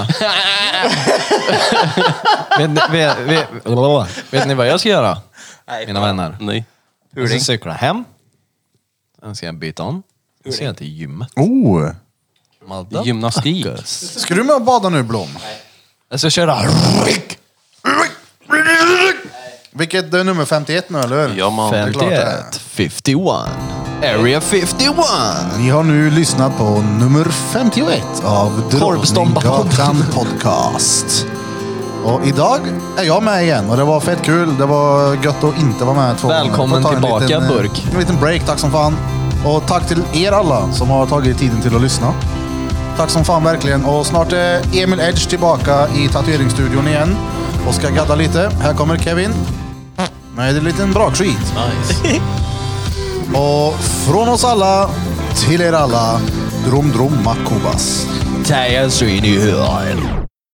vet, ni, vet, vet, vet ni vad jag ska göra? Mina vänner. Nej. Jag ska cykla hem. Sen ska jag byta om. Sen ska jag till gymmet. Oh! Motherfuckers. Gymnastik. Ska du med och bada nu, Blom? Jag ska köra. Vilket det är nummer femtioett nu, eller hur? Ja man. det är klart det är. femtioett, femtioett. Area femtioett. Ni har nu lyssnat på nummer femtioett av Drottninggatan podcast. Och idag är jag med igen och det var fett kul. Det var gött att inte vara med två gånger. Välkommen Får ta en tillbaka, liten, eh, Burk. En liten break, tack som fan. Och tack till er alla som har tagit tiden till att lyssna. Tack som fan verkligen. Och snart är Emil Edge tillbaka i tatueringsstudion igen och ska gadda lite. Här kommer Kevin med en liten brakskit. Nice. Och från oss alla till er alla, drom drom makubas. Taja så in i hörn.